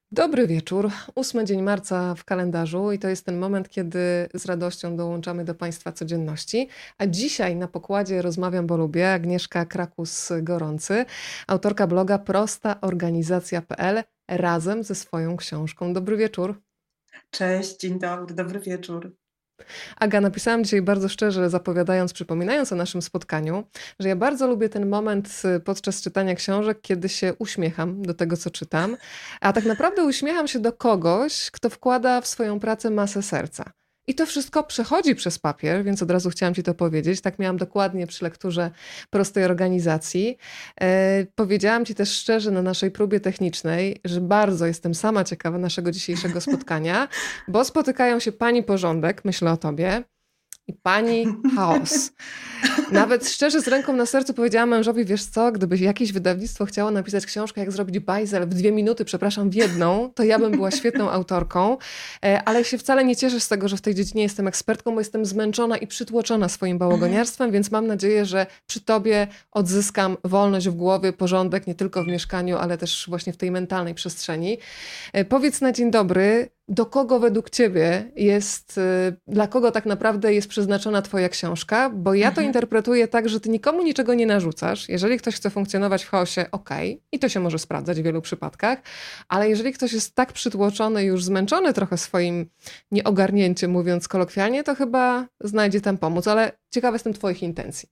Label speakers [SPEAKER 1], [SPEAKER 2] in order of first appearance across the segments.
[SPEAKER 1] Dobry wieczór. 8 dzień marca w kalendarzu i to jest ten moment, kiedy z radością dołączamy do Państwa codzienności. A dzisiaj na pokładzie Rozmawiam, bo lubię Agnieszka Krakus-Gorący, autorka bloga prostaorganizacja.pl razem ze swoją książką. Dobry wieczór.
[SPEAKER 2] Cześć, dzień dobry, dobry wieczór.
[SPEAKER 1] Aga, napisałam dzisiaj bardzo szczerze, zapowiadając, przypominając o naszym spotkaniu, że ja bardzo lubię ten moment podczas czytania książek, kiedy się uśmiecham do tego, co czytam, a tak naprawdę uśmiecham się do kogoś, kto wkłada w swoją pracę masę serca. I to wszystko przechodzi przez papier, więc od razu chciałam Ci to powiedzieć. Tak miałam dokładnie przy lekturze prostej organizacji. Powiedziałam Ci też szczerze na naszej próbie technicznej, że bardzo jestem sama ciekawa naszego dzisiejszego spotkania, bo spotykają się pani porządek, myślę o Tobie, i pani chaos. Nawet szczerze z ręką na sercu powiedziałam mężowi, wiesz co, gdyby jakieś wydawnictwo chciało napisać książkę, jak zrobić bajzel w 2 minuty, przepraszam, w jedną, to ja bym była świetną autorką, ale się wcale nie cieszę z tego, że w tej dziedzinie jestem ekspertką, bo jestem zmęczona i przytłoczona swoim bałogoniarstwem, więc mam nadzieję, że przy tobie odzyskam wolność w głowie, porządek nie tylko w mieszkaniu, ale też właśnie w tej mentalnej przestrzeni. Powiedz na dzień dobry, do kogo według ciebie jest, dla kogo tak naprawdę jest przeznaczona twoja książka? Bo ja to interpretuję tak, że ty nikomu niczego nie narzucasz. Jeżeli ktoś chce funkcjonować w chaosie, okej, i to się może sprawdzać w wielu przypadkach, ale jeżeli ktoś jest tak przytłoczony, już zmęczony trochę swoim nieogarnięciem, mówiąc kolokwialnie, to chyba znajdzie tam pomóc. Ale ciekawa jestem twoich intencji.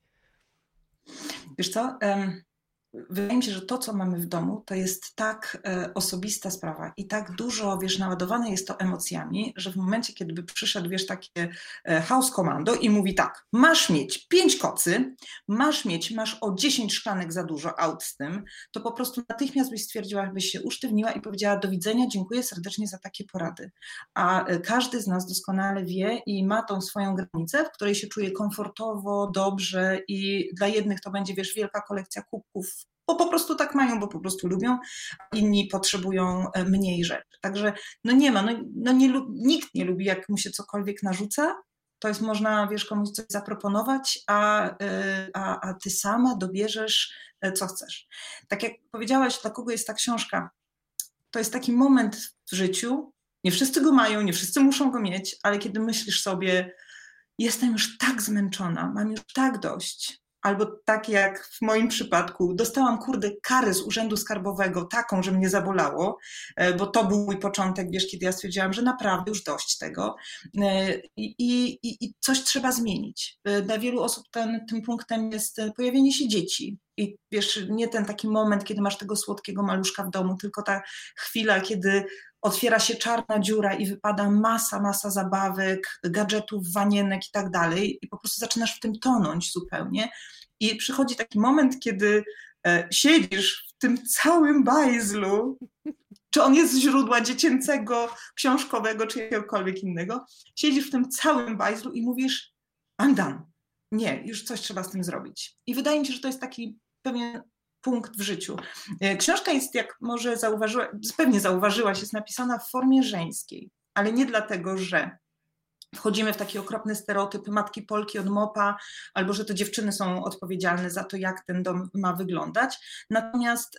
[SPEAKER 2] Wiesz co, wydaje mi się, że to, co mamy w domu, to jest tak osobista sprawa i tak dużo, wiesz, naładowane jest to emocjami, że w momencie, kiedy by przyszedł, wiesz, takie house commando i mówi tak, masz mieć 5 kocy, masz o 10 szklanek za dużo aut z tym, to po prostu natychmiast byś stwierdziła, byś się usztywniła i powiedziała do widzenia, dziękuję serdecznie za takie porady. A każdy z nas doskonale wie i ma tą swoją granicę, w której się czuje komfortowo, dobrze i dla jednych to będzie, wiesz, wielka kolekcja kubków, bo po prostu tak mają, bo po prostu lubią, a inni potrzebują mniej rzeczy. Także no nie ma, nikt nie lubi, jak mu się cokolwiek narzuca. To jest można, wiesz, komuś coś zaproponować, a ty sama dobierzesz, co chcesz. Tak jak powiedziałaś, dla kogo jest ta książka? To jest taki moment w życiu, nie wszyscy go mają, nie wszyscy muszą go mieć, ale kiedy myślisz sobie, jestem już tak zmęczona, mam już tak dość. Albo tak jak w moim przypadku, dostałam kurde karę z urzędu skarbowego, taką, że mnie zabolało, bo to był mój początek, wiesz, kiedy ja stwierdziłam, że naprawdę już dość tego i coś trzeba zmienić. Dla wielu osób tym punktem jest pojawienie się dzieci. I wiesz, nie ten taki moment, kiedy masz tego słodkiego maluszka w domu, tylko ta chwila, kiedy otwiera się czarna dziura i wypada masa zabawek, gadżetów, wanienek i tak dalej i po prostu zaczynasz w tym tonąć zupełnie i przychodzi taki moment, kiedy siedzisz w tym całym bajzlu, czy on jest z źródła dziecięcego, książkowego, czy jakiegokolwiek innego, siedzisz w tym całym bajzlu i mówisz I'm done. Nie, już coś trzeba z tym zrobić. I wydaje mi się, że to jest taki pewien punkt w życiu. Książka jest, jak może pewnie zauważyłaś, jest napisana w formie żeńskiej, ale nie dlatego, że wchodzimy w taki okropny stereotyp matki Polki od mopa, albo że to dziewczyny są odpowiedzialne za to, jak ten dom ma wyglądać. Natomiast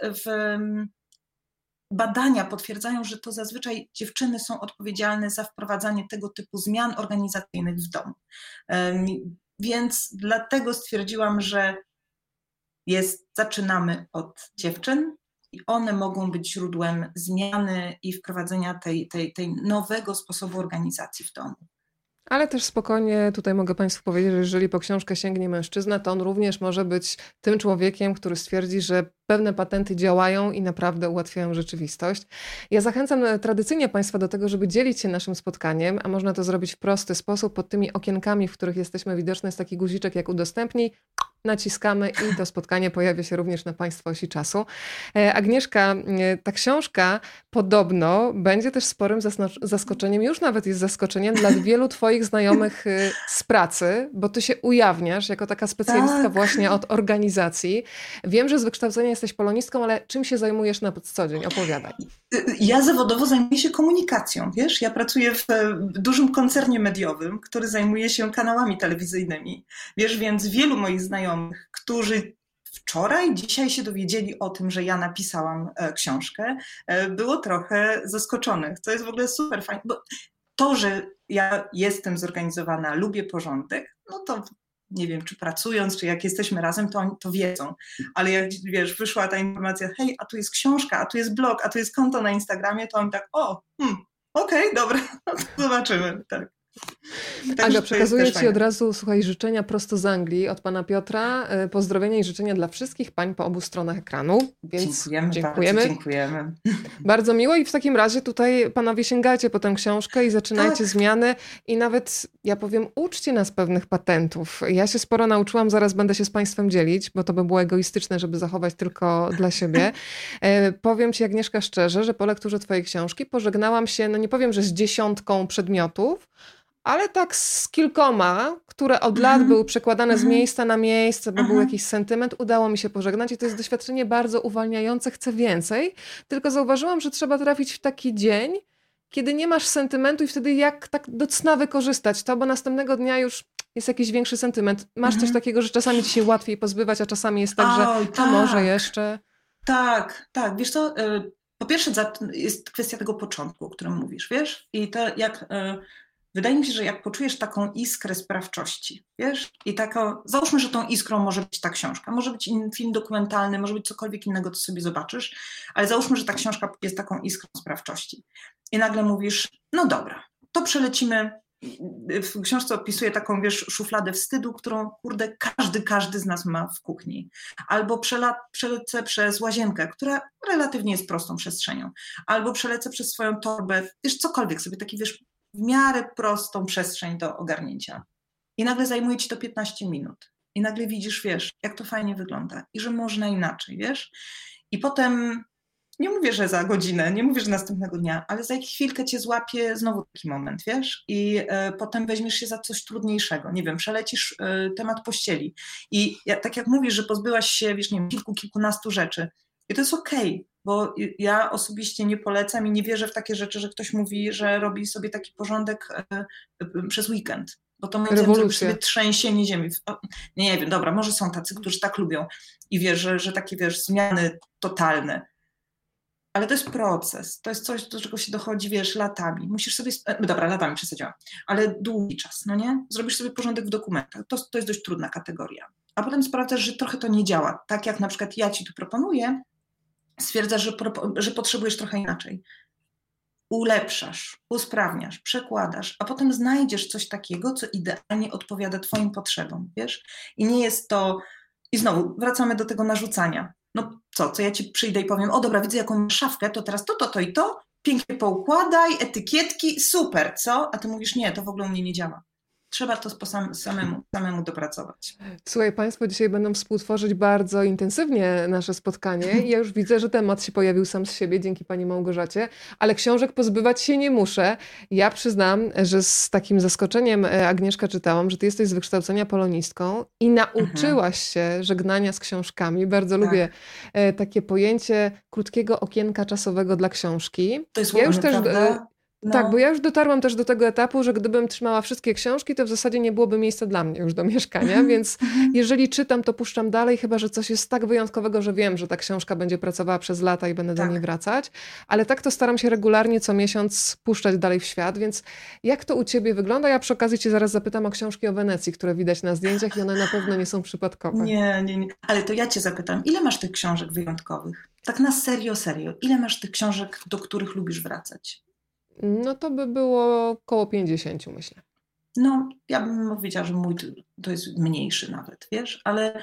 [SPEAKER 2] badania potwierdzają, że to zazwyczaj dziewczyny są odpowiedzialne za wprowadzanie tego typu zmian organizacyjnych w domu. Więc dlatego stwierdziłam, że zaczynamy od dziewczyn i one mogą być źródłem zmiany i wprowadzenia tej nowego sposobu organizacji w domu.
[SPEAKER 1] Ale też spokojnie tutaj mogę Państwu powiedzieć, że jeżeli po książkę sięgnie mężczyzna, to on również może być tym człowiekiem, który stwierdzi, że pewne patenty działają i naprawdę ułatwiają rzeczywistość. Ja zachęcam tradycyjnie Państwa do tego, żeby dzielić się naszym spotkaniem, a można to zrobić w prosty sposób. Pod tymi okienkami, w których jesteśmy widoczne, jest taki guziczek jak udostępnij. Naciskamy i to spotkanie pojawia się również na Państwa osi czasu. Agnieszka, ta książka podobno będzie też sporym zaskoczeniem, już nawet jest zaskoczeniem dla wielu Twoich znajomych z pracy, bo Ty się ujawniasz jako taka specjalistka właśnie od organizacji. Wiem, że z wykształcenia jesteś polonistką, ale czym się zajmujesz na co dzień? Opowiadaj.
[SPEAKER 2] Ja zawodowo zajmuję się komunikacją, wiesz? Ja pracuję w dużym koncernie mediowym, który zajmuje się kanałami telewizyjnymi, wiesz? Więc wielu moich znajomych, którzy wczoraj, dzisiaj się dowiedzieli o tym, że ja napisałam książkę, było trochę zaskoczonych, co jest w ogóle super fajne, bo to, że ja jestem zorganizowana, lubię porządek, no to nie wiem, czy pracując, czy jak jesteśmy razem, to oni to wiedzą. Ale jak, wiesz, wyszła ta informacja, hej, a tu jest książka, a tu jest blog, a tu jest konto na Instagramie, to oni tak, okej, dobra, no to zobaczymy. Tak.
[SPEAKER 1] Aga, przekazuję Ci od razu, słuchaj, życzenia prosto z Anglii od pana Piotra. Pozdrowienia i życzenia dla wszystkich pań po obu stronach ekranu. Więc
[SPEAKER 2] dziękujemy.
[SPEAKER 1] Bardzo miło i w takim razie tutaj panowie sięgajcie po tę książkę i zaczynajcie zmiany i nawet, ja powiem, uczcie nas pewnych patentów. Ja się sporo nauczyłam, zaraz będę się z państwem dzielić, bo to by było egoistyczne, żeby zachować tylko dla siebie. Powiem Ci, Agnieszka, szczerze, że po lekturze twojej książki pożegnałam się, no nie powiem, że z 10 przedmiotów, ale tak z kilkoma, które od lat były przekładane z miejsca na miejsce, bo był jakiś sentyment, udało mi się pożegnać i to jest doświadczenie bardzo uwalniające, chcę więcej. Tylko zauważyłam, że trzeba trafić w taki dzień, kiedy nie masz sentymentu i wtedy jak tak do cna wykorzystać to, bo następnego dnia już jest jakiś większy sentyment. Masz coś takiego, że czasami ci się łatwiej pozbywać, a czasami jest tak, że to może jeszcze.
[SPEAKER 2] Tak. Wiesz co, po pierwsze jest kwestia tego początku, o którym mówisz, wiesz? I to jak... Wydaje mi się, że jak poczujesz taką iskrę sprawczości, wiesz, i załóżmy, że tą iskrą może być ta książka, może być film dokumentalny, może być cokolwiek innego, co sobie zobaczysz, ale załóżmy, że ta książka jest taką iskrą sprawczości. I nagle mówisz, no dobra, to przelecimy. W książce opisuję taką, wiesz, szufladę wstydu, którą, kurde, każdy z nas ma w kuchni. Albo przelecę przez łazienkę, która relatywnie jest prostą przestrzenią. Albo przelecę przez swoją torbę, wiesz, cokolwiek sobie, taki, wiesz, w miarę prostą przestrzeń do ogarnięcia. I nagle zajmuje ci to 15 minut. I nagle widzisz, wiesz, jak to fajnie wygląda i że można inaczej, wiesz. I potem, nie mówię, że za godzinę, nie mówię, że następnego dnia, ale za chwilkę cię złapie znowu taki moment, wiesz. I potem weźmiesz się za coś trudniejszego. Nie wiem, przelecisz temat pościeli. I tak jak mówisz, że pozbyłaś się, wiesz, nie wiem, kilkunastu rzeczy. I to jest okej. Bo ja osobiście nie polecam i nie wierzę w takie rzeczy, że ktoś mówi, że robi sobie taki porządek przez weekend. Bo to moim zdaniem zrobi sobie trzęsienie ziemi. Nie wiem, dobra, może są tacy, którzy tak lubią i wiesz, że takie, wiesz, zmiany totalne. Ale to jest proces. To jest coś, do czego się dochodzi, wiesz, latami. Musisz sobie... Dobra, latami przesadziłam. Ale długi czas, no nie? Zrobisz sobie porządek w dokumentach. To jest dość trudna kategoria. A potem sprawdzasz, że trochę to nie działa. Tak jak na przykład ja ci tu proponuję, stwierdzasz, że potrzebujesz trochę inaczej. Ulepszasz, usprawniasz, przekładasz, a potem znajdziesz coś takiego, co idealnie odpowiada twoim potrzebom, wiesz? I nie jest to... I znowu wracamy do tego narzucania. No co ja ci przyjdę i powiem, o dobra, widzę jaką masz szafkę, to teraz to i to, pięknie poukładaj, etykietki, super, co? A ty mówisz, nie, to w ogóle u mnie nie działa. Trzeba to samemu dopracować.
[SPEAKER 1] Słuchaj, państwo dzisiaj będą współtworzyć bardzo intensywnie nasze spotkanie i ja już widzę, że temat się pojawił sam z siebie dzięki pani Małgorzacie, ale książek pozbywać się nie muszę. Ja przyznam, że z takim zaskoczeniem, Agnieszka, czytałam, że ty jesteś z wykształcenia polonistką i nauczyłaś się żegnania z książkami. Bardzo lubię takie pojęcie krótkiego okienka czasowego dla książki.
[SPEAKER 2] To jest ładne, prawda?
[SPEAKER 1] No. Tak, bo ja już dotarłam też do tego etapu, że gdybym trzymała wszystkie książki, to w zasadzie nie byłoby miejsca dla mnie już do mieszkania, więc jeżeli czytam, to puszczam dalej, chyba że coś jest tak wyjątkowego, że wiem, że ta książka będzie pracowała przez lata i będę do niej wracać, ale tak to staram się regularnie co miesiąc puszczać dalej w świat, więc jak to u ciebie wygląda? Ja przy okazji cię zaraz zapytam o książki o Wenecji, które widać na zdjęciach i one na pewno nie są przypadkowe.
[SPEAKER 2] Nie, ale to ja cię zapytam, ile masz tych książek wyjątkowych? Tak na serio, ile masz tych książek, do których lubisz wracać?
[SPEAKER 1] No to by było około 50, myślę.
[SPEAKER 2] No, ja bym powiedziała, że mój to jest mniejszy nawet, wiesz, ale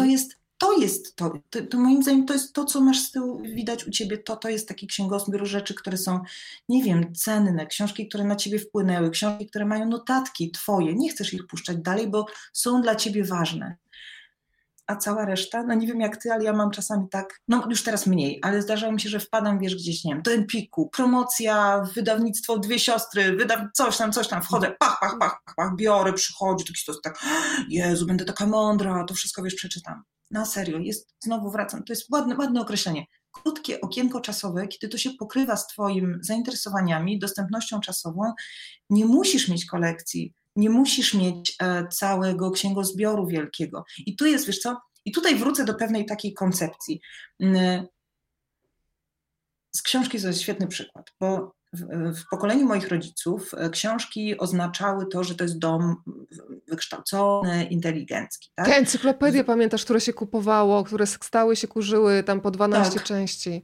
[SPEAKER 2] to moim zdaniem to jest to, co masz z tyłu widać u ciebie, to jest taki księgozbiór rzeczy, które są, nie wiem, cenne, książki, które na ciebie wpłynęły, książki, które mają notatki twoje, nie chcesz ich puszczać dalej, bo są dla ciebie ważne. A cała reszta, no nie wiem jak ty, ale ja mam czasami tak, no już teraz mniej, ale zdarzało mi się, że wpadam, wiesz, gdzieś, nie wiem, do Empiku, promocja, wydawnictwo Dwie Siostry, coś tam, wchodzę, pach, biorę, przychodzi, to jest tak, Jezu, będę taka mądra, to wszystko, wiesz, przeczytam. Na serio, znowu wracam, to jest ładne określenie. Krótkie okienko czasowe, kiedy to się pokrywa z twoim zainteresowaniami, dostępnością czasową, nie musisz mieć kolekcji, nie musisz mieć całego księgozbioru wielkiego. I tu jest, wiesz co, I tutaj wrócę do pewnej takiej koncepcji. Z książki to jest świetny przykład, bo w pokoleniu moich rodziców książki oznaczały to, że to jest dom wykształcony, inteligencki. Tak?
[SPEAKER 1] Te encyklopedie, pamiętasz, które się kupowało, które stały się kurzyły tam po 12
[SPEAKER 2] Tak.
[SPEAKER 1] części.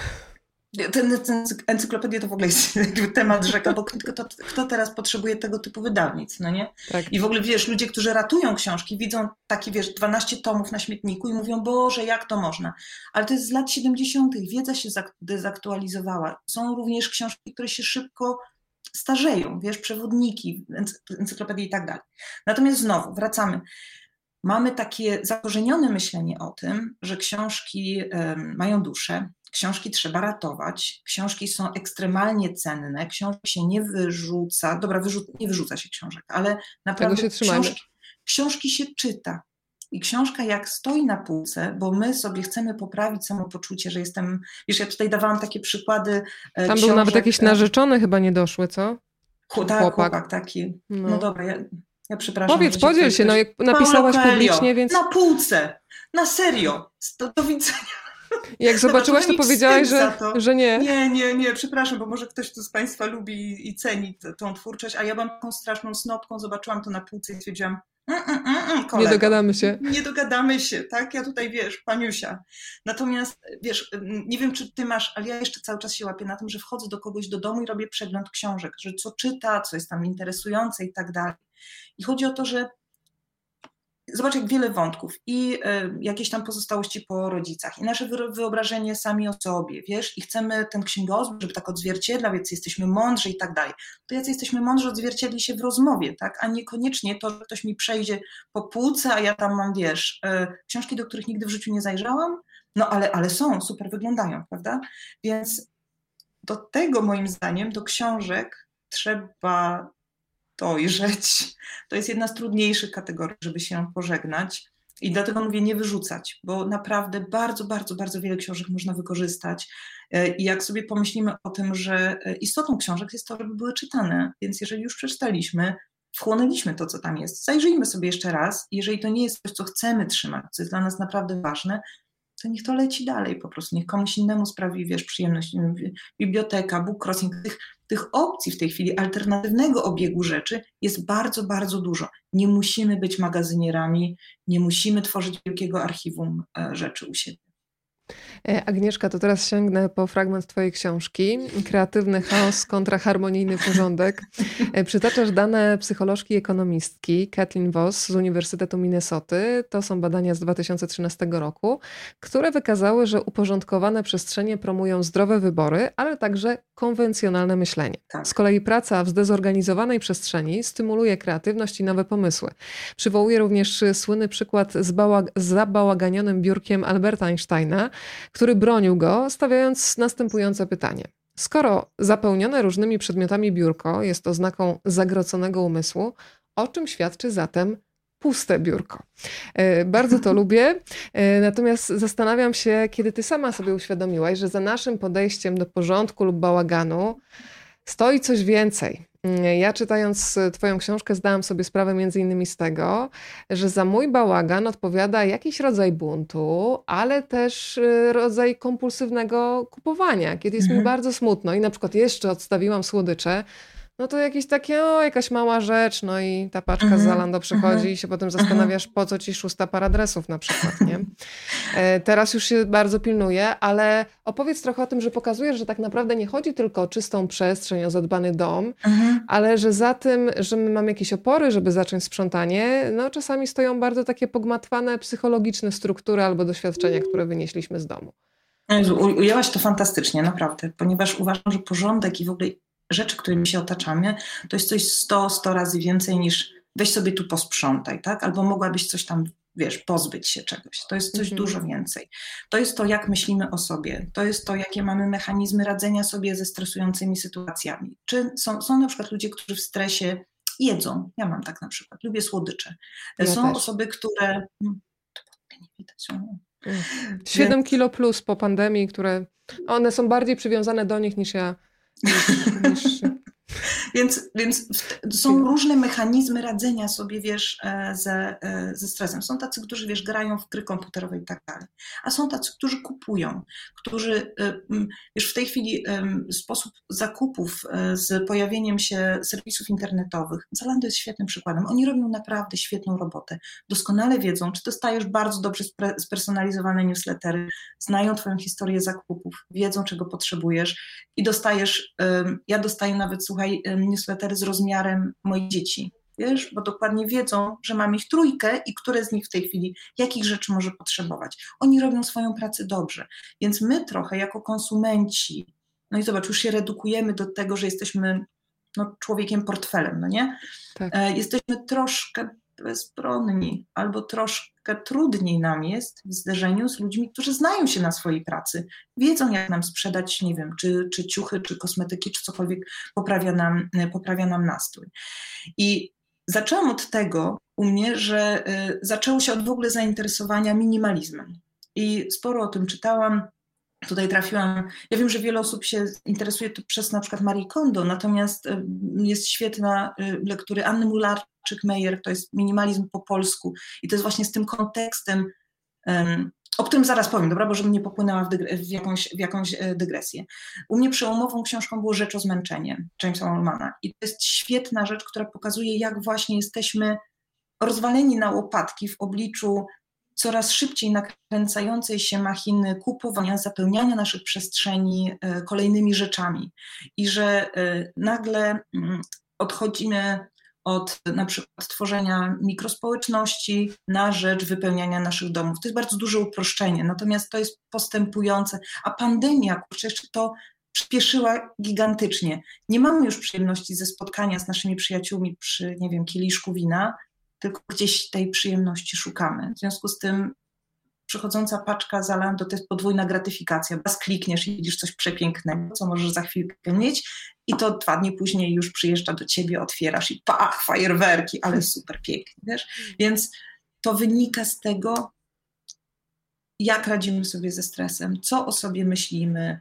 [SPEAKER 2] Ten encyklopedie to w ogóle jest temat rzeka, bo kto teraz potrzebuje tego typu wydawnictw, no nie?
[SPEAKER 1] Tak.
[SPEAKER 2] I w ogóle, wiesz, ludzie, którzy ratują książki, widzą takie, wiesz, 12 tomów na śmietniku i mówią, Boże, jak to można? Ale to jest z lat 70., wiedza się dezaktualizowała. Są również książki, które się szybko starzeją, wiesz, przewodniki, encyklopedie i tak dalej. Natomiast znowu, wracamy. Mamy takie zakorzenione myślenie o tym, że książki mają duszę, książki trzeba ratować, książki są ekstremalnie cenne, książki się nie wyrzuca, dobra, nie wyrzuca się książek, ale naprawdę książki się czyta. I książka jak stoi na półce, bo my sobie chcemy poprawić samopoczucie, że jestem, wiesz, ja tutaj dawałam takie przykłady
[SPEAKER 1] Tam
[SPEAKER 2] książek,
[SPEAKER 1] był nawet jakiś narzeczony chyba niedoszły, co?
[SPEAKER 2] Chłopak taki. No dobra, ja przepraszam.
[SPEAKER 1] Podziel się, no jak napisałaś publicznie, więc...
[SPEAKER 2] Na półce, na serio, do widzenia.
[SPEAKER 1] Jak zobaczyłaś, to powiedziałaś, że nie.
[SPEAKER 2] Nie, przepraszam, bo może ktoś tu z Państwa lubi i ceni tą twórczość, a ja byłam taką straszną snopką, zobaczyłam to na półce i stwierdziłam, kolego,
[SPEAKER 1] nie dogadamy się.
[SPEAKER 2] Nie dogadamy się, tak? Ja tutaj, wiesz, paniusia. Natomiast, wiesz, nie wiem, czy ty masz, ale ja jeszcze cały czas się łapię na tym, że wchodzę do kogoś do domu i robię przegląd książek, że co czyta, co jest tam interesujące i tak dalej. I chodzi o to, że zobacz, jak wiele wątków i jakieś tam pozostałości po rodzicach i nasze wyobrażenie sami o sobie, wiesz, i chcemy ten księgozbiór, żeby tak odzwierciedlał, jacy jesteśmy mądrzy i tak dalej. To jacy jesteśmy mądrzy odzwierciedli się w rozmowie, tak, a niekoniecznie to, że ktoś mi przejdzie po półce, a ja tam mam, wiesz, książki, do których nigdy w życiu nie zajrzałam, no ale są, super wyglądają, prawda? Więc do tego, moim zdaniem, do książek trzeba dojrzeć. To jest jedna z trudniejszych kategorii, żeby się pożegnać. I dlatego mówię nie wyrzucać, bo naprawdę bardzo, bardzo, bardzo wiele książek można wykorzystać. I jak sobie pomyślimy o tym, że istotą książek jest to, żeby były czytane, więc jeżeli już przeczytaliśmy, wchłonęliśmy to, co tam jest, zajrzyjmy sobie jeszcze raz. Jeżeli to nie jest coś, co chcemy trzymać, co jest dla nas naprawdę ważne, to niech to leci dalej po prostu, niech komuś innemu sprawi, wiesz, przyjemność. Biblioteka, book crossing, tych opcji w tej chwili, alternatywnego obiegu rzeczy jest bardzo, bardzo dużo. Nie musimy być magazynierami, nie musimy tworzyć wielkiego archiwum rzeczy u siebie.
[SPEAKER 1] Agnieszka, to teraz sięgnę po fragment twojej książki. Kreatywny chaos kontra harmonijny porządek. Przytaczasz dane psycholożki i ekonomistki Kathleen Voss z Uniwersytetu Minnesoty. To są badania z 2013 roku, które wykazały, że uporządkowane przestrzenie promują zdrowe wybory, ale także konwencjonalne myślenie.
[SPEAKER 2] Tak.
[SPEAKER 1] Z kolei praca w zdezorganizowanej przestrzeni stymuluje kreatywność i nowe pomysły. Przywołuję również słynny przykład z zabałaganionym biurkiem Alberta Einsteina, który bronił go, stawiając następujące pytanie. Skoro zapełnione różnymi przedmiotami biurko jest oznaką zagroconego umysłu, o czym świadczy zatem puste biurko? Bardzo to lubię, natomiast zastanawiam się, kiedy ty sama sobie uświadomiłaś, że za naszym podejściem do porządku lub bałaganu stoi coś więcej. Ja czytając twoją książkę zdałam sobie sprawę między innymi z tego, że za mój bałagan odpowiada jakiś rodzaj buntu, ale też rodzaj kompulsywnego kupowania, kiedy jest mi bardzo smutno i na przykład jeszcze odstawiłam słodycze, no to jakieś takie, jakaś mała rzecz, no i ta paczka z Zalando przychodzi i się potem zastanawiasz, po co ci 6 par adresów na przykład, nie? Teraz już się bardzo pilnuję, ale opowiedz trochę o tym, że pokazujesz, że tak naprawdę nie chodzi tylko o czystą przestrzeń, o zadbany dom, ale że za tym, że my mamy jakieś opory, żeby zacząć sprzątanie, no czasami stoją bardzo takie pogmatwane psychologiczne struktury albo doświadczenia, które wynieśliśmy z domu.
[SPEAKER 2] Ujęłaś to fantastycznie, naprawdę, ponieważ uważam, że porządek i w ogóle rzeczy, którymi się otaczamy, to jest coś 100 razy więcej niż weź sobie tu posprzątaj, tak? Albo mogłabyś coś tam, wiesz, pozbyć się czegoś. To jest coś dużo więcej. To jest to, jak myślimy o sobie. To jest to, jakie mamy mechanizmy radzenia sobie ze stresującymi sytuacjami. Czy są na przykład ludzie, którzy w stresie jedzą. Ja mam tak na przykład. Lubię słodycze.
[SPEAKER 1] Ja
[SPEAKER 2] są
[SPEAKER 1] też.
[SPEAKER 2] osoby, które... nie widać.
[SPEAKER 1] 7 kilo plus po pandemii, które one są bardziej przywiązane do nich niż ja.
[SPEAKER 2] Więc są różne mechanizmy radzenia sobie, wiesz, ze stresem. Są tacy, którzy, wiesz, grają w gry komputerowe i tak dalej. A są tacy, którzy kupują, którzy, wiesz, w tej chwili sposób zakupów z pojawieniem się serwisów internetowych, Zalando jest świetnym przykładem. Oni robią naprawdę świetną robotę. Doskonale wiedzą, czy dostajesz bardzo dobrze spersonalizowane newslettery, znają twoją historię zakupów, wiedzą, czego potrzebujesz i dostajesz, ja dostaję nawet, słuchaj, newslettery z rozmiarem moich dzieci, wiesz, bo dokładnie wiedzą, że mam ich 3 i które z nich w tej chwili, jakich rzeczy może potrzebować. Oni robią swoją pracę dobrze, więc my trochę jako konsumenci, no i zobacz, już się redukujemy do tego, że jesteśmy człowiekiem portfelem, no nie?
[SPEAKER 1] Tak.
[SPEAKER 2] Jesteśmy troszkę bezbronni, albo troszkę trudniej nam jest w zderzeniu z ludźmi, którzy znają się na swojej pracy, wiedzą, jak nam sprzedać, nie wiem, czy ciuchy, czy kosmetyki, czy cokolwiek poprawia nam nastrój. I zaczęłam od tego u mnie, że zaczęło się od w ogóle zainteresowania minimalizmem. I sporo o tym czytałam. Tutaj trafiłam, ja wiem, że wiele osób się interesuje to przez na przykład Marie Kondo, natomiast jest świetna lektury Anny Mularczyk-Meyer, to jest minimalizm po polsku i to jest właśnie z tym kontekstem, o którym zaraz powiem, dobra, bo żebym nie popłynęła w jakąś dygresję. U mnie przełomową książką było Rzecz o zmęczenie Jamesa Ullmana i to jest świetna rzecz, która pokazuje, jak właśnie jesteśmy rozwaleni na łopatki w obliczu coraz szybciej nakręcającej się machiny kupowania, zapełniania naszych przestrzeni kolejnymi rzeczami i że nagle odchodzimy od na przykład tworzenia mikrospołeczności na rzecz wypełniania naszych domów. To jest bardzo duże uproszczenie, natomiast to jest postępujące, a pandemia, kurczę, jeszcze to przyspieszyła gigantycznie. Nie mamy już przyjemności ze spotkania z naszymi przyjaciółmi przy, nie wiem, kieliszku wina, tylko gdzieś tej przyjemności szukamy. W związku z tym przychodząca paczka Zalando to jest podwójna gratyfikacja. Raz klikniesz i widzisz coś przepięknego, co możesz za chwilkę mieć i to 2 dni później już przyjeżdża do ciebie, otwierasz i pach, fajerwerki, ale super pięknie, wiesz? Więc to wynika z tego, jak radzimy sobie ze stresem, co o sobie myślimy,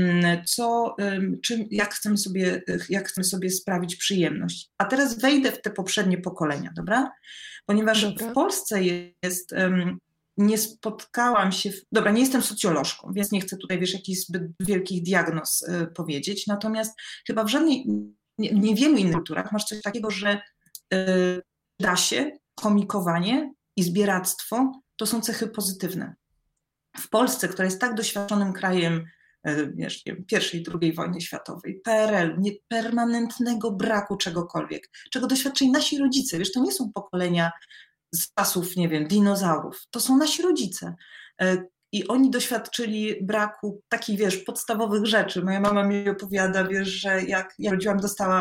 [SPEAKER 2] jak chcemy sobie sprawić przyjemność. A teraz wejdę w te poprzednie pokolenia, dobra? Ponieważ w Polsce jest, nie spotkałam się, nie jestem socjolożką, więc nie chcę tutaj, wiesz, jakichś zbyt wielkich diagnoz powiedzieć, natomiast chyba w żadnej, niewielu innych kulturach masz coś takiego, że da się, chomikowanie i zbieractwo to są cechy pozytywne. W Polsce, która jest tak doświadczonym krajem, wiesz, I i II wojny światowej, PRL, permanentnego braku czegokolwiek, czego doświadczyli nasi rodzice. Wiesz, to nie są pokolenia z czasów, nie wiem, dinozaurów. To są nasi rodzice. I oni doświadczyli braku takich, wiesz, podstawowych rzeczy. Moja mama mi opowiada, wiesz, że jak ja rodziłam,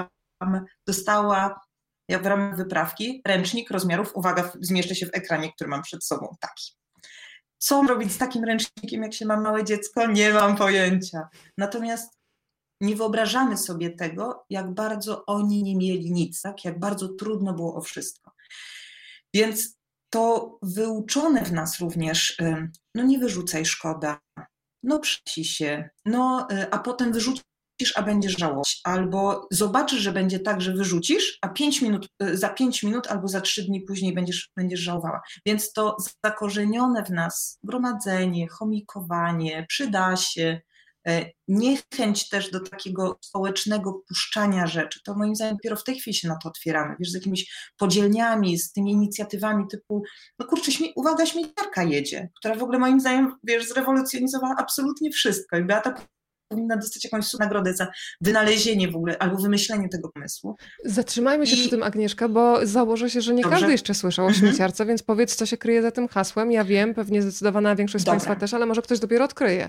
[SPEAKER 2] dostała ja w ramach wyprawki ręcznik rozmiarów, uwaga, zmieszczę się w ekranie, który mam przed sobą, taki. Co robić z takim ręcznikiem, jak się ma małe dziecko? Nie mam pojęcia. Natomiast nie wyobrażamy sobie tego, jak bardzo oni nie mieli nic, tak? Jak bardzo trudno było o wszystko. Więc to wyuczone w nas również, nie wyrzucaj, szkoda, przysi się, a potem wyrzucisz, a będziesz żałować. Albo zobaczysz, że będzie tak, że wyrzucisz, a za 5 minut albo za 3 dni później będziesz żałowała. Więc to zakorzenione w nas gromadzenie, chomikowanie, przyda się, niechęć też do takiego społecznego puszczania rzeczy. To moim zdaniem dopiero w tej chwili się na to otwieramy. Wiesz, z jakimiś podzielniami, z tymi inicjatywami typu, uwaga, śmieciarka jedzie, która w ogóle moim zdaniem, wiesz, zrewolucjonizowała absolutnie wszystko i Beata powinna dostać jakąś nagrodę za wynalezienie w ogóle albo wymyślenie tego pomysłu.
[SPEAKER 1] Zatrzymajmy się przy tym, Agnieszka, bo założę się, że nie każdy jeszcze słyszał o śmieciarce, więc powiedz, co się kryje za tym hasłem. Ja wiem, pewnie zdecydowana większość z Państwa też, ale może ktoś dopiero odkryje.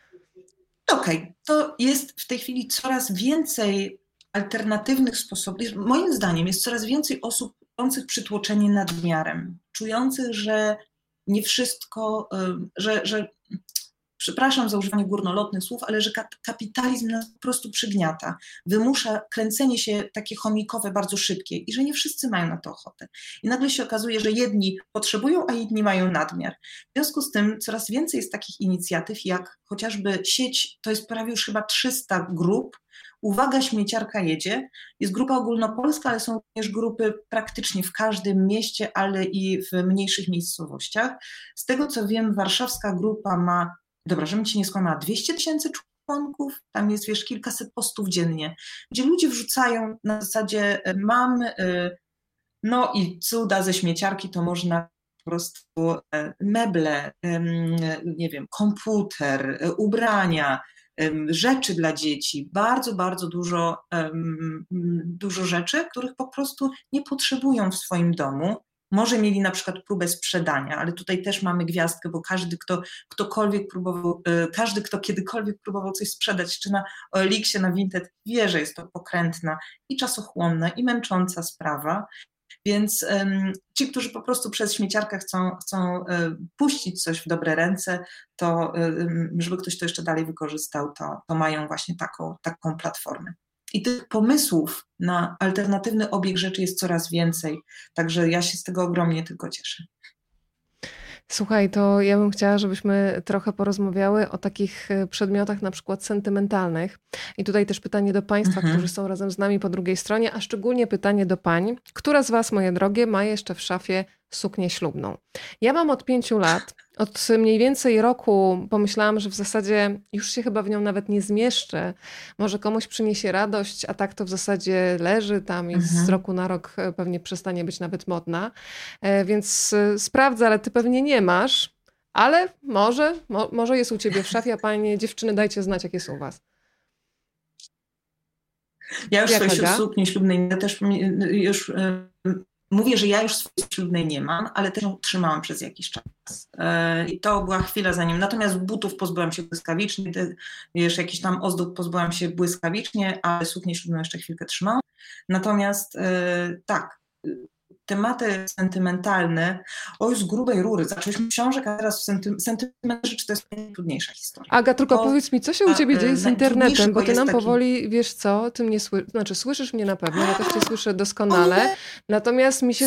[SPEAKER 2] Okej, to jest w tej chwili coraz więcej alternatywnych sposobów. Moim zdaniem jest coraz więcej osób czujących przytłoczenie nadmiarem, czujących, że nie wszystko, że przepraszam za używanie górnolotnych słów, ale że kapitalizm nas po prostu przygniata, wymusza kręcenie się takie chomikowe, bardzo szybkie i że nie wszyscy mają na to ochotę. I nagle się okazuje, że jedni potrzebują, a inni mają nadmiar. W związku z tym coraz więcej jest takich inicjatyw, jak chociażby sieć, to jest prawie już chyba 300 grup Uwaga, śmieciarka jedzie. Jest grupa ogólnopolska, ale są również grupy praktycznie w każdym mieście, ale i w mniejszych miejscowościach. Z tego co wiem, warszawska grupa ma, dobra, żebym ci nie skłamała, 200 000 członków, tam jest, wiesz, kilkaset postów dziennie, gdzie ludzie wrzucają na zasadzie mam, no i cuda ze śmieciarki, to można po prostu meble, nie wiem, komputer, ubrania, rzeczy dla dzieci, bardzo, bardzo dużo rzeczy, których po prostu nie potrzebują w swoim domu. Może mieli na przykład próbę sprzedania, ale tutaj też mamy gwiazdkę, bo każdy, kto kiedykolwiek próbował coś sprzedać, czy na OLX-ie, na Vinted, wie, że jest to pokrętna i czasochłonna i męcząca sprawa. Więc ci, którzy po prostu przez śmieciarkę chcą puścić coś w dobre ręce, to żeby ktoś to jeszcze dalej wykorzystał, to mają właśnie taką platformę. I tych pomysłów na alternatywny obieg rzeczy jest coraz więcej, także ja się z tego ogromnie tylko cieszę.
[SPEAKER 1] Słuchaj, to ja bym chciała, żebyśmy trochę porozmawiały o takich przedmiotach na przykład sentymentalnych. I tutaj też pytanie do Państwa, którzy są razem z nami po drugiej stronie, a szczególnie pytanie do pań. Która z Was, moje drogie, ma jeszcze w szafie suknię ślubną? Ja mam od 5 lat. Od mniej więcej roku pomyślałam, że w zasadzie już się chyba w nią nawet nie zmieszczę. Może komuś przyniesie radość, a tak to w zasadzie leży tam i z roku na rok pewnie przestanie być nawet modna. Więc sprawdzę, ale ty pewnie nie masz. Ale może jest u ciebie w szafie, a panie dziewczyny, dajcie znać, jak jest u was.
[SPEAKER 2] Ja już swojej sukni ślubnej też już mówię, że ja już swojej ślubnej nie mam, ale też ją trzymałam przez jakiś czas. I to była chwila za nim. Natomiast butów pozbyłam się błyskawicznie, jeszcze jakiś tam ozdób pozbyłam się błyskawicznie, ale suknię ślubną jeszcze chwilkę trzymałam. Natomiast tak, tematy sentymentalne, z grubej rury. Zaczęliśmy książek, a teraz sentyment rzeczy to jest najtrudniejsza historia.
[SPEAKER 1] Aga, tylko powiedz mi, co się u ciebie dzieje z internetem, bo ty nam powoli, wiesz co, ty mnie słyszysz mnie na pewno, ja też cię słyszę doskonale, natomiast mi się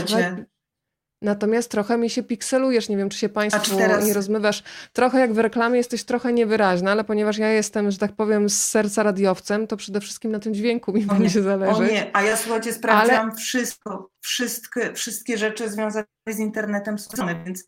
[SPEAKER 1] trochę mi się pikselujesz, nie wiem, czy się Państwu nie rozmywasz. Trochę jak w reklamie jesteś trochę niewyraźna, ale ponieważ ja jestem, że tak powiem, z serca radiowcem, to przede wszystkim na tym dźwięku mi będzie zależeć.
[SPEAKER 2] O nie, a ja słuchajcie, sprawdzam wszystkie rzeczy związane z internetem, więc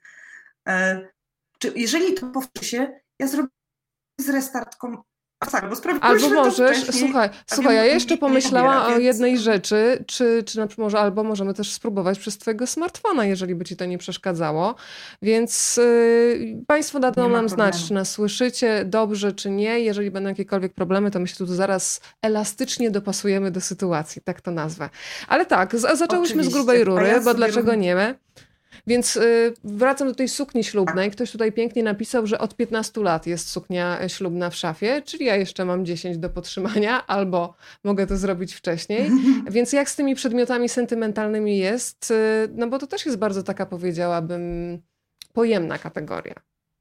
[SPEAKER 2] jeżeli to powtórzy się, ja zrobię z restartką.
[SPEAKER 1] Albo możesz, słuchaj, ja jeszcze pomyślałam o jednej rzeczy, czy może, albo możemy też spróbować przez twojego smartfona, jeżeli by ci to nie przeszkadzało. Więc Państwo dadzą nam znać, czy nas słyszycie dobrze, czy nie. Jeżeli będą jakiekolwiek problemy, to my się tu zaraz elastycznie dopasujemy do sytuacji, tak to nazwę. Ale tak, zaczęłyśmy z grubej rury, bo dlaczego nie? Więc wracam do tej sukni ślubnej. Ktoś tutaj pięknie napisał, że od 15 lat jest suknia ślubna w szafie, czyli ja jeszcze mam 10 do podtrzymania, albo mogę to zrobić wcześniej. Więc jak z tymi przedmiotami sentymentalnymi jest? No bo to też jest bardzo taka, powiedziałabym, pojemna kategoria.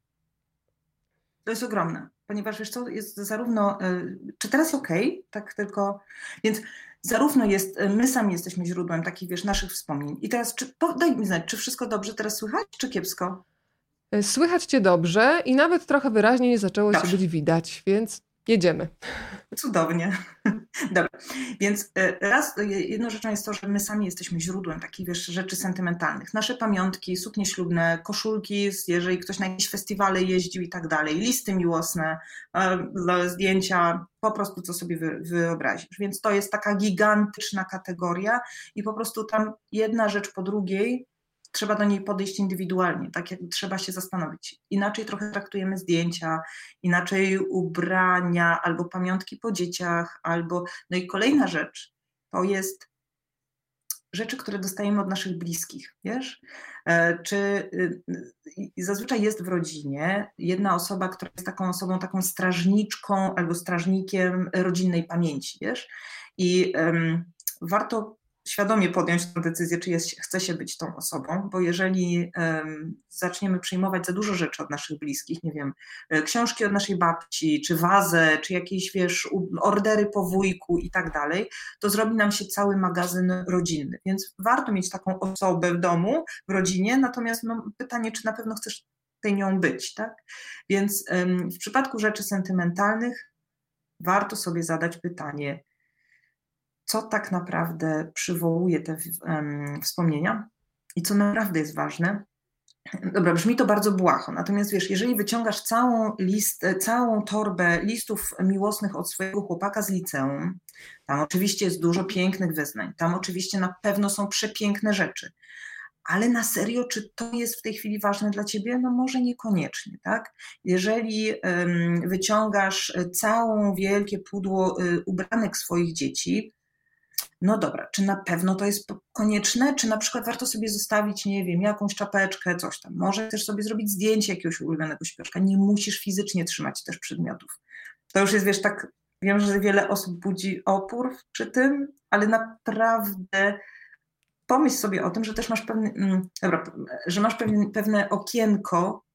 [SPEAKER 2] To jest ogromne, ponieważ wiesz co, jest zarówno, czy teraz okej, tak tylko, więc zarówno my sami jesteśmy źródłem takich, wiesz, naszych wspomnień. I teraz, daj mi znać, czy wszystko dobrze teraz słychać, czy kiepsko?
[SPEAKER 1] Słychać cię dobrze i nawet trochę wyraźniej zaczęło cię być widać, więc jedziemy.
[SPEAKER 2] Cudownie. Dobra, więc jedną rzeczą jest to, że my sami jesteśmy źródłem takich, wiesz, rzeczy sentymentalnych. Nasze pamiątki, suknie ślubne, koszulki, jeżeli ktoś na jakieś festiwale jeździł i tak dalej, listy miłosne, zdjęcia, po prostu co sobie wyobrazisz. Więc to jest taka gigantyczna kategoria i po prostu tam jedna rzecz po drugiej trzeba do niej podejść indywidualnie, tak jak trzeba się zastanowić. Inaczej trochę traktujemy zdjęcia, inaczej ubrania, albo pamiątki po dzieciach, no i kolejna rzecz, to jest rzeczy, które dostajemy od naszych bliskich, wiesz? Zazwyczaj jest w rodzinie jedna osoba, która jest taką osobą, taką strażniczką albo strażnikiem rodzinnej pamięci, wiesz? I warto świadomie podjąć tę decyzję, czy chce się być tą osobą, bo jeżeli zaczniemy przyjmować za dużo rzeczy od naszych bliskich, nie wiem, książki od naszej babci, czy wazę, czy jakieś, wiesz, ordery po wujku i tak dalej, to zrobi nam się cały magazyn rodzinny. Więc warto mieć taką osobę w domu, w rodzinie, natomiast pytanie, czy na pewno chcesz nią być, tak? Więc w przypadku rzeczy sentymentalnych warto sobie zadać pytanie, co tak naprawdę przywołuje te wspomnienia i co naprawdę jest ważne. Dobra, brzmi to bardzo błaho, natomiast wiesz, jeżeli wyciągasz całą torbę listów miłosnych od swojego chłopaka z liceum, tam oczywiście jest dużo pięknych wyznań, tam oczywiście na pewno są przepiękne rzeczy, ale na serio, czy to jest w tej chwili ważne dla ciebie? No może niekoniecznie, tak? Jeżeli wyciągasz całą wielkie pudło ubranek swoich dzieci, no dobra, czy na pewno to jest konieczne, czy na przykład warto sobie zostawić, nie wiem, jakąś czapeczkę, coś tam. Może chcesz sobie zrobić zdjęcie jakiegoś ulubionego śpiewaczka, nie musisz fizycznie trzymać też przedmiotów. To już jest, wiesz, tak, wiem, że wiele osób budzi opór przy tym, ale naprawdę pomyśl sobie o tym, że też masz pewne okienko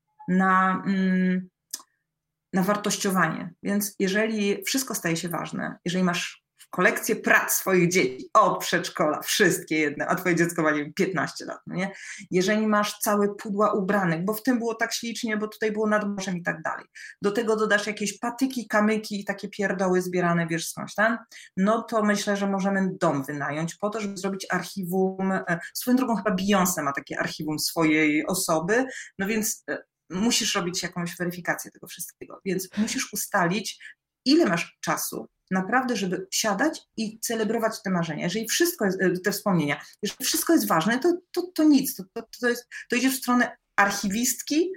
[SPEAKER 2] na wartościowanie. Więc jeżeli wszystko staje się ważne, jeżeli masz kolekcję prac swoich dzieci od przedszkola, wszystkie jedne, a twoje dziecko ma, nie wiem, 15 lat, no nie? Jeżeli masz całe pudła ubranek, bo w tym było tak ślicznie, bo tutaj było nad morzem i tak dalej. Do tego dodasz jakieś patyki, kamyki i takie pierdoły zbierane, wiesz, skądś tam, no to myślę, że możemy dom wynająć po to, żeby zrobić archiwum. Swoją drogą chyba Beyoncé ma takie archiwum swojej osoby, no więc musisz robić jakąś weryfikację tego wszystkiego, więc musisz ustalić, ile masz czasu naprawdę, żeby siadać i celebrować te marzenia. Jeżeli wszystko jest, te wspomnienia, jeżeli wszystko jest ważne, to nic. To idziesz w stronę archiwistki,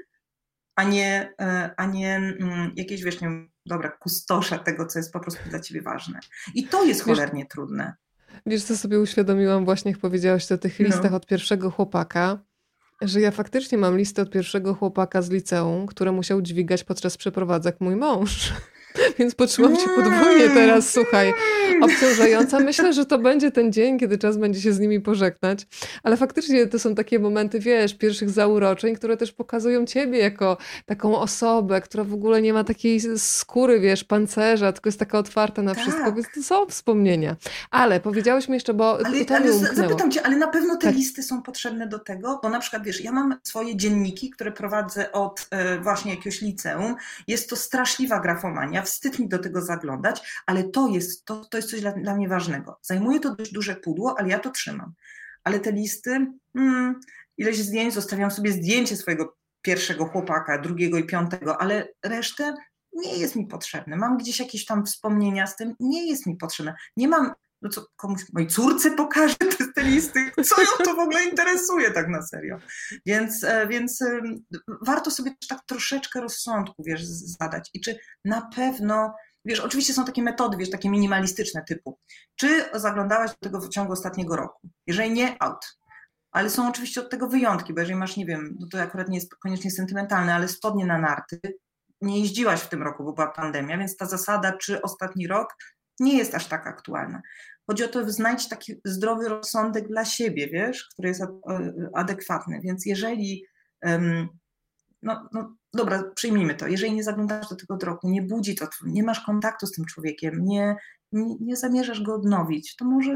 [SPEAKER 2] a nie jakieś, wiesz, nie wiem, dobra, kustosza tego, co jest po prostu dla ciebie ważne. I to jest cholernie trudne.
[SPEAKER 1] Wiesz, co sobie uświadomiłam właśnie, jak powiedziałaś o tych listach od pierwszego chłopaka, że ja faktycznie mam listę od pierwszego chłopaka z liceum, które musiał dźwigać podczas przeprowadzek mój mąż. Więc poczułam się podwójnie teraz, słuchaj, obciążająca. Myślę, że to będzie ten dzień, kiedy czas będzie się z nimi pożegnać. Ale faktycznie to są takie momenty, wiesz, pierwszych zauroczeń, które też pokazują ciebie jako taką osobę, która w ogóle nie ma takiej skóry, wiesz, pancerza, tylko jest taka otwarta na wszystko, więc to są wspomnienia. Ale powiedziałeś mi jeszcze, bo to mi umknęło.
[SPEAKER 2] Zapytam cię, ale na pewno te listy są potrzebne do tego, bo na przykład, wiesz, ja mam swoje dzienniki, które prowadzę od właśnie jakiegoś liceum. Jest to straszliwa grafomania, wstyd mi do tego zaglądać, ale to jest coś dla mnie ważnego. Zajmuje to dość duże pudło, ale ja to trzymam. Ale te listy, ileś zdjęć, zostawiam sobie zdjęcie swojego pierwszego chłopaka, drugiego i piątego, ale resztę nie jest mi potrzebne. Mam gdzieś jakieś tam wspomnienia z tym, nie jest mi potrzebne. Nie mam, no co komuś, mojej córce pokażę te listy, co ją to w ogóle interesuje tak na serio. Więc warto sobie też tak troszeczkę rozsądku, wiesz, zadać. I czy na pewno, wiesz, oczywiście są takie metody, wiesz, takie minimalistyczne typu, czy zaglądałaś do tego w ciągu ostatniego roku? Jeżeli nie, out. Ale są oczywiście od tego wyjątki, bo jeżeli masz, nie wiem, no to akurat nie jest koniecznie sentymentalne, ale spodnie na narty, nie jeździłaś w tym roku, bo była pandemia, więc ta zasada, czy ostatni rok, nie jest aż tak aktualna. Chodzi o to, znajdź taki zdrowy rozsądek dla siebie, wiesz, który jest adekwatny. Więc jeżeli, no dobra, przyjmijmy to, jeżeli nie zaglądasz do tego roku, nie budzi to, nie masz kontaktu z tym człowiekiem, nie zamierzasz go odnowić, to może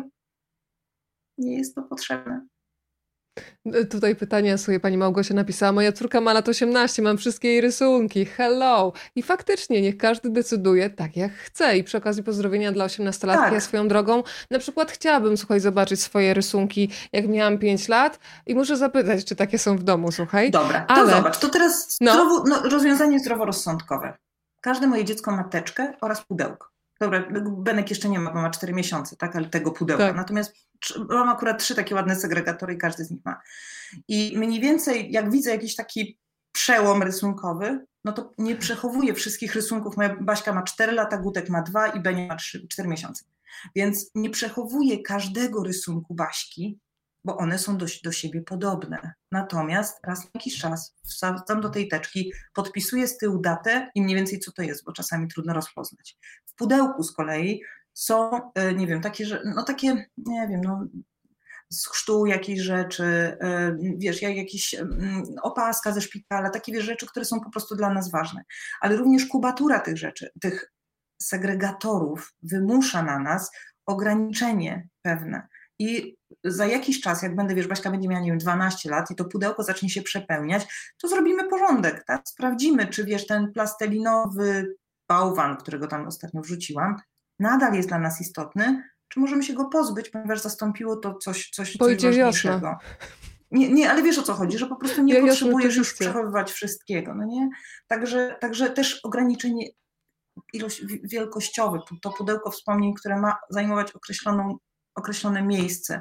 [SPEAKER 2] nie jest to potrzebne.
[SPEAKER 1] Tutaj pytanie sobie pani Małgosia napisała. Moja córka ma lat 18, mam wszystkie jej rysunki. Hello! I faktycznie niech każdy decyduje tak jak chce. I przy okazji pozdrowienia dla 18-latki,
[SPEAKER 2] Tak.
[SPEAKER 1] Ja swoją drogą na przykład chciałabym, słuchaj, zobaczyć swoje rysunki, jak miałam 5 lat i muszę zapytać, czy takie są w domu, słuchaj.
[SPEAKER 2] Dobra, to zobacz, to teraz rozwiązanie zdroworozsądkowe. Każde moje dziecko ma teczkę oraz pudełko. Dobra, Benek jeszcze nie ma, bo ma 4 miesiące, tak, ale tego pudełka. Tak. Natomiast mam akurat 3 takie ładne segregatory i każdy z nich ma. I mniej więcej, jak widzę jakiś taki przełom rysunkowy, no to nie przechowuję wszystkich rysunków. Moja Baśka ma 4 lata, Gutek ma 2 i Benia ma 4 miesiące. Więc nie przechowuję każdego rysunku Baśki, bo one są do siebie podobne. Natomiast raz na jakiś czas wsadzam do tej teczki, podpisuję z tyłu datę i mniej więcej co to jest, bo czasami trudno rozpoznać. W pudełku z kolei są, nie wiem, z chrztu jakieś rzeczy, wiesz, jakiś opaska ze szpitala, takie wiesz, rzeczy, które są po prostu dla nas ważne. Ale również kubatura tych rzeczy, tych segregatorów wymusza na nas ograniczenie pewne. I za jakiś czas, jak będę, wiesz, Baśka będzie miała, nie wiem, 12 lat i to pudełko zacznie się przepełniać, to zrobimy porządek, tak? Sprawdzimy, czy wiesz, ten plastelinowy bałwan, którego tam ostatnio wrzuciłam, nadal jest dla nas istotny, czy możemy się go pozbyć, ponieważ zastąpiło to coś ważniejszego. Nie, ale wiesz, o co chodzi, że po prostu nie potrzebujesz już przechowywać wszystkiego, no nie? Także też ograniczenie wielkościowe, to pudełko wspomnień, które ma zajmować określone miejsce,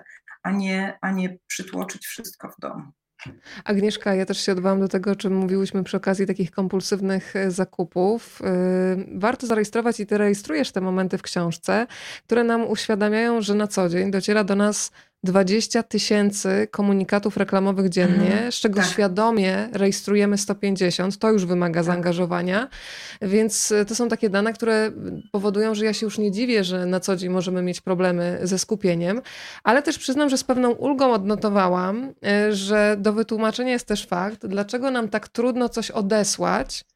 [SPEAKER 2] a nie przytłoczyć wszystko w domu.
[SPEAKER 1] Agnieszka, ja też się odwołam do tego, o czym mówiłyśmy przy okazji takich kompulsywnych zakupów. Warto zarejestrować i ty rejestrujesz te momenty w książce, które nam uświadamiają, że na co dzień dociera do nas 20 000 komunikatów reklamowych dziennie, z czego świadomie rejestrujemy 150. To już wymaga zaangażowania. Więc to są takie dane, które powodują, że ja się już nie dziwię, że na co dzień możemy mieć problemy ze skupieniem, ale też przyznam, że z pewną ulgą odnotowałam, że do wytłumaczenia jest też fakt, dlaczego nam tak trudno coś odesłać,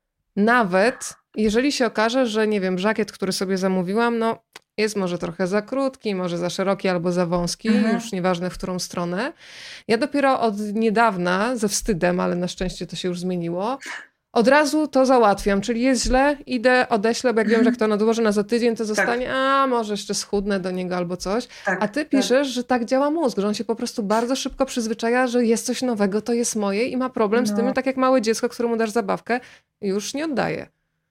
[SPEAKER 1] nawet jeżeli się okaże, że nie wiem, żakiet, który sobie zamówiłam, no jest może trochę za krótki, może za szeroki albo za wąski, już nieważne w którą stronę. Ja dopiero od niedawna, ze wstydem, ale na szczęście to się już zmieniło, od razu to załatwiam, czyli jest źle, idę, odeślę, bo jak wiem, że jak to nadłożę na za tydzień, to zostanie, a może jeszcze schudnę do niego albo coś. A ty piszesz, że tak działa mózg, że on się po prostu bardzo szybko przyzwyczaja, że jest coś nowego, to jest moje i ma problem z tym, tak jak małe dziecko, któremu dasz zabawkę, już nie oddaje.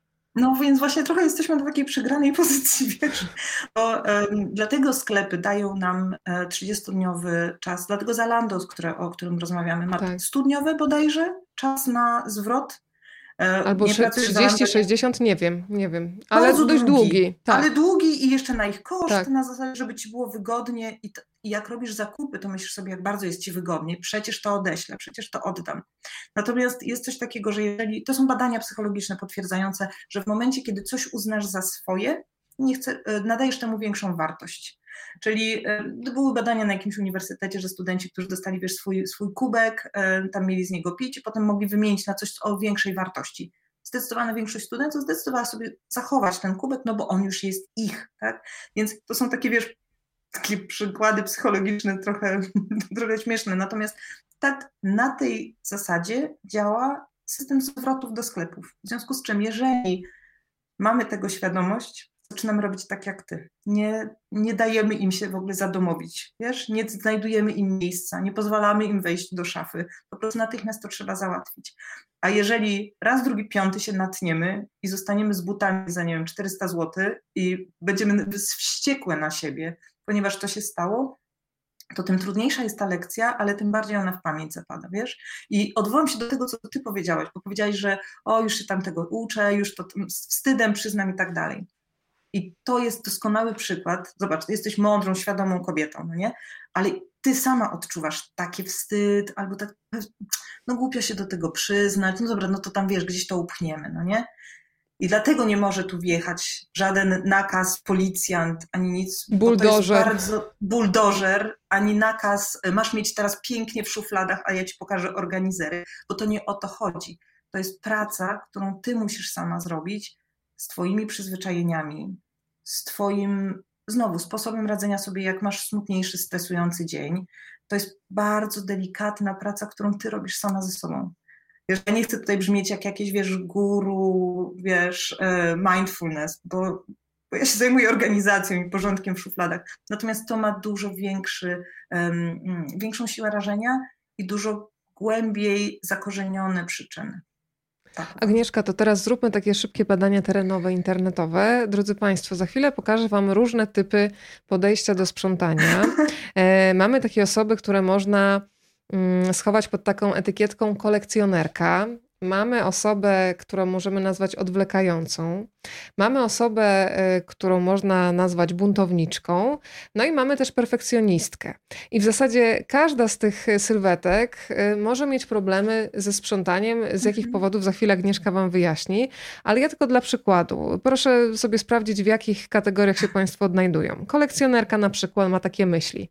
[SPEAKER 2] No więc właśnie trochę jesteśmy na takiej przegranej pozycji, wiesz, bo dlatego sklepy dają nam 30-dniowy czas, dlatego Zalando, o którym rozmawiamy, ma 100-dniowy bodajże czas na zwrot.
[SPEAKER 1] Albo 30-60, nie wiem, ale dość długi.
[SPEAKER 2] Ale długi i jeszcze na ich koszt, na zasadzie, żeby ci było wygodnie i jak robisz zakupy, to myślisz sobie, jak bardzo jest ci wygodnie, przecież to odeślę, przecież to oddam. Natomiast jest coś takiego, że to są badania psychologiczne potwierdzające, że w momencie, kiedy coś uznasz za swoje, nadajesz temu większą wartość. Czyli były badania na jakimś uniwersytecie, że studenci, którzy dostali swój kubek, tam mieli z niego pić i potem mogli wymienić na coś o większej wartości. Zdecydowana większość studentów zdecydowała sobie zachować ten kubek, no bo on już jest ich, tak? Więc to są takie, wiesz, takie przykłady psychologiczne trochę śmieszne. Natomiast tak na tej zasadzie działa system zwrotów do sklepów. W związku z czym, jeżeli mamy tego świadomość, zaczynamy robić tak jak ty. Nie dajemy im się w ogóle zadomowić, wiesz? Nie znajdujemy im miejsca, nie pozwalamy im wejść do szafy. Po prostu natychmiast to trzeba załatwić. A jeżeli raz, drugi, piąty się natniemy i zostaniemy z butami za, nie wiem, 400 zł i będziemy wściekłe na siebie, ponieważ to się stało, to tym trudniejsza jest ta lekcja, ale tym bardziej ona w pamięć zapada, wiesz? I odwołam się do tego, co ty powiedziałaś, bo powiedziałaś, że już się tam tego uczę, już to z wstydem przyznam i tak dalej. I to jest doskonały przykład. Zobacz, jesteś mądrą, świadomą kobietą, no nie? Ale ty sama odczuwasz taki wstyd, albo tak, no głupio się do tego przyznać, no dobra, no to tam wiesz, gdzieś to upchniemy, no nie? I dlatego nie może tu wjechać żaden nakaz, policjant, ani nic. Buldożer, ani nakaz, masz mieć teraz pięknie w szufladach, a ja ci pokażę organizery, bo to nie o to chodzi. To jest praca, którą ty musisz sama zrobić, z twoimi przyzwyczajeniami, z twoim, znowu, sposobem radzenia sobie, jak masz smutniejszy, stresujący dzień. To jest bardzo delikatna praca, którą ty robisz sama ze sobą. Wiesz, ja nie chcę tutaj brzmieć jak jakieś, wiesz, guru, wiesz, mindfulness, bo ja się zajmuję organizacją i porządkiem w szufladach. Natomiast to ma dużo większą siłę rażenia i dużo głębiej zakorzenione przyczyny.
[SPEAKER 1] Agnieszka, to teraz zróbmy takie szybkie badania terenowe, internetowe. Drodzy Państwo, za chwilę pokażę Wam różne typy podejścia do sprzątania. Mamy takie osoby, które można schować pod taką etykietką kolekcjonerka. Mamy osobę, którą możemy nazwać odwlekającą. Mamy osobę, którą można nazwać buntowniczką. No i mamy też perfekcjonistkę. I w zasadzie każda z tych sylwetek może mieć problemy ze sprzątaniem. Z jakich powodów za chwilę Agnieszka Wam wyjaśni. Ale ja tylko dla przykładu. Proszę sobie sprawdzić, w jakich kategoriach się Państwo odnajdują. Kolekcjonerka na przykład ma takie myśli.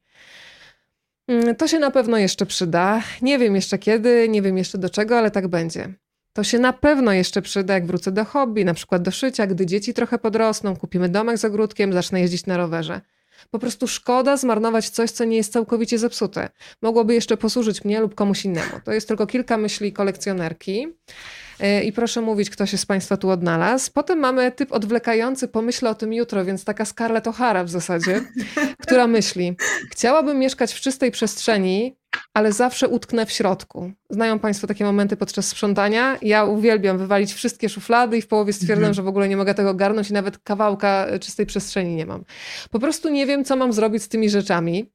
[SPEAKER 1] To się na pewno jeszcze przyda. Nie wiem jeszcze kiedy, nie wiem jeszcze do czego, ale tak będzie. To się na pewno jeszcze przyda, jak wrócę do hobby, na przykład do szycia, gdy dzieci trochę podrosną, kupimy domek z ogródkiem, zacznę jeździć na rowerze. Po prostu szkoda zmarnować coś, co nie jest całkowicie zepsute. Mogłoby jeszcze posłużyć mnie lub komuś innemu. To jest tylko kilka myśli kolekcjonerki. I proszę mówić, kto się z Państwa tu odnalazł. Potem mamy typ odwlekający, pomyślę o tym jutro, więc taka Scarlett O'Hara w zasadzie, która myśli, chciałabym mieszkać w czystej przestrzeni, ale zawsze utknę w środku. Znają Państwo takie momenty podczas sprzątania? Ja uwielbiam wywalić wszystkie szuflady i w połowie stwierdzam, że w ogóle nie mogę tego ogarnąć i nawet kawałka czystej przestrzeni nie mam. Po prostu nie wiem, co mam zrobić z tymi rzeczami.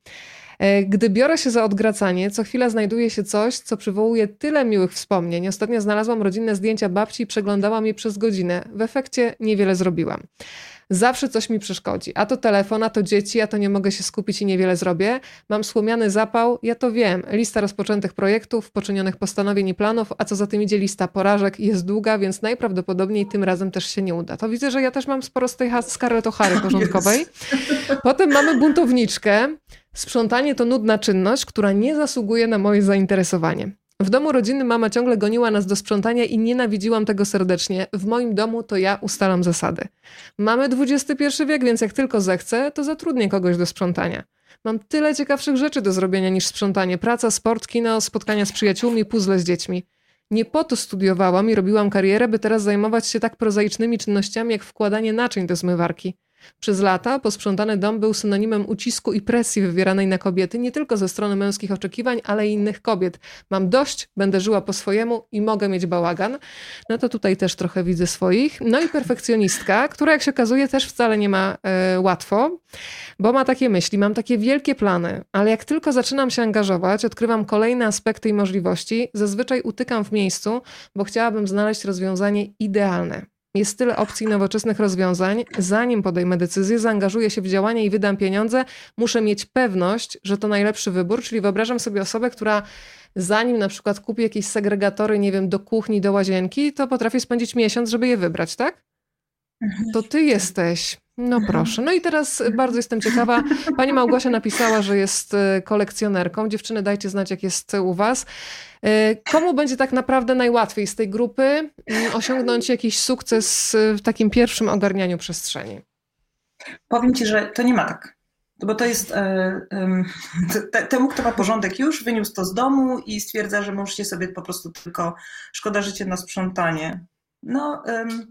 [SPEAKER 1] Gdy biorę się za odgracanie, co chwila znajduje się coś, co przywołuje tyle miłych wspomnień. Ostatnio znalazłam rodzinne zdjęcia babci i przeglądałam je przez godzinę. W efekcie niewiele zrobiłam. Zawsze coś mi przeszkodzi. A to telefon, a to dzieci, a to nie mogę się skupić i niewiele zrobię. Mam słomiany zapał, ja to wiem. Lista rozpoczętych projektów, poczynionych postanowień i planów, a co za tym idzie lista porażek jest długa, więc najprawdopodobniej tym razem też się nie uda. To widzę, że ja też mam sporo z tej Scarlett O'Hary porządkowej. Potem mamy buntowniczkę. Sprzątanie to nudna czynność, która nie zasługuje na moje zainteresowanie. W domu rodzinnym mama ciągle goniła nas do sprzątania i nienawidziłam tego serdecznie. W moim domu to ja ustalam zasady. Mamy XXI wiek, więc jak tylko zechcę, to zatrudnię kogoś do sprzątania. Mam tyle ciekawszych rzeczy do zrobienia niż sprzątanie. Praca, sport, kino, spotkania z przyjaciółmi, puzzle z dziećmi. Nie po to studiowałam i robiłam karierę, by teraz zajmować się tak prozaicznymi czynnościami jak wkładanie naczyń do zmywarki. Przez lata posprzątany dom był synonimem ucisku i presji wywieranej na kobiety, nie tylko ze strony męskich oczekiwań, ale i innych kobiet. Mam dość, będę żyła po swojemu i mogę mieć bałagan. No to tutaj też trochę widzę swoich. No i perfekcjonistka, która jak się okazuje też wcale nie ma łatwo, bo ma takie myśli, mam takie wielkie plany, ale jak tylko zaczynam się angażować, odkrywam kolejne aspekty i możliwości, zazwyczaj utykam w miejscu, bo chciałabym znaleźć rozwiązanie idealne. Jest tyle opcji nowoczesnych rozwiązań. Zanim podejmę decyzję, zaangażuję się w działanie i wydam pieniądze, muszę mieć pewność, że to najlepszy wybór, czyli wyobrażam sobie osobę, która zanim na przykład kupi jakieś segregatory, nie wiem, do kuchni, do łazienki, to potrafi spędzić miesiąc, żeby je wybrać, tak? To ty jesteś. No proszę. No i teraz bardzo jestem ciekawa. Pani Małgosia napisała, że jest kolekcjonerką. Dziewczyny, dajcie znać, jak jest u was. Komu będzie tak naprawdę najłatwiej z tej grupy osiągnąć jakiś sukces w takim pierwszym ogarnianiu przestrzeni?
[SPEAKER 2] Powiem ci, że to nie ma tak. Bo to jest temu, kto ma porządek już, wyniósł to z domu i stwierdza, że możecie sobie po prostu tylko, szkoda życie na sprzątanie. No,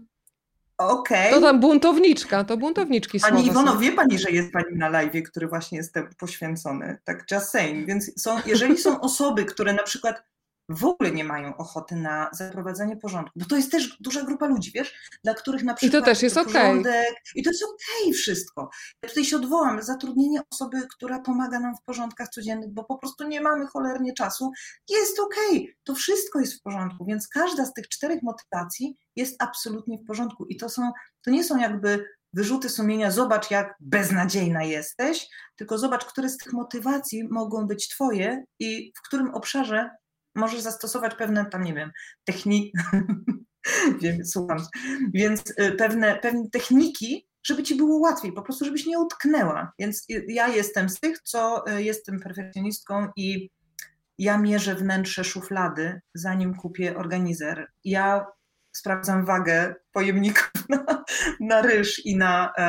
[SPEAKER 2] okej.
[SPEAKER 1] To tam buntowniczka, to buntowniczki słowa
[SPEAKER 2] Pani Iwono,
[SPEAKER 1] są.
[SPEAKER 2] wie pani, że jest pani na live'ie, który właśnie jest temu poświęcony. Tak, just saying. Więc jeżeli są osoby, które na przykład w ogóle nie mają ochoty na zaprowadzenie porządku, bo to jest też duża grupa ludzi, wiesz, dla których na przykład
[SPEAKER 1] I to też jest
[SPEAKER 2] porządek, i to jest okej wszystko. Ja tutaj się odwołam, zatrudnienie osoby, która pomaga nam w porządkach codziennych, bo po prostu nie mamy cholernie czasu, jest okej. To wszystko jest w porządku, więc każda z tych 4 motywacji jest absolutnie w porządku i to nie są jakby wyrzuty sumienia, zobacz jak beznadziejna jesteś, tylko zobacz, które z tych motywacji mogą być twoje i w którym obszarze możesz zastosować pewne tam, nie wiem, techniki, wiem, słucham, więc pewne techniki, żeby ci było łatwiej, po prostu żebyś nie utknęła. Więc ja jestem z tych, co jestem perfekcjonistką i ja mierzę wnętrze szuflady, zanim kupię organizer. Ja sprawdzam wagę pojemników na ryż i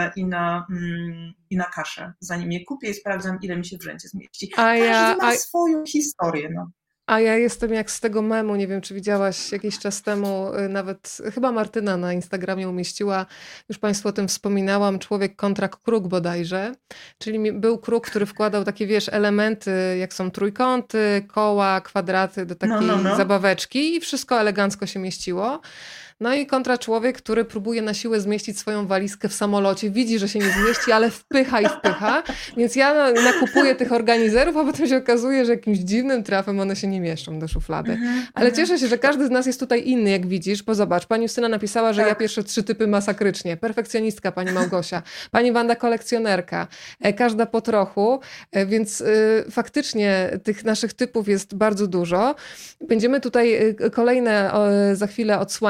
[SPEAKER 2] na kaszę, zanim je kupię i sprawdzam, ile mi się w rzędzie zmieści. Każdy ma swoją historię. No.
[SPEAKER 1] A ja jestem jak z tego memu, nie wiem, czy widziałaś jakiś czas temu, nawet chyba Martyna na Instagramie umieściła, już Państwu o tym wspominałam, Człowiek kontra kruk bodajże, czyli był kruk, który wkładał takie, wiesz, elementy, jak są trójkąty, koła, kwadraty do takiej zabaweczki i wszystko elegancko się mieściło. No i kontra człowiek, który próbuje na siłę zmieścić swoją walizkę w samolocie. Widzi, że się nie zmieści, ale wpycha i wpycha. Więc ja nakupuję tych organizerów, a potem się okazuje, że jakimś dziwnym trafem one się nie mieszczą do szuflady. Ale cieszę się, że każdy z nas jest tutaj inny, jak widzisz. Bo zobacz, pani Justyna napisała, że ja pierwsze 3 typy masakrycznie. Perfekcjonistka, pani Małgosia. Pani Wanda kolekcjonerka. Każda po trochu. Więc faktycznie tych naszych typów jest bardzo dużo. Będziemy tutaj kolejne za chwilę odsłaniać. Natomiast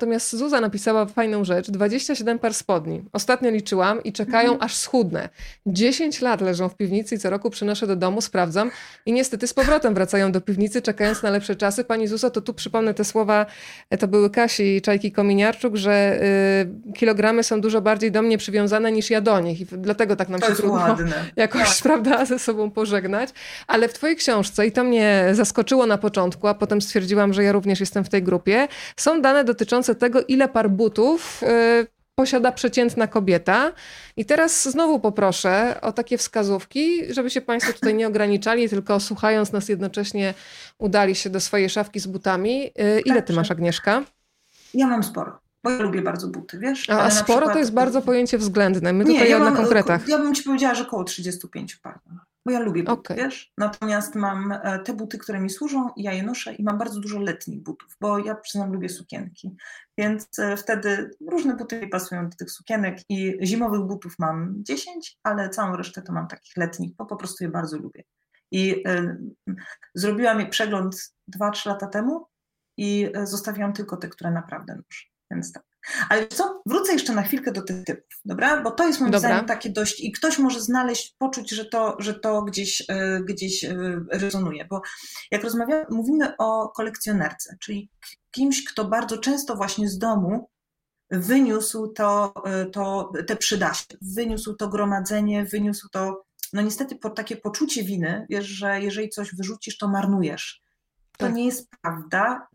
[SPEAKER 1] natomiast Zuza napisała fajną rzecz. 27 par spodni. Ostatnio liczyłam i czekają aż schudnę. 10 lat leżą w piwnicy i co roku przynoszę do domu, sprawdzam i niestety z powrotem wracają do piwnicy, czekając na lepsze czasy. Pani Zuzo, to tu przypomnę te słowa, to były Kasi Czajki-Kominiarczuk, że kilogramy są dużo bardziej do mnie przywiązane niż ja do nich i dlatego tak nam się trudno jakoś, prawda, ze sobą pożegnać. Ale w twojej książce, i to mnie zaskoczyło na początku, a potem stwierdziłam, że ja również jestem w tej grupie, są dane dotyczące tego, ile par butów posiada przeciętna kobieta. I teraz znowu poproszę o takie wskazówki, żeby się państwo tutaj nie ograniczali, tylko słuchając nas jednocześnie udali się do swojej szafki z butami. Ile ty masz, Agnieszka?
[SPEAKER 2] Ja mam sporo, bo ja lubię bardzo buty, wiesz?
[SPEAKER 1] A sporo przykład, to jest bardzo pojęcie względne. My tutaj na konkretach.
[SPEAKER 2] Ja bym ci powiedziała, że około 35 par. Bo ja lubię buty, wiesz? Natomiast mam te buty, które mi służą, ja je noszę i mam bardzo dużo letnich butów, bo ja przyznam, lubię sukienki. Więc wtedy różne buty mi pasują do tych sukienek i zimowych butów mam 10, ale całą resztę to mam takich letnich, bo po prostu je bardzo lubię. I zrobiłam jej przegląd 2-3 lata temu i zostawiłam tylko te, które naprawdę noszę. Więc tak. Ale co? Wrócę jeszcze na chwilkę do tych typów, dobra? Bo to jest moim zdaniem takie dość... I ktoś może znaleźć, poczuć, że to gdzieś rezonuje. Bo jak mówimy o kolekcjonerce, czyli kimś, kto bardzo często właśnie z domu wyniósł te przydasie, wyniósł to gromadzenie, wyniósł to... No niestety takie poczucie winy, wiesz, że jeżeli coś wyrzucisz, to marnujesz. To nie jest prawda.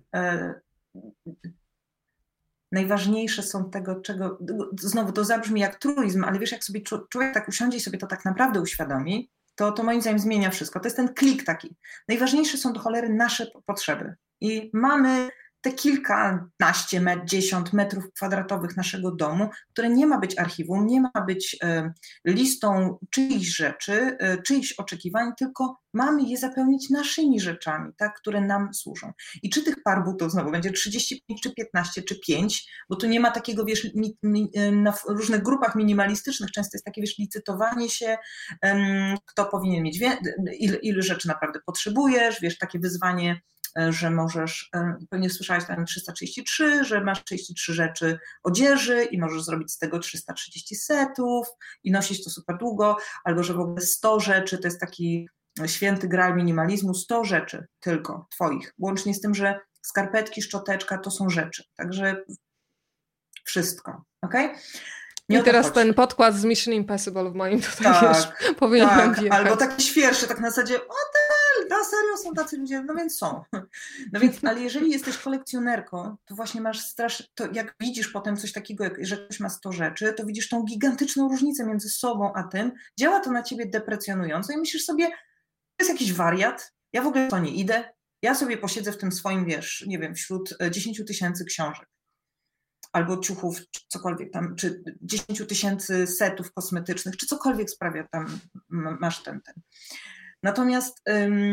[SPEAKER 2] Najważniejsze są tego, czego... Znowu to zabrzmi jak truizm, ale wiesz, jak sobie człowiek tak usiądzie i sobie to tak naprawdę uświadomi, to moim zdaniem zmienia wszystko. To jest ten klik taki. Najważniejsze są do cholery nasze potrzeby. I mamy te kilkanaście, 10 metrów kwadratowych naszego domu, które nie ma być archiwum, nie ma być listą czyichś rzeczy, czyichś oczekiwań, tylko mamy je zapełnić naszymi rzeczami, tak, które nam służą. I czy tych par butów znowu będzie 35, czy 15, czy 5, bo tu nie ma takiego, wiesz, na różnych grupach minimalistycznych często jest takie, wiesz, licytowanie się, kto powinien mieć, ile rzeczy naprawdę potrzebujesz, wiesz, takie wyzwanie, że możesz, pewnie słyszałaś tam 333, że masz 33 rzeczy odzieży i możesz zrobić z tego 330 setów i nosić to super długo, albo że w ogóle 100 rzeczy, to jest taki święty graal minimalizmu, 100 rzeczy tylko twoich, łącznie z tym, że skarpetki, szczoteczka to są rzeczy, także wszystko, okej?
[SPEAKER 1] I teraz ten podkład z Mission Impossible w moim tutaj wiesz, powinienem wjechać.
[SPEAKER 2] Albo taki świerszy, tak na zasadzie, na serio są tacy ludzie, no więc są. No więc, ale jeżeli jesteś kolekcjonerką, to właśnie masz to jak widzisz potem coś takiego, że ktoś ma 100 rzeczy, to widzisz tą gigantyczną różnicę między sobą a tym, działa to na ciebie deprecjonująco i myślisz sobie, to jest jakiś wariat, ja w ogóle to nie idę, ja sobie posiedzę w tym swoim, wiesz, nie wiem, wśród 10 000 książek, albo ciuchów, czy cokolwiek tam, czy 10 000 setów kosmetycznych, czy cokolwiek sprawia tam, masz ten. Natomiast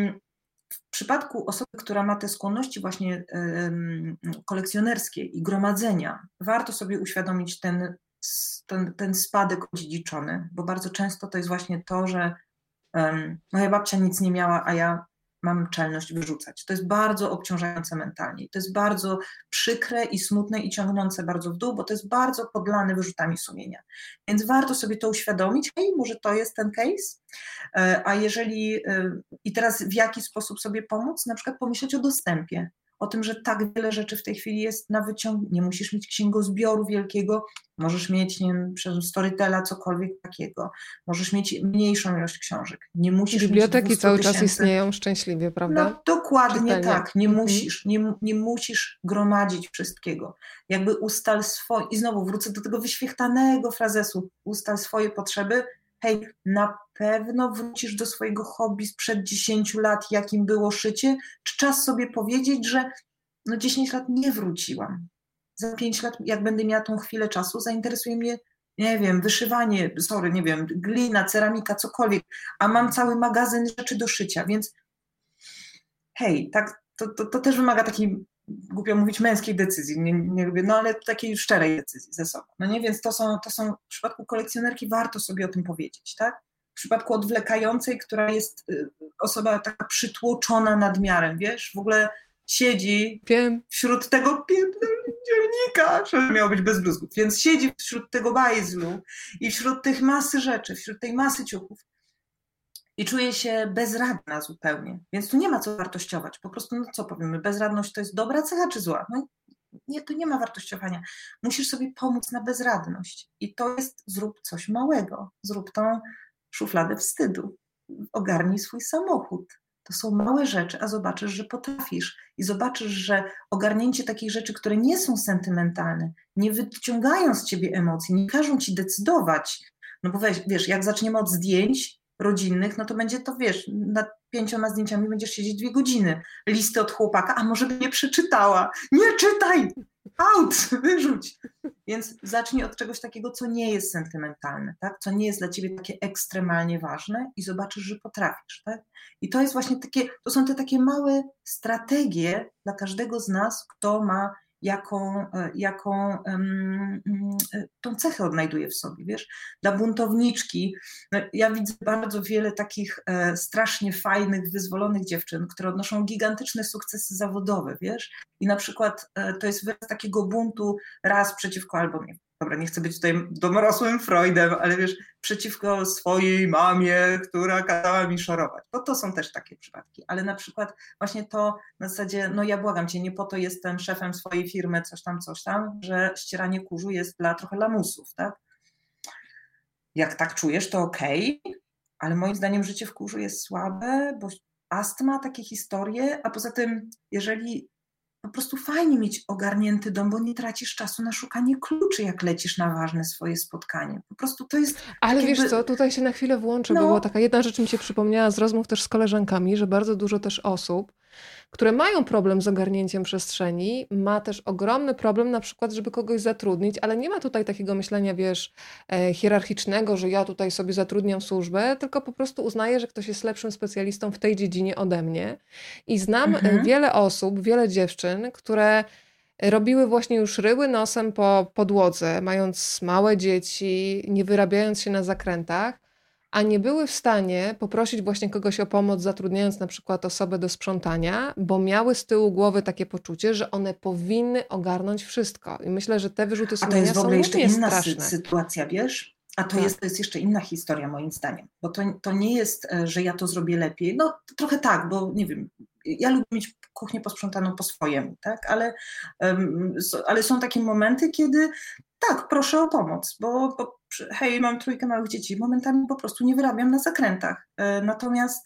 [SPEAKER 2] w przypadku osoby, która ma te skłonności właśnie kolekcjonerskie i gromadzenia, warto sobie uświadomić ten spadek odziedziczony, bo bardzo często to jest właśnie to, że moja babcia nic nie miała, a ja mam czelność wyrzucać. To jest bardzo obciążające mentalnie. To jest bardzo przykre i smutne i ciągnące bardzo w dół, bo to jest bardzo podlane wyrzutami sumienia. Więc warto sobie to uświadomić, hej, może to jest ten case, a jeżeli i teraz w jaki sposób sobie pomóc? Na przykład pomyśleć o dostępie, o tym, że tak wiele rzeczy w tej chwili jest na wyciąg, nie musisz mieć księgozbioru wielkiego, możesz mieć, nie wiem, przez Storytela cokolwiek takiego, możesz mieć mniejszą ilość książek, nie musisz
[SPEAKER 1] biblioteki
[SPEAKER 2] mieć
[SPEAKER 1] cały czas istnieją szczęśliwie, prawda?
[SPEAKER 2] No dokładnie tak, nie musisz gromadzić wszystkiego, jakby ustal swoje, i znowu wrócę do tego wyświechtanego frazesu, ustal swoje potrzeby, hej, na pewno wrócisz do swojego hobby sprzed 10 lat, jakim było szycie, czy czas sobie powiedzieć, że no 10 lat nie wróciłam. Za 5 lat, jak będę miała tą chwilę czasu, zainteresuje mnie, nie wiem, wyszywanie, nie wiem, glina, ceramika, cokolwiek, a mam cały magazyn rzeczy do szycia, więc hej, tak, to też wymaga takiej, głupio mówić, męskiej decyzji, nie lubię, no ale takiej szczerej decyzji ze sobą, no nie, więc to są w przypadku kolekcjonerki warto sobie o tym powiedzieć, tak? W przypadku odwlekającej, która jest osoba taka przytłoczona nadmiarem, wiesz, w ogóle siedzi wśród tego dziennikarz, miał być bez bluzgów, więc siedzi wśród tego bajzlu i wśród tych masy rzeczy, wśród tej masy ciuchów i czuje się bezradna zupełnie, więc tu nie ma co wartościować, po prostu, no co powiemy, bezradność to jest dobra cecha czy zła? No nie, tu nie ma wartościowania. Musisz sobie pomóc na bezradność i to jest zrób coś małego, zrób tą szufladę wstydu, ogarnij swój samochód. To są małe rzeczy, a zobaczysz, że potrafisz i zobaczysz, że ogarnięcie takich rzeczy, które nie są sentymentalne, nie wyciągają z ciebie emocji, nie każą ci decydować, no bo wiesz, jak zaczniemy od zdjęć rodzinnych, no to będzie to, wiesz, nad 5 zdjęciami będziesz siedzieć 2 godziny. Listy od chłopaka, a może by nie przeczytała. Nie czytaj! Out! Wyrzuć! Więc zacznij od czegoś takiego, co nie jest sentymentalne, tak? Co nie jest dla ciebie takie ekstremalnie ważne i zobaczysz, że potrafisz, tak? I to jest właśnie to są te takie małe strategie dla każdego z nas, kto ma jaką tą cechę odnajduje w sobie, wiesz. Dla buntowniczki, no, ja widzę bardzo wiele takich strasznie fajnych, wyzwolonych dziewczyn, które odnoszą gigantyczne sukcesy zawodowe, wiesz. I na przykład to jest wyraz takiego buntu raz przeciwko albo nie. Dobra, nie chcę być tutaj domorosłym Freudem, ale wiesz, przeciwko swojej mamie, która kazała mi szorować. Bo to są też takie przypadki. Ale na przykład właśnie to na zasadzie, no ja błagam cię, nie po to jestem szefem swojej firmy, coś tam, że ścieranie kurzu jest dla trochę lamusów, tak? Jak tak czujesz, to okej, ale moim zdaniem życie w kurzu jest słabe, bo astma, takie historie, a poza tym, jeżeli po prostu fajnie mieć ogarnięty dom, bo nie tracisz czasu na szukanie kluczy, jak lecisz na ważne swoje spotkanie. Po prostu to jest...
[SPEAKER 1] Ale
[SPEAKER 2] tak
[SPEAKER 1] wiesz
[SPEAKER 2] jakby...
[SPEAKER 1] co, tutaj się na chwilę włączę, bo była taka jedna rzecz mi się przypomniała z rozmów też z koleżankami, że bardzo dużo też osób, które mają problem z ogarnięciem przestrzeni, ma też ogromny problem na przykład, żeby kogoś zatrudnić, ale nie ma tutaj takiego myślenia, wiesz, hierarchicznego, że ja tutaj sobie zatrudniam służbę, tylko po prostu uznaję, że ktoś jest lepszym specjalistą w tej dziedzinie ode mnie. I znam wiele osób, wiele dziewczyn, które robiły właśnie już ryły nosem po podłodze, mając małe dzieci, nie wyrabiając się na zakrętach, a nie były w stanie poprosić właśnie kogoś o pomoc, zatrudniając na przykład osobę do sprzątania, bo miały z tyłu głowy takie poczucie, że one powinny ogarnąć wszystko. I myślę, że te wyrzuty
[SPEAKER 2] A to
[SPEAKER 1] sumienia
[SPEAKER 2] jest w ogóle
[SPEAKER 1] są
[SPEAKER 2] jeszcze
[SPEAKER 1] równie
[SPEAKER 2] inna
[SPEAKER 1] straszne.
[SPEAKER 2] sytuacja, wiesz? A to,
[SPEAKER 1] Tak.
[SPEAKER 2] to jest jeszcze inna historia moim zdaniem, bo to nie jest, że ja to zrobię lepiej. No trochę tak, bo nie wiem, ja lubię mieć kuchnię posprzątaną po swojemu, tak? Ale są takie momenty, kiedy tak, proszę o pomoc, bo hej, mam 3 małych dzieci, momentami po prostu nie wyrabiam na zakrętach. Natomiast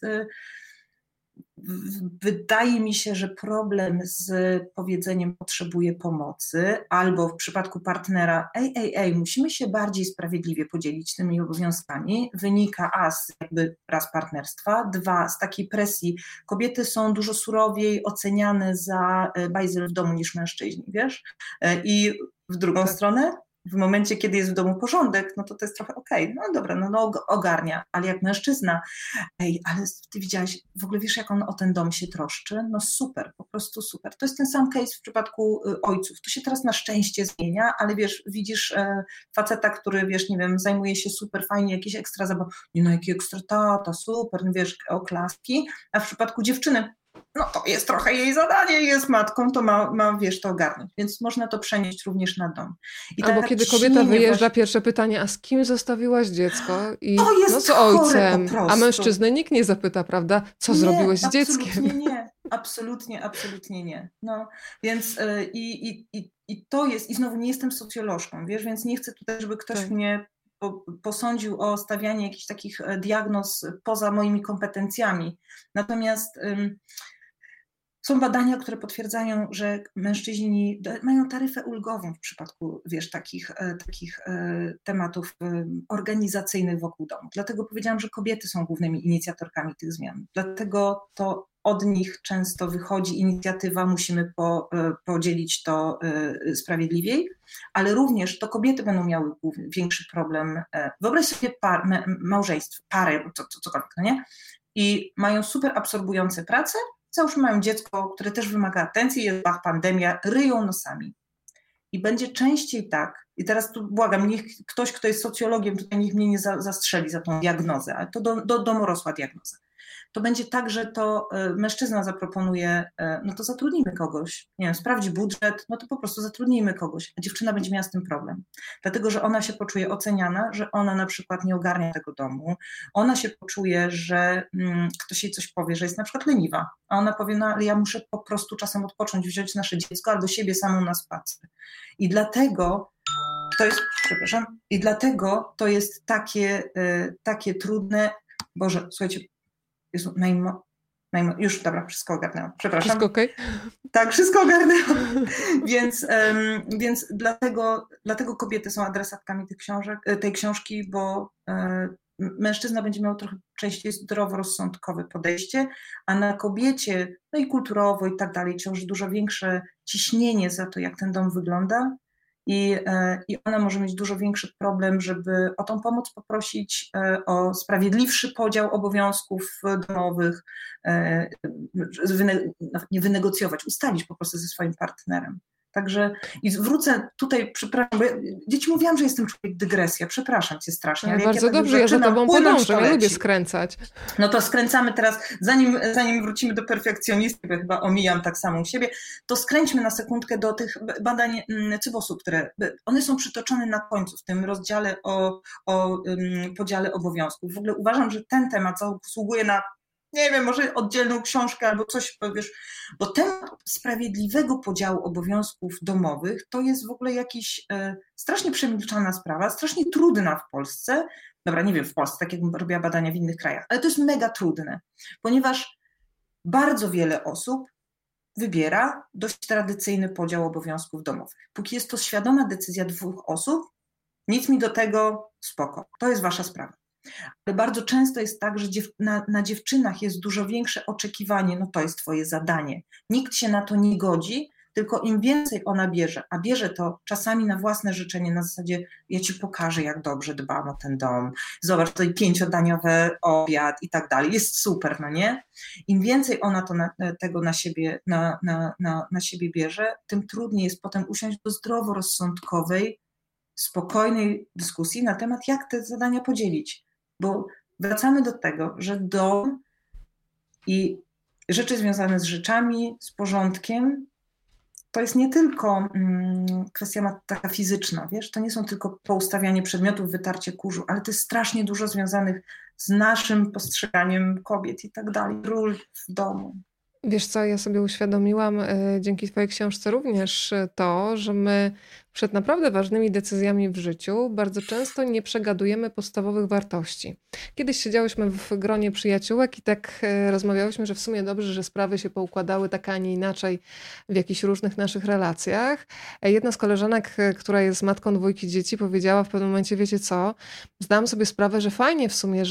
[SPEAKER 2] wydaje mi się, że problem z powiedzeniem potrzebuję pomocy, albo w przypadku partnera musimy się bardziej sprawiedliwie podzielić tymi obowiązkami, wynika raz partnerstwa, 2 z takiej presji. Kobiety są dużo surowiej oceniane za bajzel w domu niż mężczyźni, wiesz? I w drugą stronę, w momencie, kiedy jest w domu porządek, no to jest trochę okej, no dobra, no ogarnia, ale jak mężczyzna, ale ty widziałaś, w ogóle wiesz, jak on o ten dom się troszczy? No super, po prostu super. To jest ten sam case w przypadku ojców. To się teraz na szczęście zmienia, ale wiesz, widzisz faceta, który, wiesz, nie wiem, zajmuje się super fajnie, jakieś ekstra zabaw, nie no, jaki ekstra tata, super, wiesz, oklaski, a w przypadku dziewczyny, no to jest trochę jej zadanie, jest matką, to ma wiesz, to ogarnąć. Więc można to przenieść również na dom. I
[SPEAKER 1] albo kiedy kobieta wyjeżdża, pierwsze pytanie, a z kim zostawiłaś dziecko? I
[SPEAKER 2] to jest
[SPEAKER 1] no z ojcem.
[SPEAKER 2] Po prostu.
[SPEAKER 1] A mężczyzny nikt nie zapyta, prawda? Co zrobiłeś z dzieckiem?
[SPEAKER 2] Nie, absolutnie nie. No, więc i to jest, i znowu nie jestem socjolożką, wiesz, więc nie chcę tutaj, żeby ktoś mnie posądził o stawianie jakichś takich diagnoz poza moimi kompetencjami. Natomiast są badania, które potwierdzają, że mężczyźni mają taryfę ulgową w przypadku, wiesz, takich tematów organizacyjnych wokół domu. Dlatego powiedziałam, że kobiety są głównymi inicjatorkami tych zmian. Dlatego to od nich często wychodzi inicjatywa, musimy podzielić to sprawiedliwiej, ale również to kobiety będą miały większy problem. Wyobraź sobie małżeństwo, parę, cokolwiek, no nie? I mają super absorbujące pracę, załóżmy mają dziecko, które też wymaga atencji, jest pandemia, ryją nosami. I będzie częściej tak, i teraz tu błagam, niech ktoś, kto jest socjologiem, tutaj niech mnie nie zastrzeli za tą diagnozę, ale to domorosła diagnoza. to będzie tak, że to mężczyzna zaproponuje, no to zatrudnijmy kogoś, nie wiem, sprawdzi budżet, no to po prostu zatrudnijmy kogoś, a dziewczyna będzie miała z tym problem. Dlatego, że ona się poczuje oceniana, że ona na przykład nie ogarnia tego domu, ona się poczuje, że ktoś jej coś powie, że jest na przykład leniwa, a ona powie, no ale ja muszę po prostu czasem odpocząć, wziąć nasze dziecko albo siebie samą na spacer. I dlatego to jest takie trudne. Boże, słuchajcie, Jezu, już, dobra, wszystko ogarnęłam. Przepraszam.
[SPEAKER 1] Wszystko okej?
[SPEAKER 2] Tak, wszystko ogarnęłam. Więc dlatego kobiety są adresatkami tej książki, bo mężczyzna będzie miał trochę częściej zdroworozsądkowe podejście, a na kobiecie, no i kulturowo i tak dalej, ciąży dużo większe ciśnienie za to, jak ten dom wygląda. I ona może mieć dużo większy problem, żeby o tą pomoc poprosić, o sprawiedliwszy podział obowiązków domowych, nie wynegocjować, ustalić po prostu ze swoim partnerem. Także i wrócę tutaj, przepraszam, bo dzieci mówiłam, że jestem człowiek dygresja, przepraszam cię strasznie.
[SPEAKER 1] Ale bardzo dobrze, ja za tobą podążam, ja lubię skręcać.
[SPEAKER 2] No to skręcamy teraz, zanim wrócimy do perfekcjonisty, bo chyba omijam tak samą siebie, to skręćmy na sekundkę do tych badań CBOS-u, one są przytoczone na końcu w tym rozdziale o podziale obowiązków. W ogóle uważam, że ten temat zasługuje na, nie wiem, może oddzielną książkę albo coś, wiesz, bo temat sprawiedliwego podziału obowiązków domowych to jest w ogóle jakiś strasznie przemilczana sprawa, strasznie trudna w Polsce. Dobra, nie wiem w Polsce, tak jak robiła badania w innych krajach, ale to jest mega trudne, ponieważ bardzo wiele osób wybiera dość tradycyjny podział obowiązków domowych. Póki jest to świadoma decyzja 2 osób, nic mi do tego, spoko, to jest wasza sprawa. Ale bardzo często jest tak, że na dziewczynach jest dużo większe oczekiwanie, no to jest twoje zadanie. Nikt się na to nie godzi, tylko im więcej ona bierze, a bierze to czasami na własne życzenie, na zasadzie ja ci pokażę, jak dobrze dbam o ten dom, zobacz, tutaj 5-daniowy obiad i tak dalej, jest super, no nie? Im więcej ona tego na siebie bierze, tym trudniej jest potem usiąść do zdroworozsądkowej, spokojnej dyskusji na temat, jak te zadania podzielić. Bo wracamy do tego, że dom i rzeczy związane z rzeczami, z porządkiem, to jest nie tylko kwestia taka fizyczna, wiesz, to nie są tylko poustawianie przedmiotów, wytarcie kurzu, ale to jest strasznie dużo związanych z naszym postrzeganiem kobiet i tak dalej, ról w domu.
[SPEAKER 1] Wiesz co, ja sobie uświadomiłam dzięki twojej książce również to, że my przed naprawdę ważnymi decyzjami w życiu bardzo często nie przegadujemy podstawowych wartości. Kiedyś siedziałyśmy w gronie przyjaciółek i tak rozmawiałyśmy, że w sumie dobrze, że sprawy się poukładały tak, a nie inaczej w jakichś różnych naszych relacjach. Jedna z koleżanek, która jest matką 2 dzieci, powiedziała w pewnym momencie, wiecie co, zdałam sobie sprawę, że fajnie w sumie,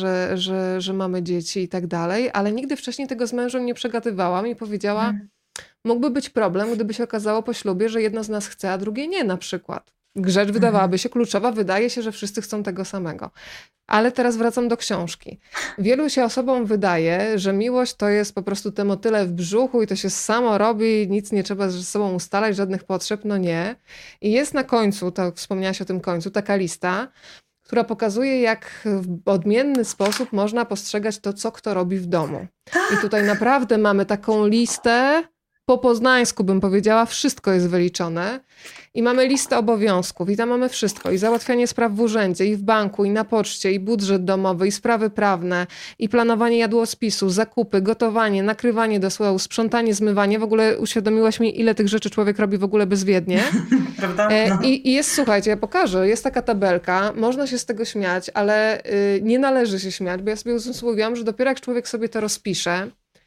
[SPEAKER 1] że mamy dzieci i tak dalej, ale nigdy wcześniej tego z mężem nie przegadywałam i powiedziała, mógłby być problem, gdyby się okazało po ślubie, że jedno z nas chce, a drugie nie na przykład. Rzecz wydawałaby się kluczowa, wydaje się, że wszyscy chcą tego samego. Ale teraz wracam do książki. Wielu się osobom wydaje, że miłość to jest po prostu te motyle w brzuchu i to się samo robi, nic nie trzeba ze sobą ustalać, żadnych potrzeb, no nie. I jest na końcu, to wspomniałaś o tym końcu, taka lista, która pokazuje, jak w odmienny sposób można postrzegać to, co kto robi w domu. I tutaj naprawdę mamy taką listę, po poznańsku bym powiedziała, wszystko jest wyliczone. I mamy listę obowiązków i tam mamy wszystko. I załatwianie spraw w urzędzie, i w banku, i na poczcie, i budżet domowy, i sprawy prawne, i planowanie jadłospisu, zakupy, gotowanie, nakrywanie do stołu, sprzątanie, zmywanie. W ogóle uświadomiłaś mi, ile tych rzeczy człowiek robi w ogóle bezwiednie.
[SPEAKER 2] Prawda? No.
[SPEAKER 1] I jest, słuchajcie, ja pokażę, jest taka tabelka, można się z tego śmiać, ale nie należy się śmiać, bo ja sobie uzmysłowiłam, że dopiero jak człowiek sobie to rozpisze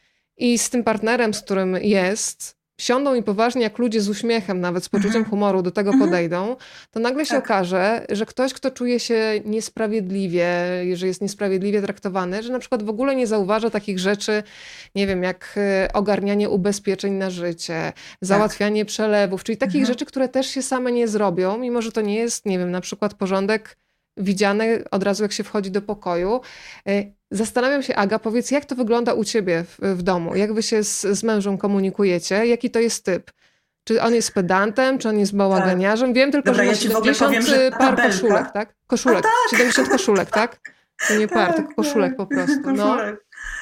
[SPEAKER 1] i z tym partnerem, z którym jest, siądą i poważnie jak ludzie z uśmiechem, nawet z poczuciem humoru do tego podejdą, to nagle się okaże, że ktoś, kto czuje się niesprawiedliwie, że jest niesprawiedliwie traktowany, że na przykład w ogóle nie zauważa takich rzeczy, nie wiem, jak ogarnianie ubezpieczeń na życie, załatwianie przelewów, czyli takich rzeczy, które też się same nie zrobią, mimo że to nie jest, nie wiem, na przykład porządek widziany od razu, jak się wchodzi do pokoju. Zastanawiam się, Aga, powiedz, jak to wygląda u ciebie w domu? Jak wy się z mężem komunikujecie? Jaki to jest typ? Czy on jest pedantem, czy on jest bałaganiarzem? Wiem tylko, że ma 70 par koszulek, tak? Koszulek, 70 koszulek, tak? To nie par, tylko koszulek po prostu. No.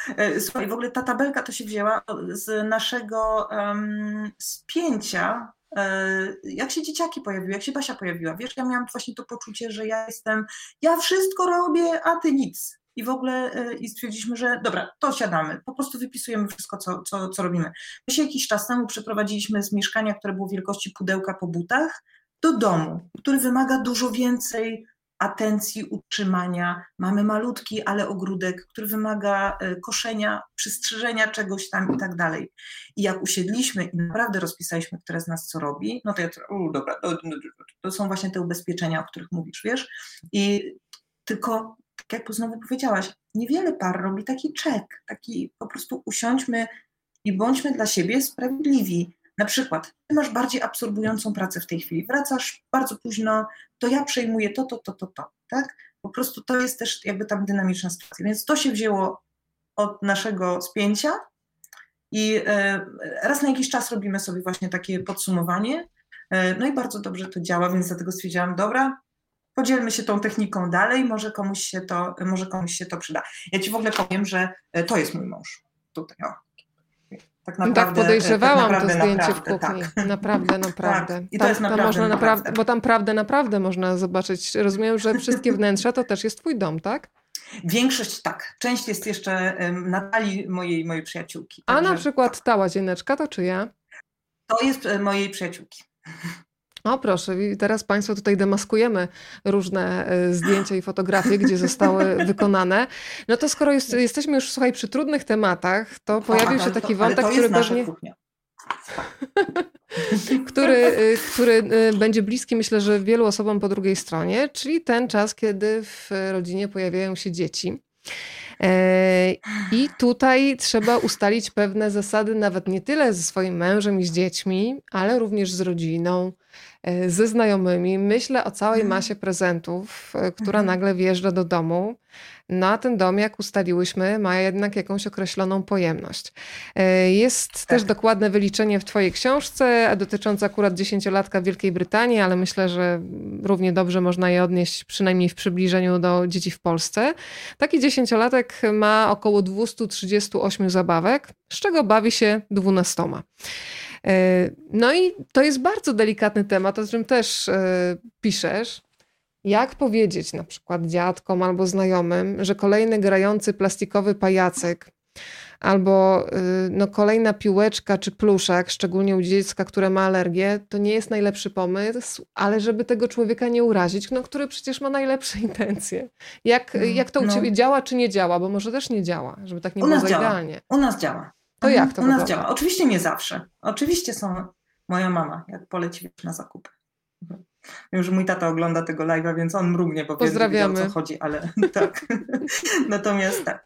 [SPEAKER 2] Słuchaj, w ogóle ta tabelka to się wzięła z naszego spięcia, jak się dzieciaki pojawiły, jak się Basia pojawiła. Wiesz, ja miałam właśnie to poczucie, że ja wszystko robię, a ty nic. I w ogóle i stwierdziliśmy, że dobra, to siadamy, po prostu wypisujemy wszystko, co robimy. My się jakiś czas temu przeprowadziliśmy z mieszkania, które było wielkości pudełka po butach, do domu, który wymaga dużo więcej atencji, utrzymania. Mamy malutki, ale ogródek, który wymaga koszenia, przystrzyżenia czegoś tam i tak dalej. I jak usiedliśmy i naprawdę rozpisaliśmy, które z nas co robi, no to dobra, to są właśnie te ubezpieczenia, o których mówisz, wiesz? I tylko, tak jak znowu powiedziałaś, niewiele par robi taki czek, taki po prostu usiądźmy i bądźmy dla siebie sprawiedliwi. Na przykład, ty masz bardziej absorbującą pracę w tej chwili, wracasz bardzo późno, to ja przejmuję to, tak? Po prostu to jest też jakby tam dynamiczna sytuacja. Więc to się wzięło od naszego spięcia i raz na jakiś czas robimy sobie właśnie takie podsumowanie. No i bardzo dobrze to działa, więc dlatego stwierdziłam, dobra, podzielmy się tą techniką dalej, może komuś się to przyda. Ja ci w ogóle powiem, że to jest mój mąż. Tutaj, o. Tak naprawdę,
[SPEAKER 1] tak podejrzewałam
[SPEAKER 2] tak
[SPEAKER 1] to zdjęcie
[SPEAKER 2] naprawdę,
[SPEAKER 1] w kuchni.
[SPEAKER 2] tak.
[SPEAKER 1] Naprawdę.
[SPEAKER 2] Tak. I to jest naprawdę.
[SPEAKER 1] Bo tam naprawdę można zobaczyć. Rozumiem, że wszystkie wnętrza to też jest twój dom, tak?
[SPEAKER 2] Większość tak. Część jest jeszcze Natalii, mojej przyjaciółki.
[SPEAKER 1] A na przykład ta łazieneczka to czyja?
[SPEAKER 2] To jest mojej przyjaciółki.
[SPEAKER 1] O proszę, i teraz Państwo tutaj demaskujemy różne zdjęcia i fotografie, gdzie zostały wykonane. No to skoro jesteśmy już, słuchaj, przy trudnych tematach, to pojawił się taki wątek, który pewnie... który będzie bliski, myślę, że wielu osobom po drugiej stronie, czyli ten czas, kiedy w rodzinie pojawiają się dzieci. I tutaj trzeba ustalić pewne zasady, nawet nie tyle ze swoim mężem i z dziećmi, ale również z rodziną, ze znajomymi. Myślę o całej masie prezentów, która nagle wjeżdża do domu. No a ten dom, jak ustaliłyśmy, ma jednak jakąś określoną pojemność. Jest też dokładne wyliczenie w twojej książce, dotyczące akurat 10-latka w Wielkiej Brytanii, ale myślę, że równie dobrze można je odnieść przynajmniej w przybliżeniu do dzieci w Polsce. Taki 10-latek ma około 238 zabawek, z czego bawi się 12. No i to jest bardzo delikatny temat, o czym też piszesz. Jak powiedzieć na przykład dziadkom albo znajomym, że kolejny grający plastikowy pajacyk albo no, kolejna piłeczka czy pluszak, szczególnie u dziecka, które ma alergię, to nie jest najlepszy pomysł, ale żeby tego człowieka nie urazić, no, który przecież ma najlepsze intencje. Jak to u ciebie działa czy nie działa? Bo może też nie działa, żeby tak nie było za idealnie.
[SPEAKER 2] U nas działa.
[SPEAKER 1] To jak to
[SPEAKER 2] u nas działa? Oczywiście nie zawsze. Oczywiście są moja mama, jak poleci na zakupy. Wiem, że mój tata ogląda tego live'a, więc on mrugnie, bo wie, o co chodzi, ale tak. Natomiast tak.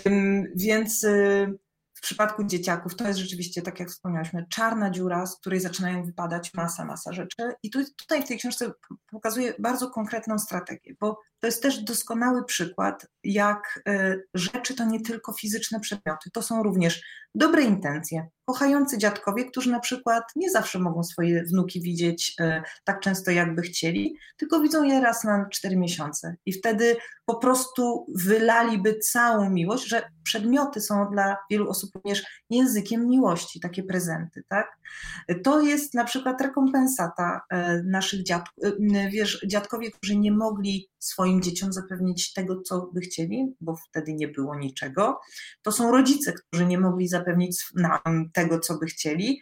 [SPEAKER 2] Więc w przypadku dzieciaków to jest rzeczywiście, tak jak wspomniałyśmy, czarna dziura, z której zaczynają wypadać masa rzeczy. I tutaj w tej książce pokazuję bardzo konkretną strategię, bo to jest też doskonały przykład, jak rzeczy to nie tylko fizyczne przedmioty, to są również dobre intencje, kochający dziadkowie, którzy na przykład nie zawsze mogą swoje wnuki widzieć tak często, jakby chcieli, tylko widzą je raz na 4 miesiące. I wtedy po prostu wylaliby całą miłość, że przedmioty są dla wielu osób również językiem miłości, takie prezenty, tak? To jest na przykład rekompensata naszych dziadków. Wiesz, dziadkowie, którzy nie mogli swoim dzieciom zapewnić tego, co by chcieli, bo wtedy nie było niczego. To są rodzice, którzy nie mogli zapewnić nam tego, co by chcieli,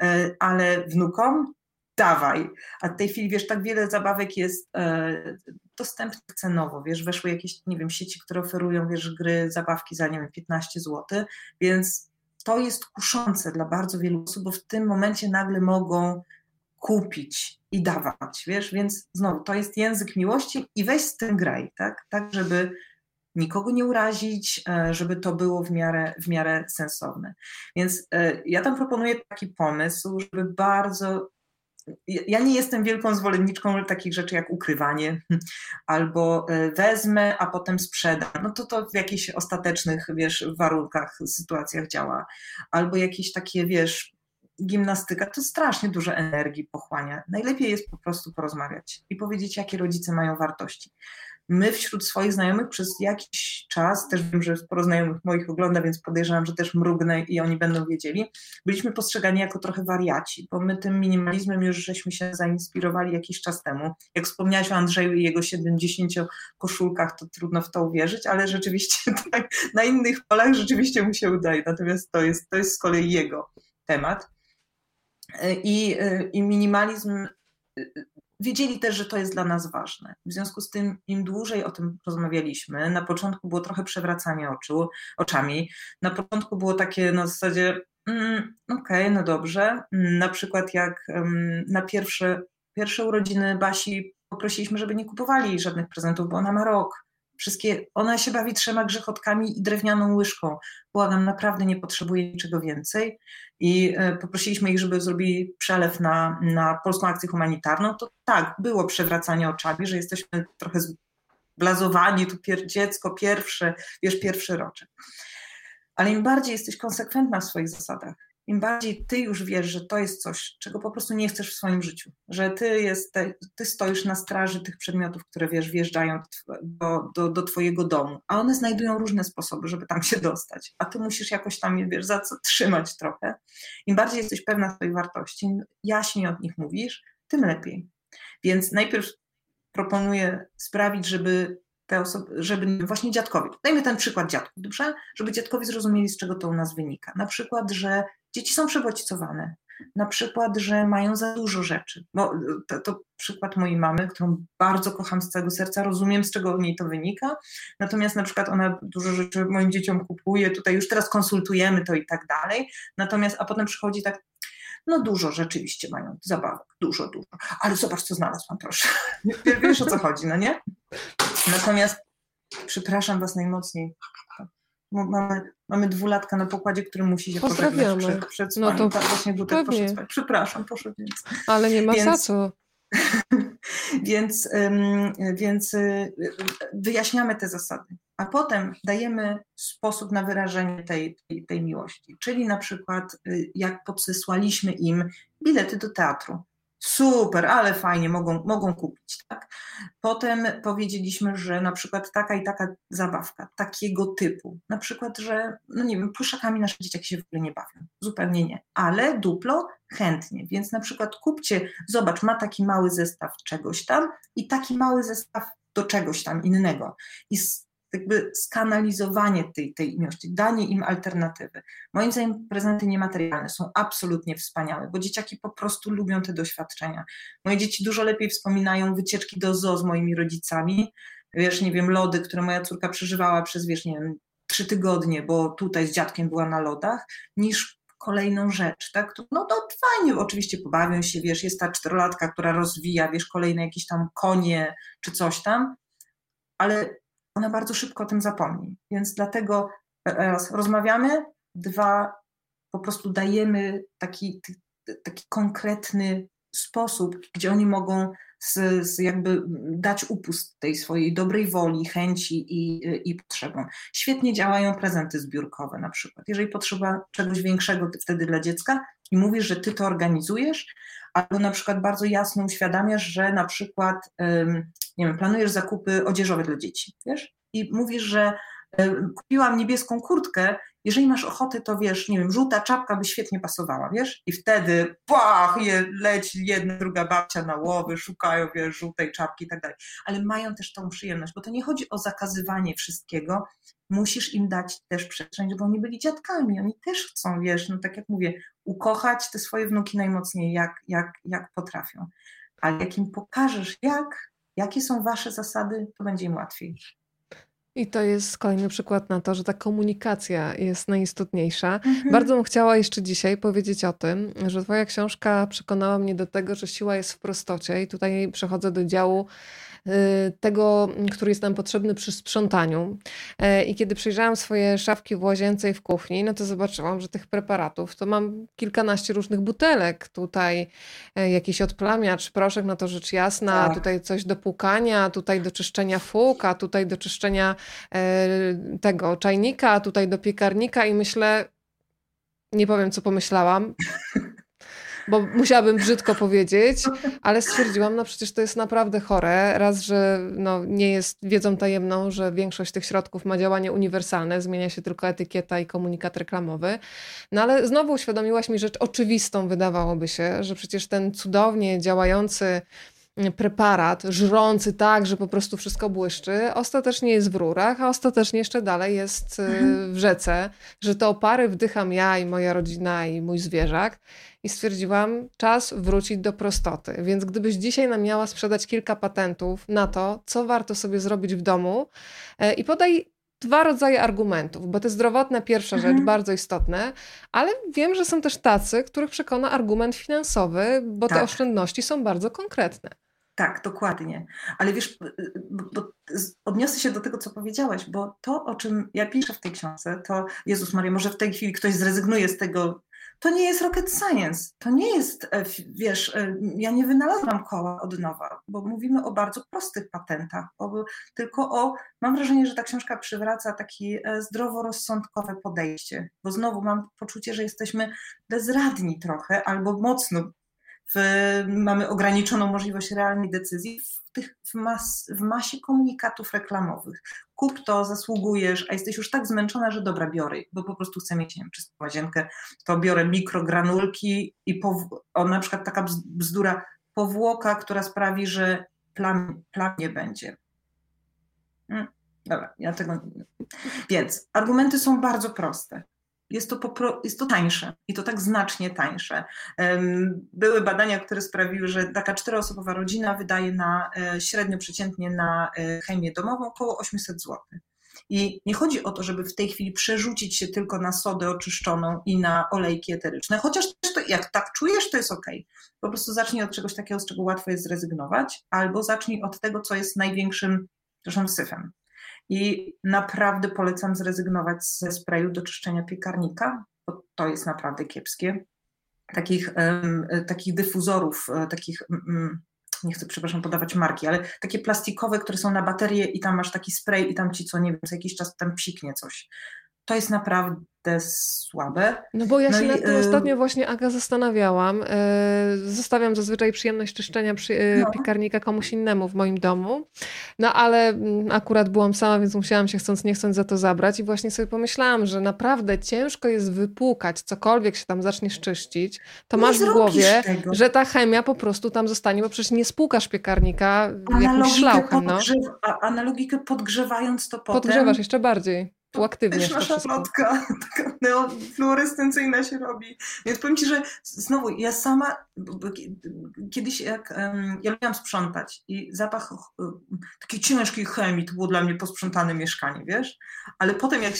[SPEAKER 2] ale wnukom dawaj. A w tej chwili, wiesz, tak wiele zabawek jest dostępnych cenowo, wiesz, weszły jakieś, nie wiem, sieci, które oferują, wiesz, gry, zabawki za, nie wiem, 15 zł, więc to jest kuszące dla bardzo wielu osób, bo w tym momencie nagle mogą kupić i dawać, wiesz, więc znowu to jest język miłości i weź z tym graj, tak, żeby nikogo nie urazić, żeby to było w miarę sensowne. Więc ja tam proponuję taki pomysł, żeby bardzo... Ja nie jestem wielką zwolenniczką takich rzeczy jak ukrywanie albo wezmę, a potem sprzedam. No to w jakichś ostatecznych, wiesz, warunkach, sytuacjach działa. Albo jakieś takie, wiesz, gimnastyka, to strasznie dużo energii pochłania. Najlepiej jest po prostu porozmawiać i powiedzieć, jakie rodzice mają wartości. My wśród swoich znajomych przez jakiś czas, też wiem, że sporo znajomych moich ogląda, więc podejrzewam, że też mrugnę i oni będą wiedzieli, byliśmy postrzegani jako trochę wariaci, bo my tym minimalizmem już żeśmy się zainspirowali jakiś czas temu. Jak wspomniałaś o Andrzeju i jego 70 koszulkach, to trudno w to uwierzyć, ale rzeczywiście tak, na innych polach rzeczywiście mu się udaje, natomiast to jest z kolei jego temat. I minimalizm, wiedzieli też, że to jest dla nas ważne. W związku z tym im dłużej o tym rozmawialiśmy, na początku było trochę przewracanie oczami, na początku było takie na zasadzie okej, no dobrze. Na przykład jak na pierwsze urodziny Basi poprosiliśmy, żeby nie kupowali jej żadnych prezentów, bo ona ma rok. Ona się bawi 3 grzechotkami i drewnianą łyżką. Błagam, naprawdę nie potrzebuje niczego więcej. I poprosiliśmy ich, żeby zrobili przelew na Polską Akcję Humanitarną. To tak, było przewracanie oczami, że jesteśmy trochę zblazowani, tu dziecko pierwszy roczek. Ale im bardziej jesteś konsekwentna w swoich zasadach, im bardziej ty już wiesz, że to jest coś, czego po prostu nie chcesz w swoim życiu, że ty stoisz na straży tych przedmiotów, które wjeżdżają do twojego domu, a one znajdują różne sposoby, żeby tam się dostać, a ty musisz jakoś tam je, za co trzymać trochę. Im bardziej jesteś pewna swoich wartości, im jaśniej od nich mówisz, tym lepiej. Więc najpierw proponuję sprawić, żeby te osoby, żeby właśnie dziadkowie, dajmy ten przykład dziadków, dobrze? Żeby dziadkowie zrozumieli, z czego to u nas wynika. Na przykład, że dzieci są przebodźcowane, na przykład, że mają za dużo rzeczy. Bo to przykład mojej mamy, którą bardzo kocham z całego serca, rozumiem, z czego u niej to wynika, natomiast na przykład ona dużo rzeczy moim dzieciom kupuje, tutaj już teraz konsultujemy to i tak dalej, natomiast, a potem przychodzi tak, no dużo rzeczywiście mają zabawek, dużo, ale zobacz, co znalazłam, proszę. Wiesz, o co chodzi, no nie? Natomiast, przepraszam was najmocniej, mamy 2-latka na pokładzie, który musi się pożegnać przed spaniem. No to właśnie Gutek poszedł spać. Przepraszam, proszę, więc...
[SPEAKER 1] Ale nie ma za co.
[SPEAKER 2] Więc wyjaśniamy te zasady, a potem dajemy sposób na wyrażenie tej miłości. Czyli na przykład jak podesłaliśmy im bilety do teatru. Super, ale fajnie, mogą kupić, tak? Potem powiedzieliśmy, że na przykład taka i taka zabawka, takiego typu, na przykład, że, no nie wiem, pluszakami nasze dzieciaki się w ogóle nie bawią, zupełnie nie, ale Duplo chętnie, więc na przykład kupcie, zobacz, ma taki mały zestaw czegoś tam i taki mały zestaw do czegoś tam innego i jakby skanalizowanie tej miłości, danie im alternatywy. Moim zdaniem prezenty niematerialne są absolutnie wspaniałe, bo dzieciaki po prostu lubią te doświadczenia. Moje dzieci dużo lepiej wspominają wycieczki do zoo z moimi rodzicami, wiesz, nie wiem, lody, które moja córka przeżywała przez, wiesz, nie wiem, 3 tygodnie, bo tutaj z dziadkiem była na lodach, niż kolejną rzecz, tak? No to fajnie, oczywiście pobawią się, wiesz, jest ta 4-latka, która rozwija, wiesz, kolejne jakieś tam konie czy coś tam, ale ona bardzo szybko o tym zapomni. Więc dlatego raz rozmawiamy, 2 po prostu dajemy taki konkretny sposób, gdzie oni mogą jakby dać upust tej swojej dobrej woli, chęci i potrzebom. Świetnie działają prezenty zbiórkowe na przykład. Jeżeli potrzeba czegoś większego wtedy dla dziecka i mówisz, że ty to organizujesz, albo na przykład bardzo jasno uświadamiasz, że na przykład nie wiem, planujesz zakupy odzieżowe dla dzieci, wiesz? I mówisz, że kupiłam niebieską kurtkę, jeżeli masz ochotę, to wiesz, nie wiem, żółta czapka by świetnie pasowała, wiesz? I wtedy leci jedna, druga babcia na łowy, szukają, wiesz, żółtej czapki i tak dalej. Ale mają też tą przyjemność, bo to nie chodzi o zakazywanie wszystkiego, musisz im dać też przestrzeń, żeby oni byli dziadkami, oni też chcą, wiesz, no tak jak mówię, ukochać te swoje wnuki najmocniej, jak potrafią. Ale jak im pokażesz, jakie są wasze zasady, to będzie im łatwiej.
[SPEAKER 1] I to jest kolejny przykład na to, że ta komunikacja jest najistotniejsza. Bardzo bym chciała jeszcze dzisiaj powiedzieć o tym, że twoja książka przekonała mnie do tego, że siła jest w prostocie i tutaj przechodzę do działu tego, który jest nam potrzebny przy sprzątaniu. I kiedy przejrzałam swoje szafki w łazience i w kuchni, no to zobaczyłam, że tych preparatów to mam kilkanaście różnych butelek. Tutaj jakiś odplamiacz, proszek, no to rzecz jasna, tak. Tutaj coś do płukania, tutaj do czyszczenia fóg, a tutaj do czyszczenia tego czajnika, tutaj do piekarnika i myślę, nie powiem co pomyślałam, bo musiałabym brzydko powiedzieć, ale stwierdziłam, no przecież to jest naprawdę chore. Raz, że no, nie jest wiedzą tajemną, że większość tych środków ma działanie uniwersalne, zmienia się tylko etykieta i komunikat reklamowy. No ale znowu uświadomiłaś mi rzecz oczywistą, wydawałoby się, że przecież ten cudownie działający preparat, żrący tak, że po prostu wszystko błyszczy, ostatecznie jest w rurach, a ostatecznie jeszcze dalej jest w rzece, że te opary wdycham ja i moja rodzina i mój zwierzak i stwierdziłam, czas wrócić do prostoty. Więc gdybyś dzisiaj nam miała sprzedać kilka patentów na to, co warto sobie zrobić w domu i podaj 2 rodzaje argumentów, bo te zdrowotne, pierwsza rzecz, bardzo istotne, ale wiem, że są też tacy, których przekona argument finansowy, bo te oszczędności są bardzo konkretne.
[SPEAKER 2] Tak, dokładnie. Ale wiesz, bo odniosę się do tego, co powiedziałaś, bo to, o czym ja piszę w tej książce, to Jezus Maria, może w tej chwili ktoś zrezygnuje z tego, to nie jest rocket science, to nie jest, wiesz, ja nie wynalazłam koła od nowa, bo mówimy o bardzo prostych patentach, mam wrażenie, że ta książka przywraca takie zdroworozsądkowe podejście, bo znowu mam poczucie, że jesteśmy bezradni trochę albo mocno mamy ograniczoną możliwość realnej decyzji w masie komunikatów reklamowych. Kup to, zasługujesz, a jesteś już tak zmęczona, że dobra, biorę, bo po prostu chcę mieć, nie wiem, czystą łazienkę, to biorę mikrogranulki i na przykład taka bzdura, powłoka, która sprawi, że plam nie będzie. Dobra, ja tego nie. Więc argumenty są bardzo proste. Jest to tańsze i to tak znacznie tańsze. Były badania, które sprawiły, że taka 4-osobowa rodzina wydaje średnio przeciętnie na chemię domową około 800 zł. I nie chodzi o to, żeby w tej chwili przerzucić się tylko na sodę oczyszczoną i na olejki eteryczne, chociaż też jak tak czujesz, to jest okej. Po prostu zacznij od czegoś takiego, z czego łatwo jest zrezygnować, albo zacznij od tego, co jest największym syfem. I naprawdę polecam zrezygnować ze sprayu do czyszczenia piekarnika, bo to jest naprawdę kiepskie. Takich dyfuzorów, nie chcę, przepraszam, podawać marki, ale takie plastikowe, które są na baterię i tam masz taki spray i tam ci co, nie wiem, co jakiś czas tam psiknie coś. To jest naprawdę słabe.
[SPEAKER 1] No bo ja się nad tym ostatnio właśnie, Aga, zastanawiałam. Zostawiam zazwyczaj przyjemność czyszczenia piekarnika komuś innemu w moim domu. No ale akurat byłam sama, więc musiałam się chcąc nie chcąc za to zabrać i właśnie sobie pomyślałam, że naprawdę ciężko jest wypłukać cokolwiek się tam zaczniesz czyścić, to masz w głowie, że ta chemia po prostu tam zostanie, bo przecież nie spłukasz piekarnika jakimś szlauchem.
[SPEAKER 2] A na logikę podgrzewając to potem...
[SPEAKER 1] Podgrzewasz jeszcze bardziej. Uaktywniasz to
[SPEAKER 2] wszystko. Szaflotka, taka neofluorescencyjna się robi. Więc powiem ci, że znowu ja sama kiedyś ja lubiłam sprzątać i zapach takiej ciężkiej chemii to było dla mnie posprzątane mieszkanie, wiesz? Ale potem jak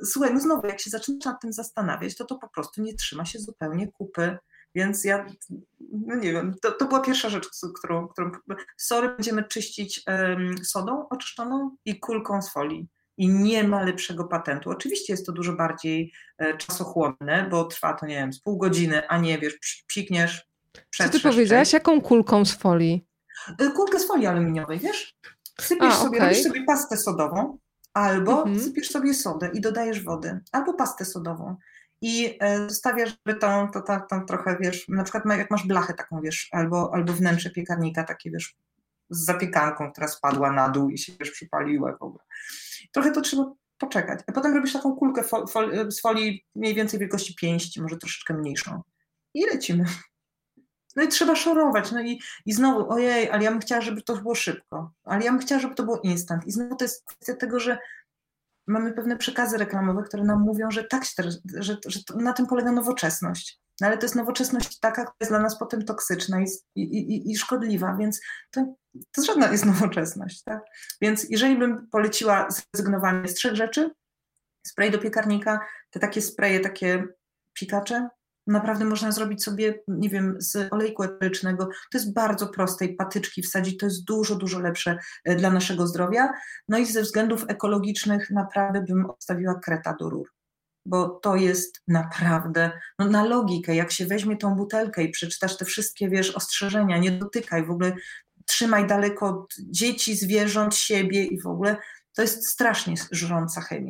[SPEAKER 2] się zaczynasz nad tym zastanawiać, to po prostu nie trzyma się zupełnie kupy. Więc ja, nie wiem, to była pierwsza rzecz, którą będziemy czyścić sodą oczyszczoną i kulką z folii. I nie ma lepszego patentu. Oczywiście jest to dużo bardziej czasochłonne, bo trwa to, nie wiem, z pół godziny, a nie, wiesz, psikniesz, przetrzesz.
[SPEAKER 1] Co ty powiedziałaś? Jaką kulką z folii?
[SPEAKER 2] Kulkę z folii aluminiowej, wiesz? Robisz sobie pastę sodową, albo sypiesz sobie sodę i dodajesz wody, albo pastę sodową. I zostawiasz, żeby tą trochę, wiesz, na przykład jak masz blachę taką, wiesz, albo wnętrze piekarnika takie, wiesz, z zapiekanką, która spadła na dół i się, wiesz, przypaliła w ogóle. Trochę to trzeba poczekać. A potem robisz taką kulkę z folii mniej więcej wielkości pięści, może troszeczkę mniejszą. I lecimy. No i trzeba szorować. No i znowu, ojej, ale ja bym chciała, żeby to było szybko. Ale ja bym chciała, żeby to było instant. I znowu to jest kwestia tego, że mamy pewne przekazy reklamowe, które nam mówią, że tak, że na tym polega nowoczesność. No ale to jest nowoczesność taka, która jest dla nas potem toksyczna i szkodliwa, więc to żadna jest nowoczesność. Tak? Więc jeżeli bym poleciła zrezygnowanie z 3 rzeczy, spray do piekarnika, te takie spraye, takie pikacze, naprawdę można zrobić sobie, nie wiem, z olejku eterycznego. To jest bardzo proste i patyczki wsadzić, to jest dużo, dużo lepsze dla naszego zdrowia. No i ze względów ekologicznych naprawdę bym odstawiła kreta do rur. Bo to jest naprawdę, na logikę, jak się weźmie tą butelkę i przeczytasz te wszystkie, wiesz, ostrzeżenia, nie dotykaj, w ogóle trzymaj daleko od dzieci, zwierząt, siebie i w ogóle, to jest strasznie żrąca chemia.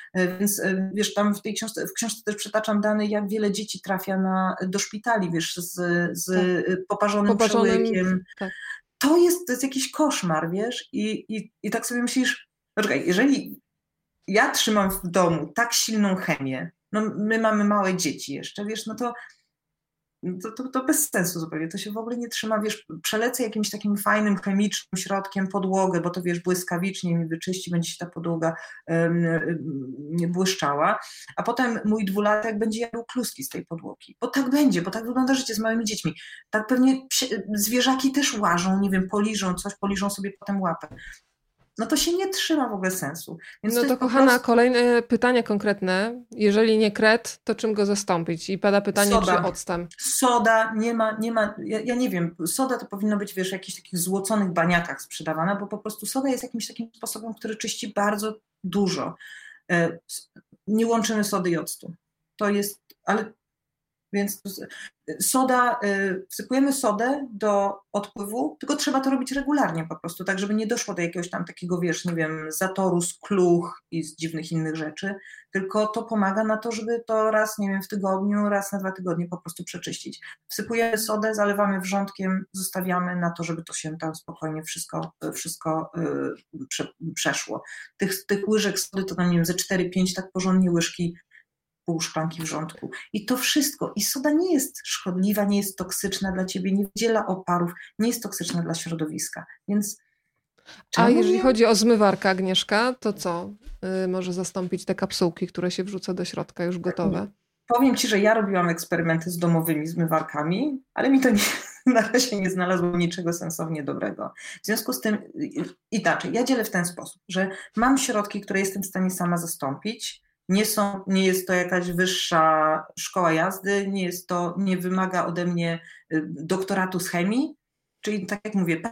[SPEAKER 2] Więc wiesz, tam w książce też przytaczam dane, jak wiele dzieci trafia do szpitali, wiesz, z poparzonym przełykiem.
[SPEAKER 1] Tak.
[SPEAKER 2] To jest jakiś koszmar, wiesz, i tak sobie myślisz, poczekaj, jeżeli ja trzymam w domu tak silną chemię, no my mamy małe dzieci jeszcze, wiesz, no to bez sensu zupełnie, to się w ogóle nie trzyma, wiesz, przelecę jakimś takim fajnym, chemicznym środkiem podłogę, bo to wiesz, błyskawicznie mi wyczyści, będzie się ta podłoga nie błyszczała, a potem mój 2-latek będzie jadł kluski z tej podłogi, bo tak będzie, bo tak wygląda życie z małymi dziećmi, tak pewnie zwierzaki też łażą, nie wiem, poliżą sobie potem łapę. No to się nie trzyma w ogóle sensu. Więc
[SPEAKER 1] no to kochana, kolejne pytanie konkretne. Jeżeli nie kret, to czym go zastąpić? I pada pytanie,
[SPEAKER 2] soda.
[SPEAKER 1] czy octem?
[SPEAKER 2] Soda, nie ma, ja nie wiem, soda to powinno być, wiesz, w jakichś takich złoconych baniakach sprzedawana, bo po prostu soda jest jakimś takim sposobem, który czyści bardzo dużo. Nie łączymy sody i octu. To jest, ale więc soda, wsypujemy sodę do odpływu, tylko trzeba to robić regularnie po prostu, tak żeby nie doszło do jakiegoś tam takiego, wiesz, nie wiem, zatoru, skluch i z dziwnych innych rzeczy, tylko to pomaga na to, żeby to raz, nie wiem, w tygodniu, raz na 2 tygodnie po prostu przeczyścić. Wsypujemy sodę, zalewamy wrzątkiem, zostawiamy na to, żeby to się tam spokojnie wszystko przeszło. Tych łyżek sody to tam, nie wiem, ze 4-5 tak porządnie łyżki, pół szklanki wrzątku. I to wszystko. I soda nie jest szkodliwa, nie jest toksyczna dla ciebie, nie wydziela oparów, nie jest toksyczna dla środowiska. Więc
[SPEAKER 1] a jeżeli chodzi o zmywarkę, Agnieszka, to co może zastąpić te kapsułki, które się wrzuca do środka, już gotowe?
[SPEAKER 2] Powiem ci, że ja robiłam eksperymenty z domowymi zmywarkami, ale mi to na razie nie znalazło niczego sensownie dobrego. W związku z tym, inaczej, ja dzielę w ten sposób, że mam środki, które jestem w stanie sama zastąpić. Nie jest to jakaś wyższa szkoła jazdy, nie wymaga ode mnie doktoratu z chemii, czyli tak jak mówię,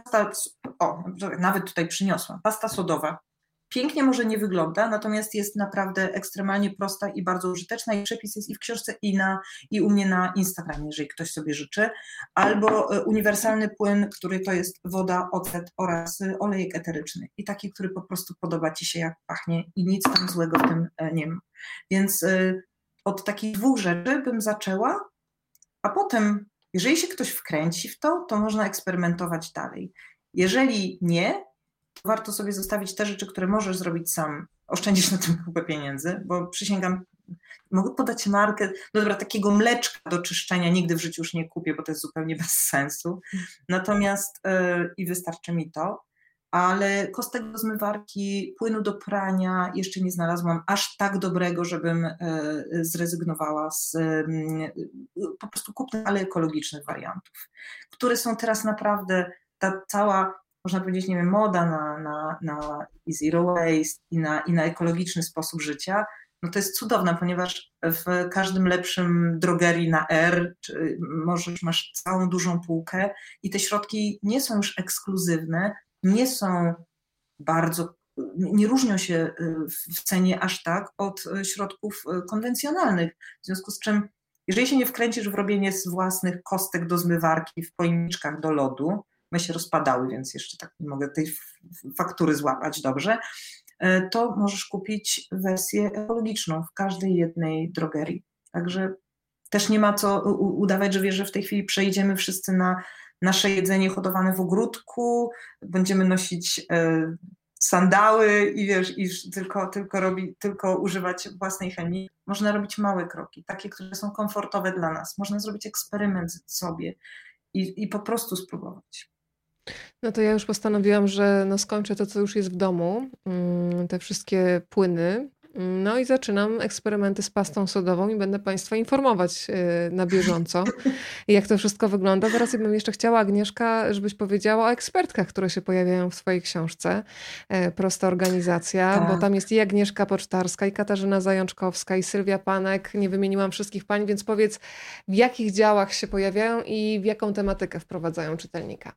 [SPEAKER 2] nawet tutaj przyniosłam, pasta sodowa. Pięknie może nie wygląda, natomiast jest naprawdę ekstremalnie prosta i bardzo użyteczna i przepis jest i w książce i u mnie na Instagramie, jeżeli ktoś sobie życzy. Albo uniwersalny płyn, który to jest woda, ocet oraz olejek eteryczny. I taki, który po prostu podoba ci się, jak pachnie i nic tam złego w tym nie ma. Więc od takich 2 rzeczy bym zaczęła, a potem, jeżeli się ktoś wkręci w to można eksperymentować dalej. Jeżeli nie, warto sobie zostawić te rzeczy, które możesz zrobić sam. Oszczędzisz na tym kupę pieniędzy, bo przysięgam, mogę podać markę, no dobra, takiego mleczka do czyszczenia nigdy w życiu już nie kupię, bo to jest zupełnie bez sensu. Natomiast i wystarczy mi to, ale kostek do zmywarki, płynu do prania jeszcze nie znalazłam aż tak dobrego, żebym zrezygnowała z po prostu kupnych, ale ekologicznych wariantów, które są teraz naprawdę, ta cała, można powiedzieć, nie wiem, moda na zero waste i na ekologiczny sposób życia, no to jest cudowne, ponieważ w każdym lepszym drogerii na R masz całą dużą półkę i te środki nie są już ekskluzywne, nie różnią się w cenie aż tak od środków konwencjonalnych, w związku z czym jeżeli się nie wkręcisz w robienie z własnych kostek do zmywarki w pojemniczkach do lodu, my się rozpadały, więc jeszcze tak nie mogę tej faktury złapać dobrze, to możesz kupić wersję ekologiczną w każdej jednej drogerii. Także też nie ma co udawać, że wiesz, że w tej chwili przejdziemy wszyscy na nasze jedzenie hodowane w ogródku, będziemy nosić sandały i wiesz, i tylko używać własnej chemii. Można robić małe kroki, takie, które są komfortowe dla nas. Można zrobić eksperyment sobie i po prostu spróbować.
[SPEAKER 1] No to ja już postanowiłam, że skończę to, co już jest w domu, te wszystkie płyny. No i zaczynam eksperymenty z pastą sodową i będę Państwa informować na bieżąco, jak to wszystko wygląda. Teraz bym jeszcze chciała, Agnieszka, żebyś powiedziała o ekspertkach, które się pojawiają w Twojej książce. Prosta organizacja,
[SPEAKER 2] Tak.
[SPEAKER 1] bo tam jest i Agnieszka Pocztarska, i Katarzyna Zajączkowska, i Sylwia Panek. Nie wymieniłam wszystkich pań, więc powiedz, w jakich działach się pojawiają i w jaką tematykę wprowadzają czytelnika.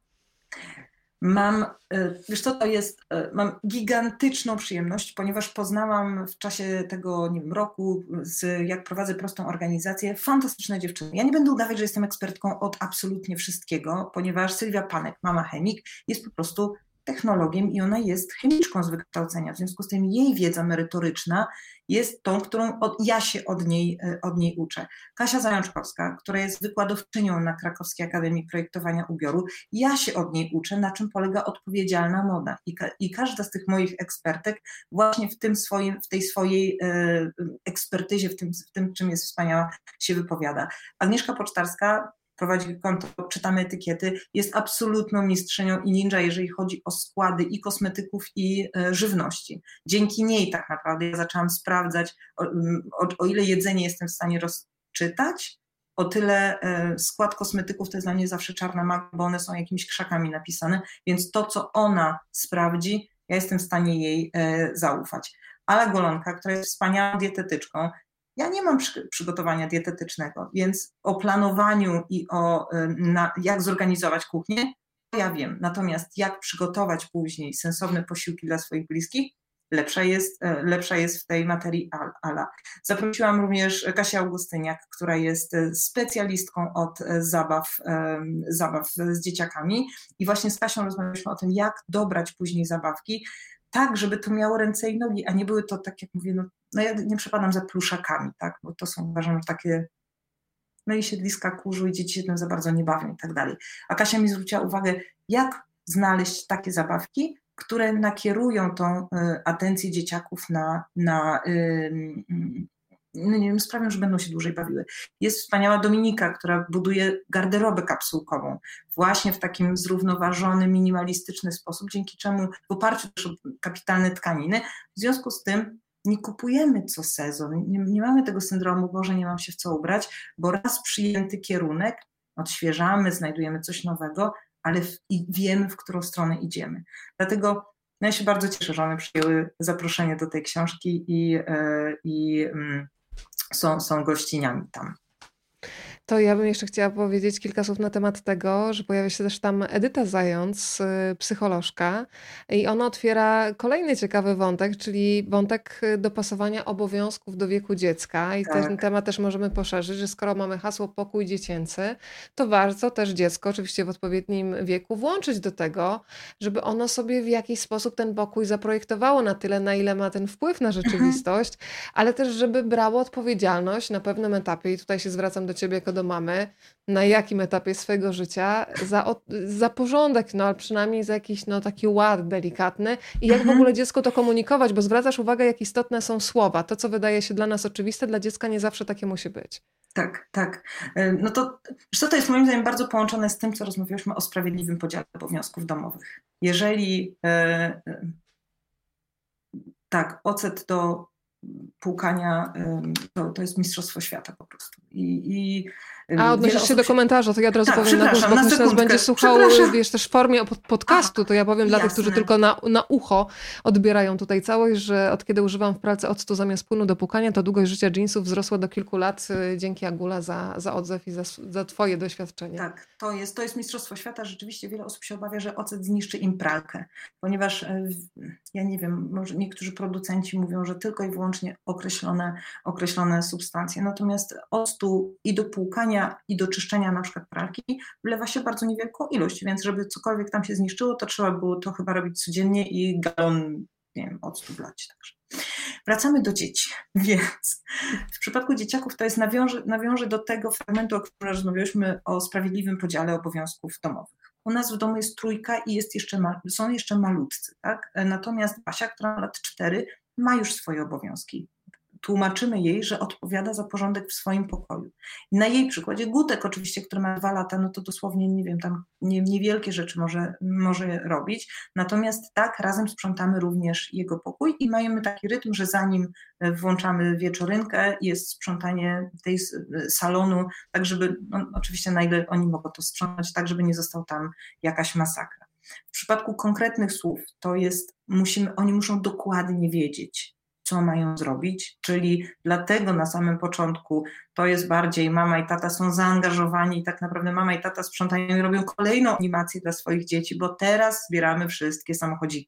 [SPEAKER 2] Mam gigantyczną przyjemność, ponieważ poznałam w czasie tego, nie wiem, roku, jak prowadzę prostą organizację, fantastyczne dziewczyny. Ja nie będę udawać, że jestem ekspertką od absolutnie wszystkiego, ponieważ Sylwia Panek, mama chemik, jest po prostu technologiem i ona jest chemiczką z wykształcenia. W związku z tym jej wiedza merytoryczna jest tą, którą ja się od niej uczę. Kasia Zajączkowska, która jest wykładowczynią na Krakowskiej Akademii Projektowania Ubioru, ja się od niej uczę, na czym polega odpowiedzialna moda. I każda z tych moich ekspertek właśnie w tej swojej ekspertyzie, w tym, czym jest wspaniała, się wypowiada. Agnieszka Pocztarska prowadzi konto Czytamy Etykiety, jest absolutną mistrzynią i ninja, jeżeli chodzi o składy i kosmetyków, i żywności. Dzięki niej tak naprawdę ja zaczęłam sprawdzać, o ile jedzenie jestem w stanie rozczytać, o tyle skład kosmetyków to jest dla mnie zawsze czarna magia, bo one są jakimiś krzakami napisane, więc to, co ona sprawdzi, ja jestem w stanie jej zaufać. Ala Golonka, która jest wspaniałą dietetyczką, ja nie mam przygotowania dietetycznego, więc o planowaniu i jak zorganizować kuchnię, ja wiem. Natomiast jak przygotować później sensowne posiłki dla swoich bliskich, lepsza jest w tej materii Ala. Zaprosiłam również Kasię Augustyniak, która jest specjalistką od zabaw z dzieciakami i właśnie z Kasią rozmawialiśmy o tym, jak dobrać później zabawki, tak, żeby to miało ręce i nogi, a nie były to, tak jak mówię, no ja nie przepadam za pluszakami, tak, bo to są, uważam, że takie, no i siedliska kurzu i dzieci się tym za bardzo nie bawią i tak dalej. A Kasia mi zwróciła uwagę, jak znaleźć takie zabawki, które nakierują tą atencję dzieciaków no nie wiem, sprawią, że będą się dłużej bawiły. Jest wspaniała Dominika, która buduje garderobę kapsułkową właśnie w takim zrównoważony, minimalistyczny sposób, dzięki czemu w oparciu też o kapitalne tkaniny, w związku z tym nie kupujemy co sezon, nie mamy tego syndromu, Boże, nie mam się w co ubrać, bo raz przyjęty kierunek, odświeżamy, znajdujemy coś nowego, ale wiemy, w którą stronę idziemy. Dlatego ja się bardzo cieszę, że one przyjęły zaproszenie do tej książki i są gościniami tam.
[SPEAKER 1] To ja bym jeszcze chciała powiedzieć kilka słów na temat tego, że pojawia się też tam Edyta Zając, psycholożka, i ona otwiera kolejny ciekawy wątek, czyli wątek dopasowania obowiązków do wieku dziecka. I ten temat też możemy poszerzyć, że skoro mamy hasło pokój dziecięcy, to warto też dziecko, oczywiście w odpowiednim wieku, włączyć do tego, żeby ono sobie w jakiś sposób ten pokój zaprojektowało na tyle, na ile ma ten wpływ na rzeczywistość, ale też żeby brało odpowiedzialność na pewnym etapie, i tutaj się zwracam do ciebie jako do mamy, na jakim etapie swojego życia za porządek, no ale przynajmniej za jakiś taki ład delikatny i jak w ogóle dziecku to komunikować, bo zwracasz uwagę, jak istotne są słowa. To, co wydaje się dla nas oczywiste, dla dziecka nie zawsze takie musi być.
[SPEAKER 2] Tak, tak. No to jest moim zdaniem bardzo połączone z tym, co rozmawialiśmy o sprawiedliwym podziale obowiązków domowych. Jeżeli tak, ocet do płukania to jest mistrzostwo świata po prostu.
[SPEAKER 1] A odnosisz się do komentarza, to ja od razu powiem na głos, bo ktoś nas będzie słuchał, wiesz, też w formie podcastu, to ja powiem dla tych, którzy tylko na ucho odbierają tutaj całość, że od kiedy używam w pracy octu zamiast płynu do płukania, to długość życia jeansów wzrosła do kilku lat. Dzięki, Agula, za odzew i za twoje doświadczenie.
[SPEAKER 2] Tak, to jest mistrzostwo świata. Rzeczywiście wiele osób się obawia, że ocet zniszczy im pralkę, ponieważ ja nie wiem, może niektórzy producenci mówią, że tylko i wyłącznie określone substancje. Natomiast octu i do płukania, i do czyszczenia na przykład pralki wlewa się bardzo niewielką ilość, więc żeby cokolwiek tam się zniszczyło, to trzeba było to chyba robić codziennie i galon, nie wiem, octu wlać. Także. Wracamy do dzieci, więc w przypadku dzieciaków to jest nawiążę do tego fragmentu, o którym rozmawialiśmy, o sprawiedliwym podziale obowiązków domowych. U nas w domu jest trójka i są jeszcze malutcy, tak? Natomiast Basia, która ma lat 4, ma już swoje obowiązki. Tłumaczymy jej, że odpowiada za porządek w swoim pokoju. I na jej przykładzie Gutek oczywiście, który ma 2 lata, no to dosłownie, nie wiem, tam niewielkie rzeczy może robić. Natomiast tak, razem sprzątamy również jego pokój i mamy taki rytm, że zanim włączamy wieczorynkę, jest sprzątanie tej salonu, tak żeby, no, oczywiście na ile oni mogą to sprzątać, tak żeby nie został tam jakaś masakra. W przypadku konkretnych słów to jest, oni muszą dokładnie wiedzieć, co mają zrobić, czyli dlatego na samym początku to jest bardziej mama i tata są zaangażowani i tak naprawdę mama i tata sprzątają i robią kolejną animację dla swoich dzieci, bo teraz zbieramy wszystkie samochodziki.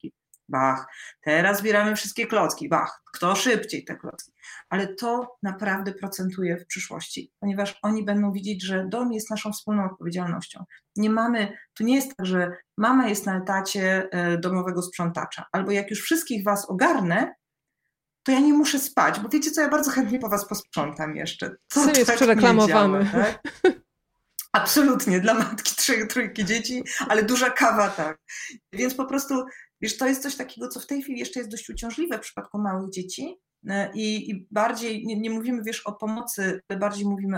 [SPEAKER 2] Bach. Teraz zbieramy wszystkie klocki. Bach. Kto szybciej te klocki. Ale to naprawdę procentuje w przyszłości, ponieważ oni będą widzieć, że dom jest naszą wspólną odpowiedzialnością. Tu nie jest tak, że mama jest na etacie domowego sprzątacza, albo jak już wszystkich was ogarnę, to ja nie muszę spać, bo wiecie co, ja bardzo chętnie po was posprzątam jeszcze. To
[SPEAKER 1] Syn jest
[SPEAKER 2] tak
[SPEAKER 1] przereklamowany.
[SPEAKER 2] nie działa, tak? Absolutnie, dla matki trójki dzieci, ale duża kawa, tak. Więc po prostu, wiesz, to jest coś takiego, co w tej chwili jeszcze jest dość uciążliwe w przypadku małych dzieci i bardziej, nie mówimy, wiesz, o pomocy, ale bardziej mówimy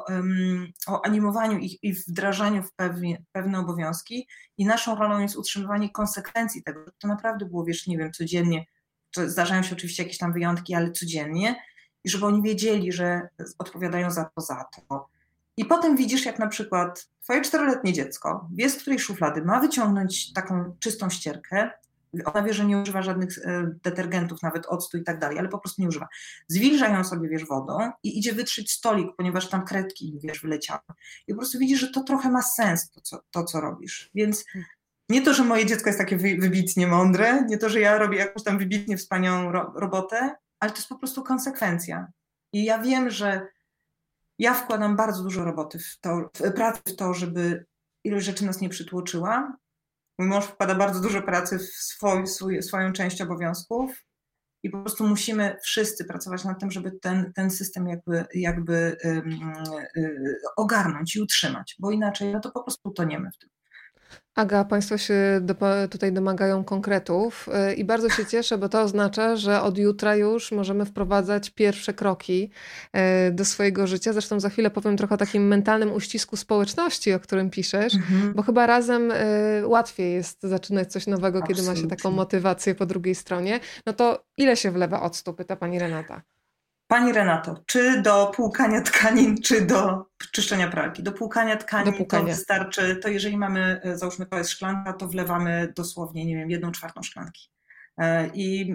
[SPEAKER 2] o animowaniu ich i wdrażaniu w pewne obowiązki i naszą rolą jest utrzymywanie konsekwencji tego. To naprawdę było, wiesz, nie wiem, codziennie, to zdarzają się oczywiście jakieś tam wyjątki, ale codziennie i żeby oni wiedzieli, że odpowiadają za to. I potem widzisz, jak na przykład twoje 4-letnie dziecko wie, z której szuflady ma wyciągnąć taką czystą ścierkę. Ona wie, że nie używa żadnych detergentów, nawet octu i tak dalej, ale po prostu nie używa. Zwilża ją sobie, wiesz, wodą i idzie wytrzeć stolik, ponieważ tam kredki, wiesz, wyleciały. I po prostu widzisz, że to trochę ma sens, to co robisz. Więc nie to, że moje dziecko jest takie wybitnie mądre, nie to, że ja robię jakąś tam wybitnie wspaniałą robotę, ale to jest po prostu konsekwencja. I ja wiem, że ja wkładam bardzo dużo roboty pracy w to, żeby ilość rzeczy nas nie przytłoczyła. Mój mąż wkłada bardzo dużo pracy w swoją część obowiązków i po prostu musimy wszyscy pracować nad tym, żeby ten system jakby ogarnąć i utrzymać, bo inaczej no to po prostu utoniemy w tym.
[SPEAKER 1] Aga, Państwo się tutaj domagają konkretów i bardzo się cieszę, bo to oznacza, że od jutra już możemy wprowadzać pierwsze kroki do swojego życia. Zresztą za chwilę powiem trochę o takim mentalnym uścisku społeczności, o którym piszesz, bo chyba razem łatwiej jest zaczynać coś nowego, kiedy ma się taką motywację po drugiej stronie. No to ile się wlewa octu, pyta pani Renata.
[SPEAKER 2] Pani Renato, czy do płukania tkanin, czy do czyszczenia pralki? Do płukania tkanin to wystarczy, to jeżeli mamy, załóżmy to jest szklanka, to wlewamy dosłownie, nie wiem, 1/4 szklanki. I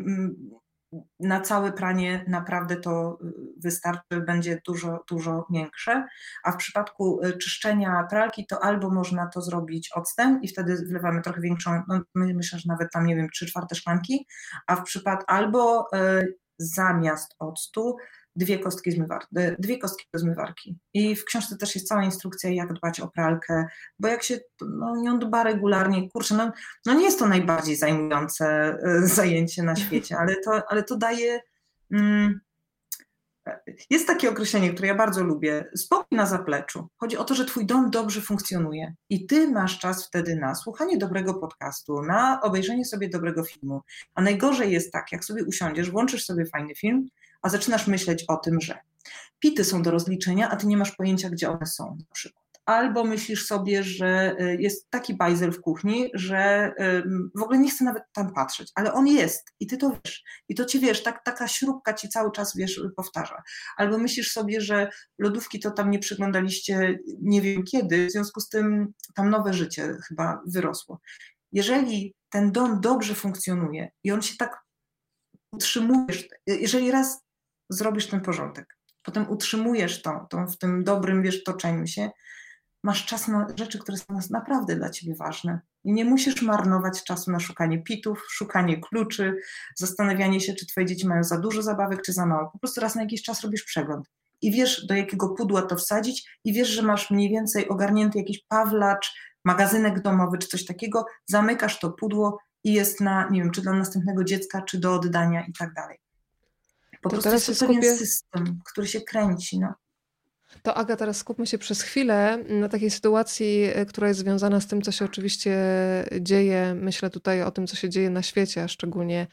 [SPEAKER 2] na całe pranie naprawdę to wystarczy, będzie dużo, dużo miększe. A w przypadku czyszczenia pralki to albo można to zrobić octem i wtedy wlewamy trochę większą, no myślę, że nawet tam, nie wiem, 3/4 szklanki, a w przypadku albo zamiast octu 2 kostki do zmywarki. I w książce też jest cała instrukcja, jak dbać o pralkę, bo jak się nią dba regularnie, kurczę, no nie jest to najbardziej zajmujące zajęcie na świecie, ale to daje... Jest takie określenie, które ja bardzo lubię, spokój na zapleczu. Chodzi o to, że twój dom dobrze funkcjonuje i ty masz czas wtedy na słuchanie dobrego podcastu, na obejrzenie sobie dobrego filmu. A najgorzej jest tak, jak sobie usiądziesz, włączysz sobie fajny film, a zaczynasz myśleć o tym, że pity są do rozliczenia, a ty nie masz pojęcia, gdzie one są na przykład. Albo myślisz sobie, że jest taki bajzel w kuchni, że w ogóle nie chcę nawet tam patrzeć, ale on jest i ty to wiesz. I to ci wiesz, taka śrubka ci cały czas wiesz, powtarza. Albo myślisz sobie, że lodówki to tam nie przyglądaliście nie wiem kiedy, w związku z tym tam nowe życie chyba wyrosło. Jeżeli ten dom dobrze funkcjonuje i on się tak utrzymujesz, jeżeli raz zrobisz ten porządek, potem utrzymujesz to w tym dobrym, wiesz, toczeniu się, masz czas na rzeczy, które są naprawdę dla ciebie ważne. I nie musisz marnować czasu na szukanie pitów, szukanie kluczy, zastanawianie się, czy twoje dzieci mają za dużo zabawek, czy za mało. Po prostu raz na jakiś czas robisz przegląd i wiesz, do jakiego pudła to wsadzić i wiesz, że masz mniej więcej ogarnięty jakiś pawlacz, magazynek domowy, czy coś takiego, zamykasz to pudło i jest na, nie wiem, czy dla następnego dziecka, czy do oddania i tak dalej. Po prostu jest to pewien system, który się kręci, no.
[SPEAKER 1] To Aga, teraz skupmy się przez chwilę na takiej sytuacji, która jest związana z tym, co się oczywiście dzieje. Myślę tutaj o tym, co się dzieje na świecie, a szczególnie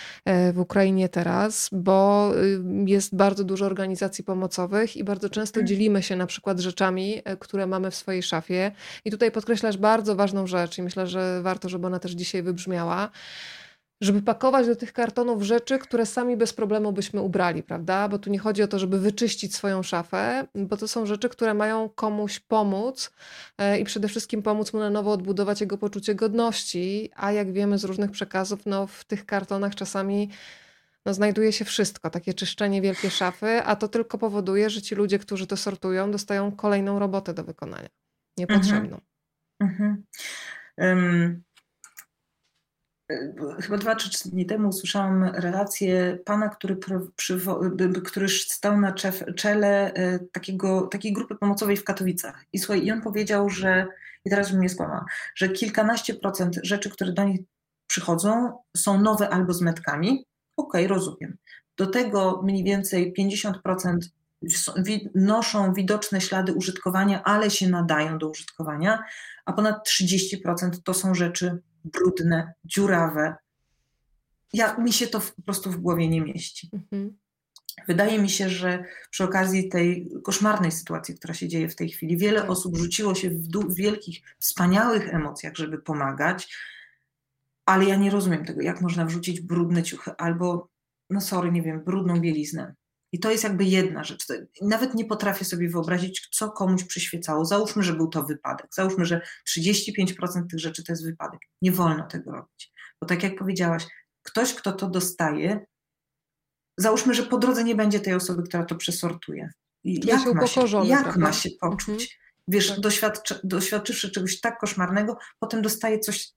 [SPEAKER 1] w Ukrainie teraz, bo jest bardzo dużo organizacji pomocowych i bardzo często dzielimy się na przykład rzeczami, które mamy w swojej szafie. I tutaj podkreślasz bardzo ważną rzecz i myślę, że warto, żeby ona też dzisiaj wybrzmiała. Żeby pakować do tych kartonów rzeczy, które sami bez problemu byśmy ubrali, prawda? Bo tu nie chodzi o to, żeby wyczyścić swoją szafę, bo to są rzeczy, które mają komuś pomóc i przede wszystkim pomóc mu na nowo odbudować jego poczucie godności, a jak wiemy z różnych przekazów, no w tych kartonach czasami znajduje się wszystko, takie czyszczenie wielkiej szafy, a to tylko powoduje, że ci ludzie, którzy to sortują, dostają kolejną robotę do wykonania, niepotrzebną.
[SPEAKER 2] chyba 2 czy 3 dni temu usłyszałam relację pana, który stał na czele takiej grupy pomocowej w Katowicach. I słuchaj, i on powiedział, że, i teraz bym nie skłamała, że kilkanaście procent rzeczy, które do nich przychodzą, są nowe albo z metkami. Okej, rozumiem. Do tego mniej więcej 50% noszą widoczne ślady użytkowania, ale się nadają do użytkowania, a ponad 30% to są rzeczy brudne, dziurawe. Mi się to po prostu w głowie nie mieści. Wydaje mi się, że przy okazji tej koszmarnej sytuacji, która się dzieje w tej chwili, wiele osób rzuciło się w wielkich, wspaniałych emocjach, żeby pomagać, ale ja nie rozumiem tego, jak można wrzucić brudne ciuchy albo, no sorry, nie wiem, brudną bieliznę. I to jest jakby jedna rzecz. Nawet nie potrafię sobie wyobrazić, co komuś przyświecało. Załóżmy, że był to wypadek. Załóżmy, że 35% tych rzeczy to jest wypadek. Nie wolno tego robić. Bo tak jak powiedziałaś, ktoś, kto to dostaje, załóżmy, że po drodze nie będzie tej osoby, która to przesortuje. I jak ma się poczuć? Wiesz, doświadczywszy czegoś tak koszmarnego, potem dostaje coś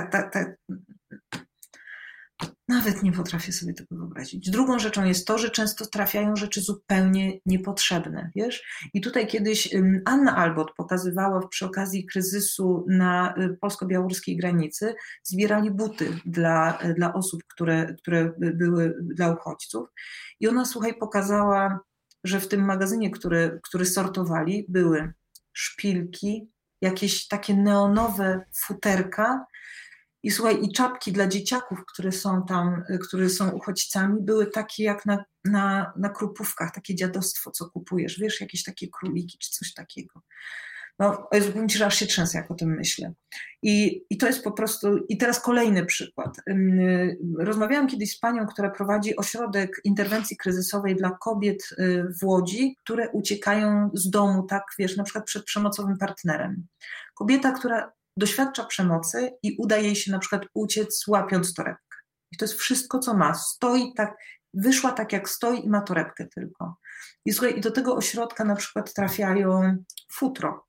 [SPEAKER 2] Nawet nie potrafię sobie tego wyobrazić. Drugą rzeczą jest to, że często trafiają rzeczy zupełnie niepotrzebne, wiesz? I tutaj kiedyś Anna Albot pokazywała przy okazji kryzysu na polsko-białoruskiej granicy, zbierali buty dla osób, które były dla uchodźców. I ona, słuchaj, pokazała, że w tym magazynie, który sortowali, były szpilki, jakieś takie neonowe futerka, i słuchaj, i czapki dla dzieciaków, które są uchodźcami, były takie jak na krupówkach, takie dziadostwo, co kupujesz, wiesz, jakieś takie króliki czy coś takiego. No, powiem ci, że aż się trzęsę, jak o tym myślę. I to jest po prostu... I teraz kolejny przykład. Rozmawiałam kiedyś z panią, która prowadzi ośrodek interwencji kryzysowej dla kobiet w Łodzi, które uciekają z domu, tak, wiesz, na przykład przed przemocowym partnerem. Kobieta, która doświadcza przemocy i uda jej się na przykład uciec, łapiąc torebkę. I to jest wszystko, co ma. Stoi tak, wyszła tak, jak stoi i ma torebkę tylko. I słuchaj, i do tego ośrodka na przykład trafiają futro.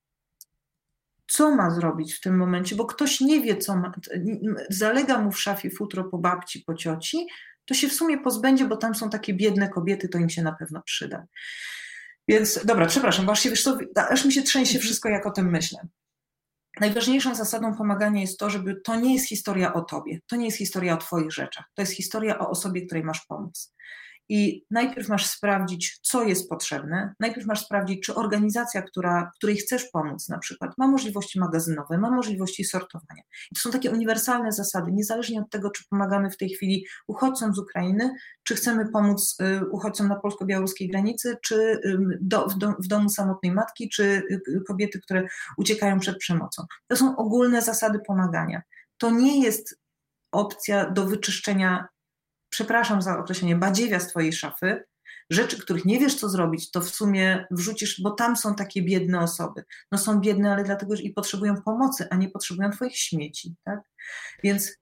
[SPEAKER 2] Co ma zrobić w tym momencie? Bo ktoś nie wie, co ma. Zalega mu w szafie futro po babci, po cioci, to się w sumie pozbędzie, bo tam są takie biedne kobiety, to im się na pewno przyda. Więc, dobra, przepraszam, bo aż mi się trzęsie wszystko, jak o tym myślę. Najważniejszą zasadą pomagania jest to, żeby to nie jest historia o tobie, to nie jest historia o twoich rzeczach, to jest historia o osobie, której masz pomóc. I najpierw masz sprawdzić, co jest potrzebne, najpierw masz sprawdzić, czy organizacja, której chcesz pomóc na przykład, ma możliwości magazynowe, ma możliwości sortowania. I to są takie uniwersalne zasady, niezależnie od tego, czy pomagamy w tej chwili uchodźcom z Ukrainy, czy chcemy pomóc uchodźcom na polsko-białoruskiej granicy, czy w domu samotnej matki, czy kobiety, które uciekają przed przemocą. To są ogólne zasady pomagania. To nie jest opcja do wyczyszczenia, przepraszam za określenie, badziewia z twojej szafy, rzeczy, których nie wiesz, co zrobić, to w sumie wrzucisz, bo tam są takie biedne osoby. No są biedne, ale dlatego, że i potrzebują pomocy, a nie potrzebują twoich śmieci, tak? Więc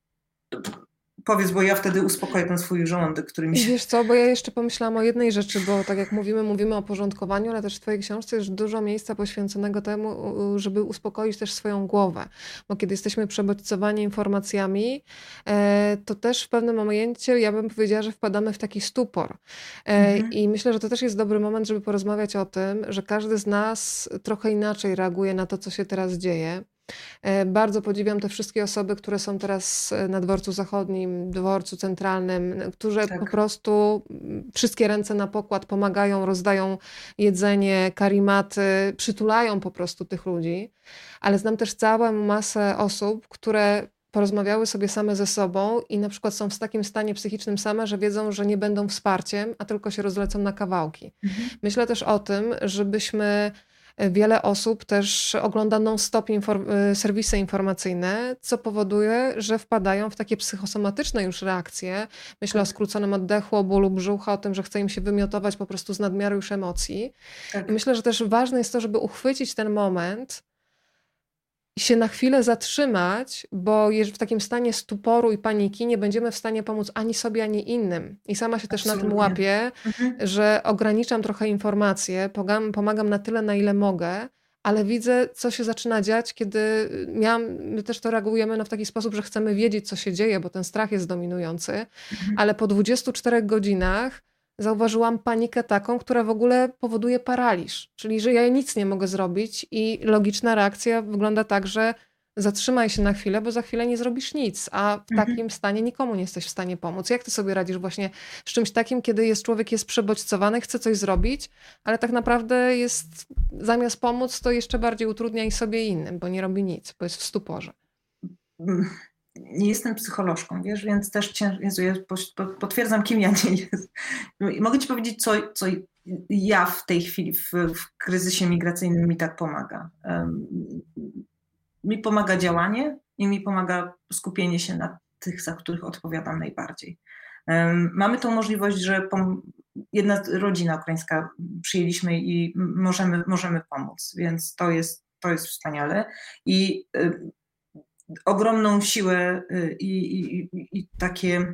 [SPEAKER 2] powiedz, bo ja wtedy uspokoję ten swój żołądek, który mi się...
[SPEAKER 1] Wiesz co, bo ja jeszcze pomyślałam o jednej rzeczy, bo tak jak mówimy o porządkowaniu, ale też w twojej książce jest dużo miejsca poświęconego temu, żeby uspokoić też swoją głowę. Bo kiedy jesteśmy przebodźcowani informacjami, to też w pewnym momencie, ja bym powiedziała, że wpadamy w taki stupor. I myślę, że to też jest dobry moment, żeby porozmawiać o tym, że każdy z nas trochę inaczej reaguje na to, co się teraz dzieje. Bardzo podziwiam te wszystkie osoby, które są teraz na Dworcu Zachodnim, Dworcu Centralnym, którzy po prostu wszystkie ręce na pokład pomagają, rozdają jedzenie, karimaty, przytulają po prostu tych ludzi. Ale znam też całą masę osób, które porozmawiały sobie same ze sobą i na przykład są w takim stanie psychicznym same, że wiedzą, że nie będą wsparciem, a tylko się rozlecą na kawałki. Myślę też o tym, żebyśmy... Wiele osób też ogląda non-stop serwisy informacyjne, co powoduje, że wpadają w takie psychosomatyczne już reakcje. Myślę o skróconym oddechu, o bólu brzucha, o tym, że chce im się wymiotować po prostu z nadmiaru już emocji. I myślę, że też ważne jest to, żeby uchwycić ten moment i się na chwilę zatrzymać, bo w takim stanie stuporu i paniki nie będziemy w stanie pomóc ani sobie, ani innym. I sama się też na tym łapię, że ograniczam trochę informacje, pomagam na tyle, na ile mogę, ale widzę, co się zaczyna dziać, kiedy my też to reagujemy w taki sposób, że chcemy wiedzieć, co się dzieje, bo ten strach jest dominujący, ale po 24 godzinach zauważyłam panikę taką, która w ogóle powoduje paraliż, czyli że ja nic nie mogę zrobić i logiczna reakcja wygląda tak, że zatrzymaj się na chwilę, bo za chwilę nie zrobisz nic, a w takim stanie nikomu nie jesteś w stanie pomóc. Jak ty sobie radzisz właśnie z czymś takim, kiedy człowiek jest przebodźcowany, chce coś zrobić, ale tak naprawdę zamiast pomóc, to jeszcze bardziej utrudnia i sobie i innym, bo nie robi nic, bo jest w stuporze.
[SPEAKER 2] Nie jestem psycholożką, wiesz, więc też Jezu, ja potwierdzam, kim ja nie jestem. Mogę ci powiedzieć, co ja w tej chwili w kryzysie migracyjnym mi tak pomaga. Mi pomaga działanie i mi pomaga skupienie się na tych, za których odpowiadam najbardziej. Mamy tą możliwość, że jedna rodzina ukraińska przyjęliśmy i możemy pomóc, więc to jest wspaniale. I ogromną siłę i takie...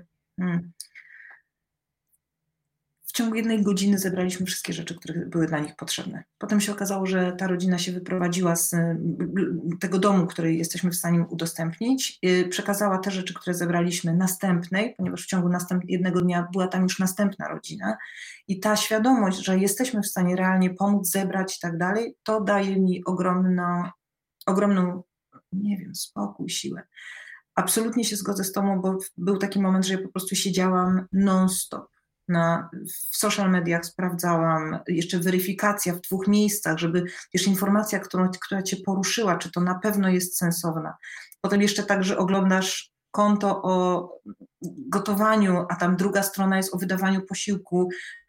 [SPEAKER 2] W ciągu 1 godziny zebraliśmy wszystkie rzeczy, które były dla nich potrzebne. Potem się okazało, że ta rodzina się wyprowadziła z tego domu, który jesteśmy w stanie udostępnić. Przekazała te rzeczy, które zebraliśmy następnej, ponieważ w ciągu jednego dnia była tam już następna rodzina. I ta świadomość, że jesteśmy w stanie realnie pomóc, zebrać i tak dalej, to daje mi ogromną, nie wiem, spokój, siłę. Absolutnie się zgodzę z tobą, bo był taki moment, że ja po prostu siedziałam non-stop. W social mediach sprawdzałam, jeszcze weryfikacja w 2 miejscach, żeby informacja, która cię poruszyła, czy to na pewno jest sensowna. Potem jeszcze tak, że oglądasz konto o gotowaniu, a tam druga strona jest o wydawaniu posiłku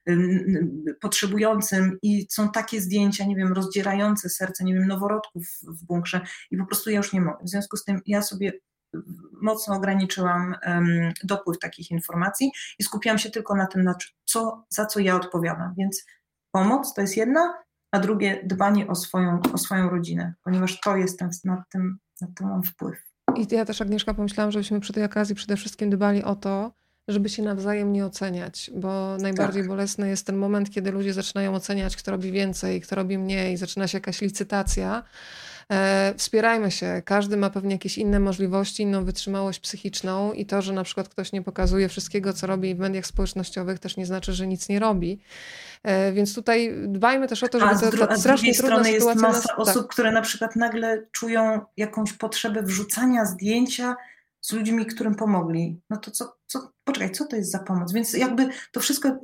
[SPEAKER 2] potrzebującym i są takie zdjęcia, nie wiem, rozdzierające serce, nie wiem, noworodków w bunkrze i po prostu ja już nie mogę. W związku z tym ja sobie mocno ograniczyłam dopływ takich informacji i skupiłam się tylko na tym, za co ja odpowiadam. Więc pomoc to jest jedna, a drugie dbanie o swoją rodzinę, ponieważ to jest nad tym mam wpływ.
[SPEAKER 1] I ja też, Agnieszka, pomyślałam, żebyśmy przy tej okazji przede wszystkim dbali o to, żeby się nawzajem nie oceniać, bo najbardziej bolesny jest ten moment, kiedy ludzie zaczynają oceniać, kto robi więcej, kto robi mniej, zaczyna się jakaś licytacja. Wspierajmy się, każdy ma pewnie jakieś inne możliwości, inną wytrzymałość psychiczną i to, że na przykład ktoś nie pokazuje wszystkiego, co robi w mediach społecznościowych, też nie znaczy, że nic nie robi. Więc tutaj dbajmy też o to, żeby ta strasznie trudna sytuacja...
[SPEAKER 2] jest masa osób, które na przykład nagle czują jakąś potrzebę wrzucania zdjęcia z ludźmi, którym pomogli. No to poczekaj, co to jest za pomoc? Więc jakby to wszystko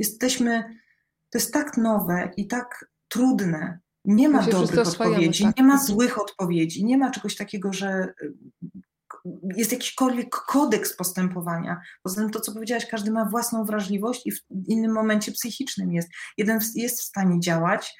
[SPEAKER 2] to jest tak nowe i tak trudne. Nie ma dobrych odpowiedzi, nie ma złych odpowiedzi, nie ma czegoś takiego, że jest jakikolwiek kodeks postępowania. Poza tym to, co powiedziałaś, każdy ma własną wrażliwość i w innym momencie psychicznym jest. Jeden jest w stanie działać.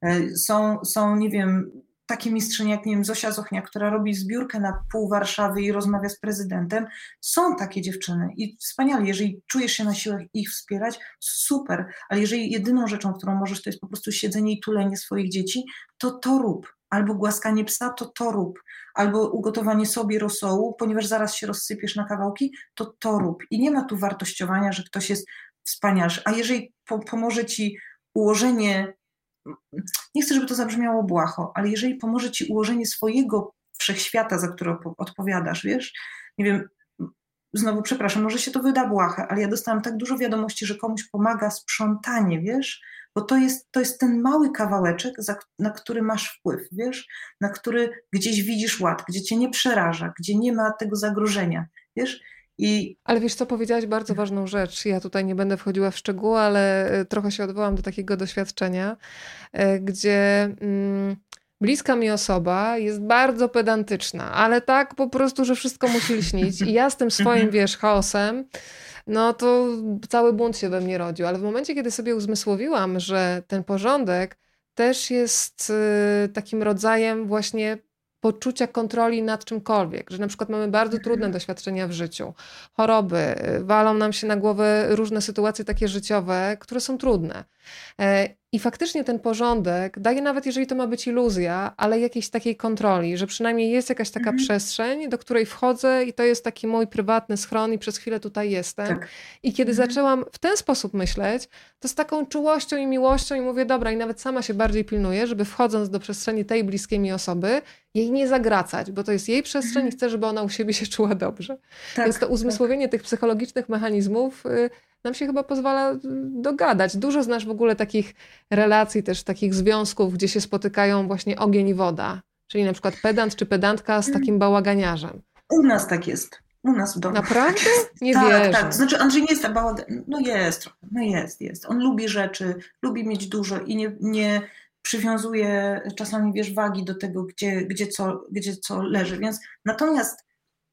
[SPEAKER 2] Są, nie wiem, takie mistrzynie jak, nie wiem, Zosia Zochnia, która robi zbiórkę na pół Warszawy i rozmawia z prezydentem. Są takie dziewczyny i wspaniale, jeżeli czujesz się na siłach ich wspierać, super, ale jeżeli jedyną rzeczą, którą możesz, to jest po prostu siedzenie i tulenie swoich dzieci, to rób. Albo głaskanie psa, to rób. Albo ugotowanie sobie rosołu, ponieważ zaraz się rozsypiesz na kawałki, to rób. I nie ma tu wartościowania, że ktoś jest wspanialszy. A jeżeli pomoże ci ułożenie, nie chcę, żeby to zabrzmiało błaho, ale jeżeli pomoże ci ułożenie swojego wszechświata, za który odpowiadasz, wiesz, nie wiem, znowu przepraszam, może się to wyda błahe, ale ja dostałam tak dużo wiadomości, że komuś pomaga sprzątanie, wiesz, bo to jest ten mały kawałeczek, na który masz wpływ, wiesz, na który gdzieś widzisz ład, gdzie cię nie przeraża, gdzie nie ma tego zagrożenia, wiesz.
[SPEAKER 1] Ale wiesz co, powiedziałaś bardzo ważną rzecz. Ja tutaj nie będę wchodziła w szczegóły, ale trochę się odwołam do takiego doświadczenia, gdzie bliska mi osoba jest bardzo pedantyczna, ale tak po prostu, że wszystko musi lśnić. I ja z tym swoim, wiesz, chaosem, no to cały bunt się we mnie rodził. Ale w momencie, kiedy sobie uzmysłowiłam, że ten porządek też jest takim rodzajem właśnie poczucia kontroli nad czymkolwiek, że na przykład mamy bardzo trudne doświadczenia w życiu, choroby, walą nam się na głowę różne sytuacje takie życiowe, które są trudne. I faktycznie ten porządek daje, nawet jeżeli to ma być iluzja, ale jakiejś takiej kontroli, że przynajmniej jest jakaś taka przestrzeń, do której wchodzę i to jest taki mój prywatny schron i przez chwilę tutaj jestem.
[SPEAKER 2] Tak.
[SPEAKER 1] I kiedy zaczęłam w ten sposób myśleć, to z taką czułością i miłością i mówię, dobra, i nawet sama się bardziej pilnuję, żeby wchodząc do przestrzeni tej bliskiej mi osoby, jej nie zagracać, bo to jest jej przestrzeń i chcę, żeby ona u siebie się czuła dobrze.
[SPEAKER 2] Tak,
[SPEAKER 1] Więc to uzmysłowienie tych psychologicznych mechanizmów nam się chyba pozwala dogadać. Dużo znasz w ogóle takich relacji, też takich związków, gdzie się spotykają właśnie ogień i woda. Czyli na przykład pedant czy pedantka z takim bałaganiarzem.
[SPEAKER 2] U nas tak jest. U nas w domu.
[SPEAKER 1] Naprawdę? Nie
[SPEAKER 2] Tak,
[SPEAKER 1] wierzę.
[SPEAKER 2] tak. Znaczy Andrzej nie jest tak bałagan. No jest trochę. No jest. On lubi rzeczy, lubi mieć dużo i nie przywiązuje czasami, wiesz, wagi do tego, gdzie co leży. Więc natomiast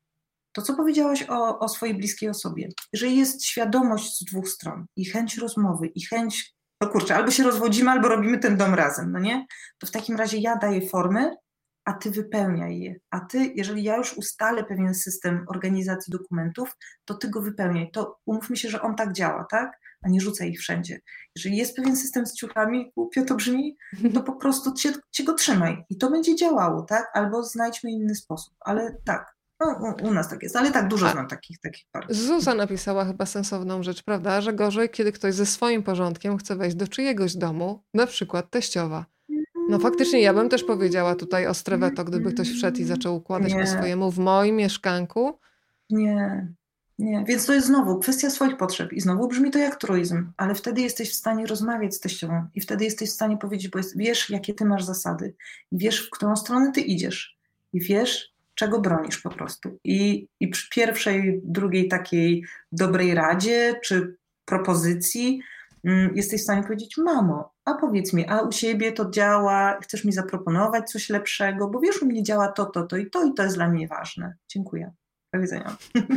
[SPEAKER 2] to, co powiedziałaś o swojej bliskiej osobie, jeżeli jest świadomość z dwóch stron i chęć rozmowy i chęć, no kurczę, albo się rozwodzimy, albo robimy ten dom razem, no nie? To w takim razie ja daję formy, a ty wypełniaj je. A ty, jeżeli ja już ustalę pewien system organizacji dokumentów, to ty go wypełniaj. To umówmy się, że on tak działa, tak? A nie rzucaj ich wszędzie. Jeżeli jest pewien system z ciuchami, głupio to brzmi, to po prostu cię go trzymaj i to będzie działało, tak? Albo znajdźmy inny sposób. Ale tak, no, u nas tak jest. Ale tak dużo znam takich par.
[SPEAKER 1] Zuza napisała chyba sensowną rzecz, prawda? Że gorzej, kiedy ktoś ze swoim porządkiem chce wejść do czyjegoś domu, na przykład teściowa. No faktycznie ja bym też powiedziała tutaj ostre weto, gdyby ktoś wszedł i zaczął układać po swojemu w moim mieszkanku.
[SPEAKER 2] Nie. Więc to jest znowu kwestia swoich potrzeb i znowu brzmi to jak truizm, ale wtedy jesteś w stanie rozmawiać z teściową i wtedy jesteś w stanie powiedzieć, bo wiesz, jakie ty masz zasady, wiesz, w którą stronę ty idziesz i wiesz, czego bronisz po prostu. I przy pierwszej, drugiej takiej dobrej radzie czy propozycji jesteś w stanie powiedzieć, mamo, a powiedz mi, a u siebie to działa, chcesz mi zaproponować coś lepszego, bo wiesz, u mnie działa to i to jest dla mnie ważne. Dziękuję. Do widzenia.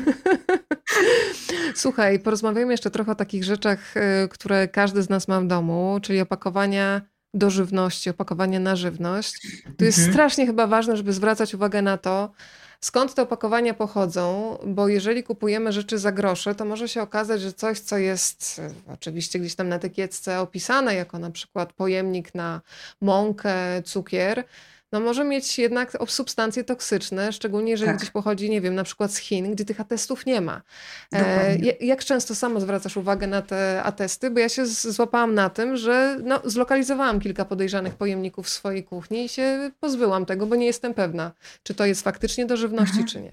[SPEAKER 1] Słuchaj, porozmawiajmy jeszcze trochę o takich rzeczach, które każdy z nas ma w domu, czyli opakowania do żywności, opakowania na żywność. Tu jest strasznie chyba ważne, żeby zwracać uwagę na to, skąd te opakowania pochodzą, bo jeżeli kupujemy rzeczy za grosze, to może się okazać, że coś, co jest oczywiście gdzieś tam na etykietce opisane jako na przykład pojemnik na mąkę, cukier, no może mieć jednak substancje toksyczne, szczególnie jeżeli gdzieś pochodzi, nie wiem, na przykład z Chin, gdzie tych atestów nie ma. Jak często sama zwracasz uwagę na te atesty? Bo ja się złapałam na tym, że zlokalizowałam kilka podejrzanych pojemników w swojej kuchni i się pozbyłam tego, bo nie jestem pewna, czy to jest faktycznie do żywności, czy nie.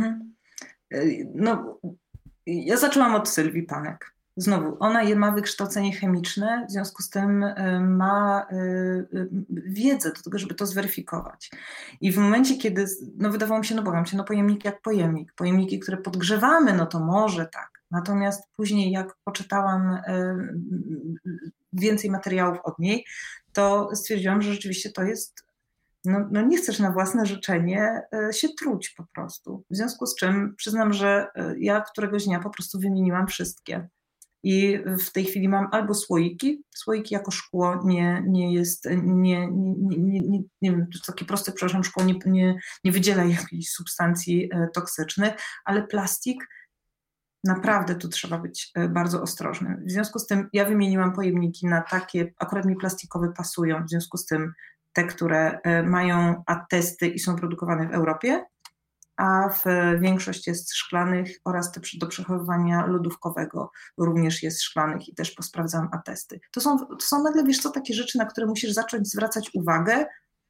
[SPEAKER 2] No, ja zaczęłam od Sylwii Panek. Znowu, ona ma wykształcenie chemiczne, w związku z tym ma wiedzę do tego, żeby to zweryfikować. I w momencie, kiedy, wydawało mi się, błagam cię, pojemnik jak pojemnik. Pojemniki, które podgrzewamy, to może tak. Natomiast później, jak poczytałam więcej materiałów od niej, to stwierdziłam, że rzeczywiście to jest nie chcesz na własne życzenie się truć po prostu. W związku z czym przyznam, że ja któregoś dnia po prostu wymieniłam wszystkie. I w tej chwili mam albo słoiki jako szkło nie jest, nie wiem, to takie proste, przepraszam, szkło nie wydziela jakichś substancji toksycznych, ale plastik, naprawdę tu trzeba być bardzo ostrożnym. W związku z tym ja wymieniłam pojemniki na takie, akurat mi plastikowe pasują, w związku z tym te, które mają atesty i są produkowane w Europie, a większość jest szklanych oraz te do przechowywania lodówkowego również jest szklanych i też posprawdzałam atesty. To są nagle, wiesz co, takie rzeczy, na które musisz zacząć zwracać uwagę,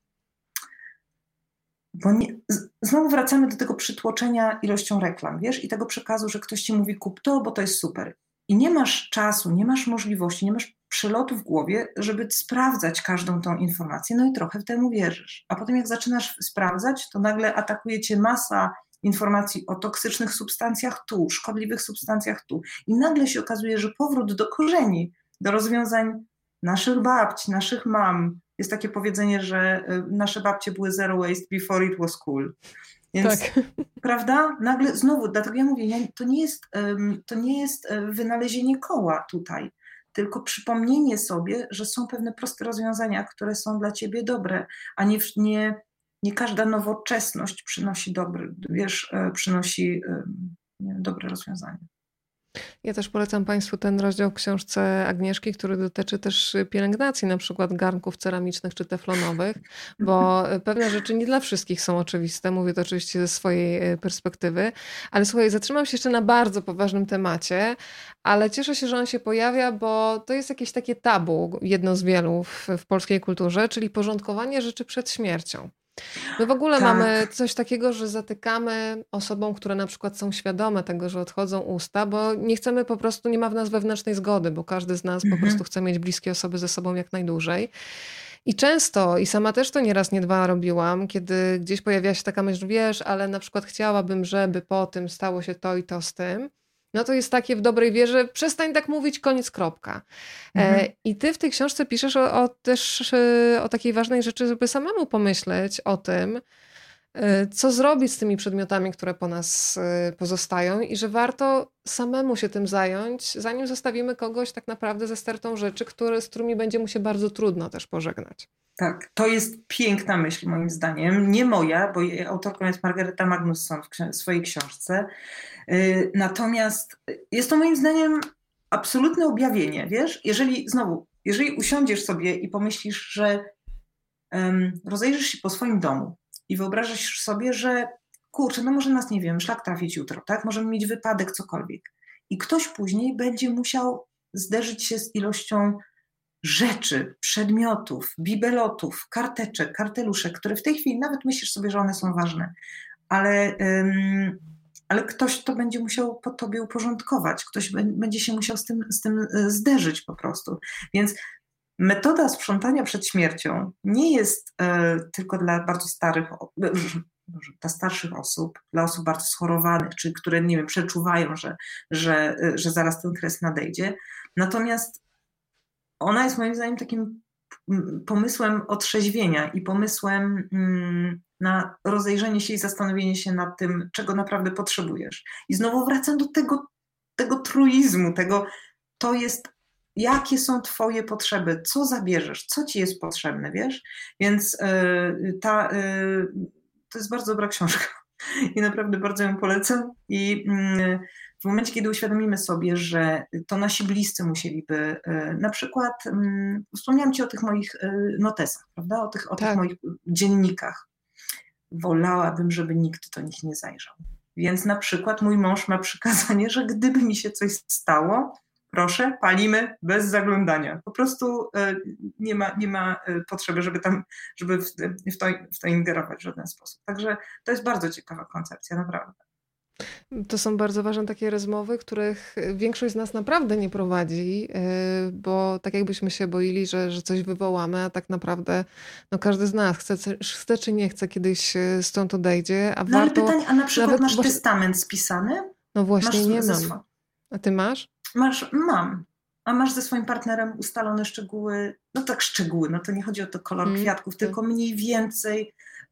[SPEAKER 2] bo znowu wracamy do tego przytłoczenia ilością reklam, wiesz, i tego przekazu, że ktoś ci mówi kup to, bo to jest super. I nie masz czasu, nie masz możliwości, nie masz przelotu w głowie, żeby sprawdzać każdą tą informację, i trochę w temu wierzysz. A potem jak zaczynasz sprawdzać, to nagle atakuje cię masa informacji o toksycznych substancjach tu, szkodliwych substancjach tu. I nagle się okazuje, że powrót do korzeni, do rozwiązań naszych babci, naszych mam. Jest takie powiedzenie, że nasze babcie były zero waste before it was cool. Więc, tak. Prawda? Nagle znowu, dlatego ja mówię, to nie jest wynalezienie koła tutaj, tylko przypomnienie sobie, że są pewne proste rozwiązania, które są dla ciebie dobre, a nie każda nowoczesność przynosi dobre rozwiązanie.
[SPEAKER 1] Ja też polecam Państwu ten rozdział w książce Agnieszki, który dotyczy też pielęgnacji, na przykład garnków ceramicznych czy teflonowych, bo pewne rzeczy nie dla wszystkich są oczywiste. Mówię to oczywiście ze swojej perspektywy, ale słuchaj, zatrzymam się jeszcze na bardzo poważnym temacie, ale cieszę się, że on się pojawia, bo to jest jakieś takie tabu, jedno z wielu w polskiej kulturze, czyli porządkowanie rzeczy przed śmiercią. My w ogóle mamy
[SPEAKER 2] Tak.
[SPEAKER 1] coś takiego, że zatykamy osobom, które na przykład są świadome tego, że odchodzą usta, bo nie chcemy po prostu, nie ma w nas wewnętrznej zgody, bo każdy z nas po prostu
[SPEAKER 2] Mhm.
[SPEAKER 1] chce mieć bliskie osoby ze sobą jak najdłużej. I często, i sama też to nieraz, nie dwa robiłam, kiedy gdzieś pojawia się taka myśl, wiesz, ale na przykład chciałabym, żeby po tym stało się to i to z tym. No to jest takie w dobrej wierze, przestań tak mówić, koniec, kropka.
[SPEAKER 2] Mhm.
[SPEAKER 1] I ty w tej książce piszesz też o takiej ważnej rzeczy, żeby samemu pomyśleć o tym, co zrobić z tymi przedmiotami, które po nas pozostają i że warto samemu się tym zająć, zanim zostawimy kogoś tak naprawdę ze stertą rzeczy, z którymi będzie mu się bardzo trudno też pożegnać.
[SPEAKER 2] Tak, to jest piękna myśl moim zdaniem. Nie moja, bo jej autorką jest Margareta Magnusson w swojej książce. Natomiast jest to moim zdaniem absolutne objawienie, wiesz? Jeżeli usiądziesz sobie i pomyślisz, że rozejrzysz się po swoim domu i wyobrażasz sobie, że kurczę, no może nas, nie wiem, szlak trafić jutro, tak? Możemy mieć wypadek, cokolwiek. I ktoś później będzie musiał zderzyć się z ilością rzeczy, przedmiotów, bibelotów, karteczek, karteluszek, które w tej chwili nawet myślisz sobie, że one są ważne, ale, ale ktoś to będzie musiał po tobie uporządkować, ktoś będzie się musiał z tym zderzyć po prostu. Więc metoda sprzątania przed śmiercią nie jest tylko dla bardzo starych, dla starszych osób, dla osób bardzo schorowanych, czy które, nie wiem, przeczuwają, że zaraz ten kres nadejdzie. Natomiast ona jest moim zdaniem takim pomysłem otrzeźwienia i pomysłem na rozejrzenie się i zastanowienie się nad tym, czego naprawdę potrzebujesz. I znowu wracam do tego truizmu, to jest, jakie są twoje potrzeby, co zabierzesz, co ci jest potrzebne, wiesz? Więc to jest bardzo dobra książka i naprawdę bardzo ją polecam. I w momencie, kiedy uświadomimy sobie, że to nasi bliscy musieliby, na przykład wspomniałam ci o tych moich notesach, prawda? O tych
[SPEAKER 1] Tak.
[SPEAKER 2] moich dziennikach. Wolałabym, żeby nikt do nich nie zajrzał. Więc na przykład mój mąż ma przykazanie, że gdyby mi się coś stało, proszę, palimy bez zaglądania. Po prostu nie ma potrzeby, żeby w to ingerować w żaden sposób. Także to jest bardzo ciekawa koncepcja, naprawdę.
[SPEAKER 1] To są bardzo ważne takie rozmowy, których większość z nas naprawdę nie prowadzi, bo tak jakbyśmy się boili, że coś wywołamy, a tak naprawdę no każdy z nas chce czy nie chce, kiedyś stąd odejdzie, a
[SPEAKER 2] No ale
[SPEAKER 1] warto
[SPEAKER 2] pytanie, a na przykład
[SPEAKER 1] nawet
[SPEAKER 2] masz
[SPEAKER 1] właśnie,
[SPEAKER 2] testament spisany?
[SPEAKER 1] no
[SPEAKER 2] Masz
[SPEAKER 1] właśnie nie
[SPEAKER 2] ze
[SPEAKER 1] mam.
[SPEAKER 2] swo-
[SPEAKER 1] A ty masz?
[SPEAKER 2] Mam. A masz ze swoim partnerem ustalone szczegóły, no tak szczegóły, no to nie chodzi o to kolor kwiatków,
[SPEAKER 1] Tak.
[SPEAKER 2] tylko mniej więcej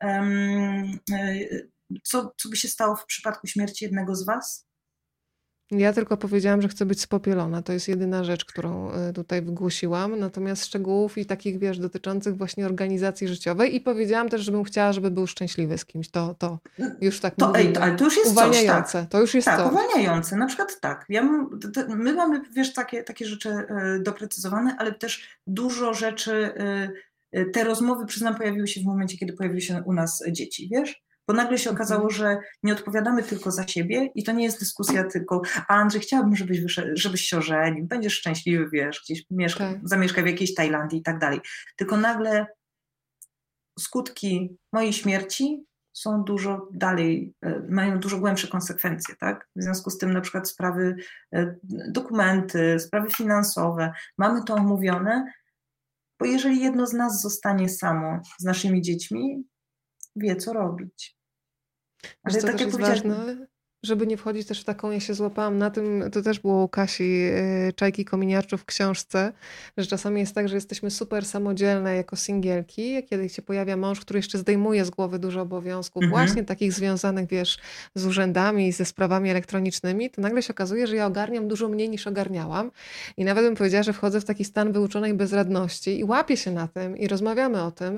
[SPEAKER 2] co by się stało w przypadku śmierci jednego z was?
[SPEAKER 1] Ja tylko powiedziałam, że chcę być spopielona. To jest jedyna rzecz, którą tutaj wygłosiłam. Natomiast szczegółów i takich, wiesz, dotyczących właśnie organizacji życiowej. I powiedziałam też, żebym chciała, żeby był szczęśliwy z kimś. To już tak mówimy.
[SPEAKER 2] Ale to już jest coś, tak.
[SPEAKER 1] Uwalniające. To już jest
[SPEAKER 2] Tak,
[SPEAKER 1] coś.
[SPEAKER 2] uwalniające. Na przykład tak. My mamy, wiesz, takie rzeczy doprecyzowane, ale też dużo rzeczy, te rozmowy, przyznam, pojawiły się w momencie, kiedy pojawiły się u nas dzieci, wiesz? Bo nagle się okazało, że nie odpowiadamy tylko za siebie i to nie jest dyskusja tylko, a Andrzej, chciałabym, żebyś się ożenił, będziesz szczęśliwy, wiesz, gdzieś
[SPEAKER 1] Tak.
[SPEAKER 2] zamieszkaj w jakiejś Tajlandii i tak dalej. Tylko nagle skutki mojej śmierci są dużo dalej, mają dużo głębsze konsekwencje, tak? W związku z tym na przykład sprawy, dokumenty, sprawy finansowe, mamy to omówione, bo jeżeli jedno z nas zostanie samo z naszymi dziećmi, wie co robić.
[SPEAKER 1] Wiesz,
[SPEAKER 2] Ale
[SPEAKER 1] co
[SPEAKER 2] tak
[SPEAKER 1] też
[SPEAKER 2] jak
[SPEAKER 1] jest
[SPEAKER 2] powiedziałam,
[SPEAKER 1] ważne, żeby nie wchodzić też w taką, ja się złapałam na tym, to też było u Kasi Czajki-Kominiarczuk w książce, że czasami jest tak, że jesteśmy super samodzielne jako singielki, kiedy się pojawia mąż, który jeszcze zdejmuje z głowy dużo obowiązków, właśnie takich związanych, wiesz, z urzędami, ze sprawami elektronicznymi, to nagle się okazuje, że ja ogarniam dużo mniej niż ogarniałam i nawet bym powiedziała, że wchodzę w taki stan wyuczonej bezradności i łapię się na tym i rozmawiamy o tym,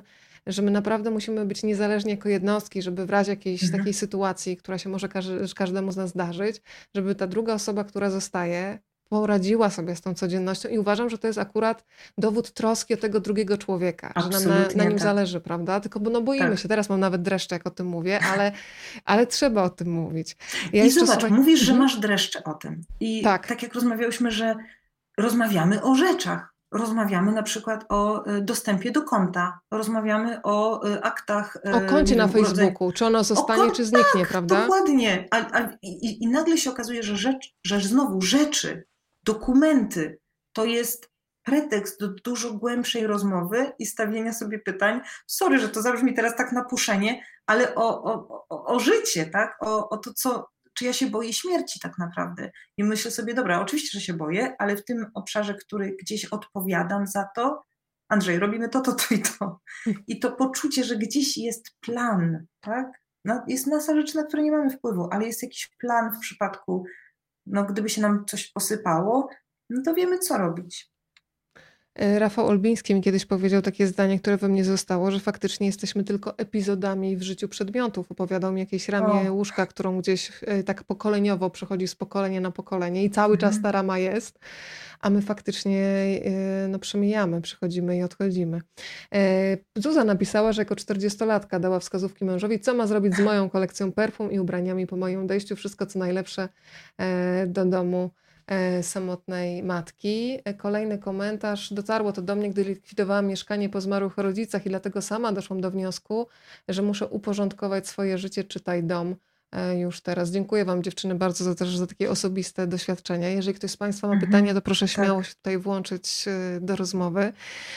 [SPEAKER 1] że my naprawdę musimy być niezależni jako jednostki, żeby w razie jakiejś takiej sytuacji, która się może każdemu z nas zdarzyć, żeby ta druga osoba, która zostaje, poradziła sobie z tą codziennością i uważam, że to jest akurat dowód troski o tego drugiego człowieka, że nam na nim zależy, prawda? Tylko boimy się, teraz mam nawet dreszcze, jak o tym mówię, ale trzeba o tym mówić.
[SPEAKER 2] I zobacz, mówisz, że masz dreszcze o tym. I tak jak rozmawiałyśmy, że rozmawiamy o rzeczach. Rozmawiamy na przykład o dostępie do konta, rozmawiamy o aktach.
[SPEAKER 1] O koncie na Facebooku, czy ono zostanie, czy zniknie,
[SPEAKER 2] tak,
[SPEAKER 1] prawda?
[SPEAKER 2] Dokładnie. I nagle się okazuje, że znowu rzeczy, dokumenty to jest pretekst do dużo głębszej rozmowy i stawienia sobie pytań. Sorry, że to zabrzmi teraz tak na puszenie, ale o życie, tak? O to, czy ja się boję śmierci tak naprawdę. I myślę sobie, dobra, oczywiście, że się boję, ale w tym obszarze, który gdzieś odpowiadam za to, Andrzej, robimy to i to. I to poczucie, że gdzieś jest plan, tak? No, jest masa rzeczy, na które nie mamy wpływu, ale jest jakiś plan w przypadku, gdyby się nam coś posypało, no to wiemy, co robić.
[SPEAKER 1] Rafał Olbiński mi kiedyś powiedział takie zdanie, które we mnie zostało, że faktycznie jesteśmy tylko epizodami w życiu przedmiotów. Opowiadał mi jakieś ramię łóżka, którą gdzieś tak pokoleniowo przechodzi z pokolenia na pokolenie i cały czas ta rama jest, a my faktycznie przemijamy, przychodzimy i odchodzimy. Zuza napisała, że jako 40-latka dała wskazówki mężowi, co ma zrobić z moją kolekcją perfum i ubraniami po moim odejściu. Wszystko, co najlepsze do domu samotnej matki. Kolejny komentarz. Dotarło to do mnie, gdy likwidowałam mieszkanie po zmarłych rodzicach i dlatego sama doszłam do wniosku, że muszę uporządkować swoje życie, czytaj dom już teraz. Dziękuję wam, dziewczyny, bardzo za takie osobiste doświadczenia. Jeżeli ktoś z państwa ma pytania, to proszę śmiało się tutaj włączyć do rozmowy.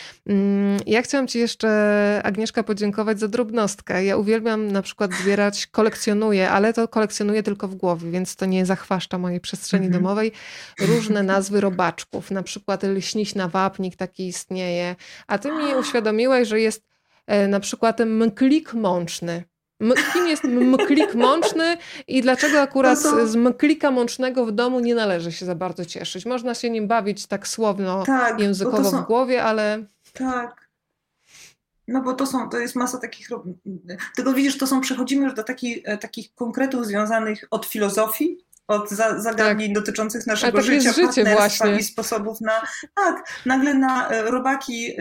[SPEAKER 1] Ja chciałam ci jeszcze, Agnieszka, podziękować za drobnostkę. Ja uwielbiam na przykład zbierać, kolekcjonuję, ale to kolekcjonuję tylko w głowie, więc to nie zachwaszcza mojej przestrzeni domowej. Różne nazwy robaczków, na przykład lśniś na wapnik, taki istnieje. A ty mi uświadomiłeś, że jest na przykład mklik mączny. Kim jest mklik mączny i dlaczego akurat z mklika mącznego w domu nie należy się za bardzo cieszyć? Można się nim bawić tak słowno, językowo w głowie, ale...
[SPEAKER 2] Tak. No bo to jest masa takich... Tylko widzisz, przechodzimy już do takich konkretów związanych od filozofii, od zagadnień dotyczących naszego życia, partnerstwa i sposobów na... Tak, nagle na robaki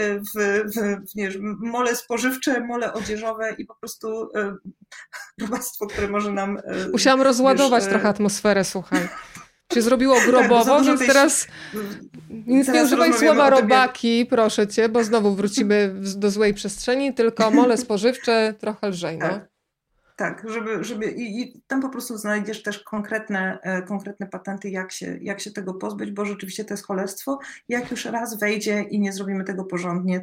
[SPEAKER 2] mole spożywcze, mole odzieżowe i po prostu robactwo, które może nam...
[SPEAKER 1] Musiałam rozładować trochę atmosferę, słuchaj. Się zrobiło grobowo, więc teraz nie używaj słowa robaki, proszę cię, bo znowu wrócimy do złej przestrzeni, tylko mole spożywcze trochę lżej.
[SPEAKER 2] Tak, żeby i tam po prostu znajdziesz też konkretne patenty, jak się tego pozbyć, bo rzeczywiście to jest cholerstwo. Jak już raz wejdzie i nie zrobimy tego porządnie,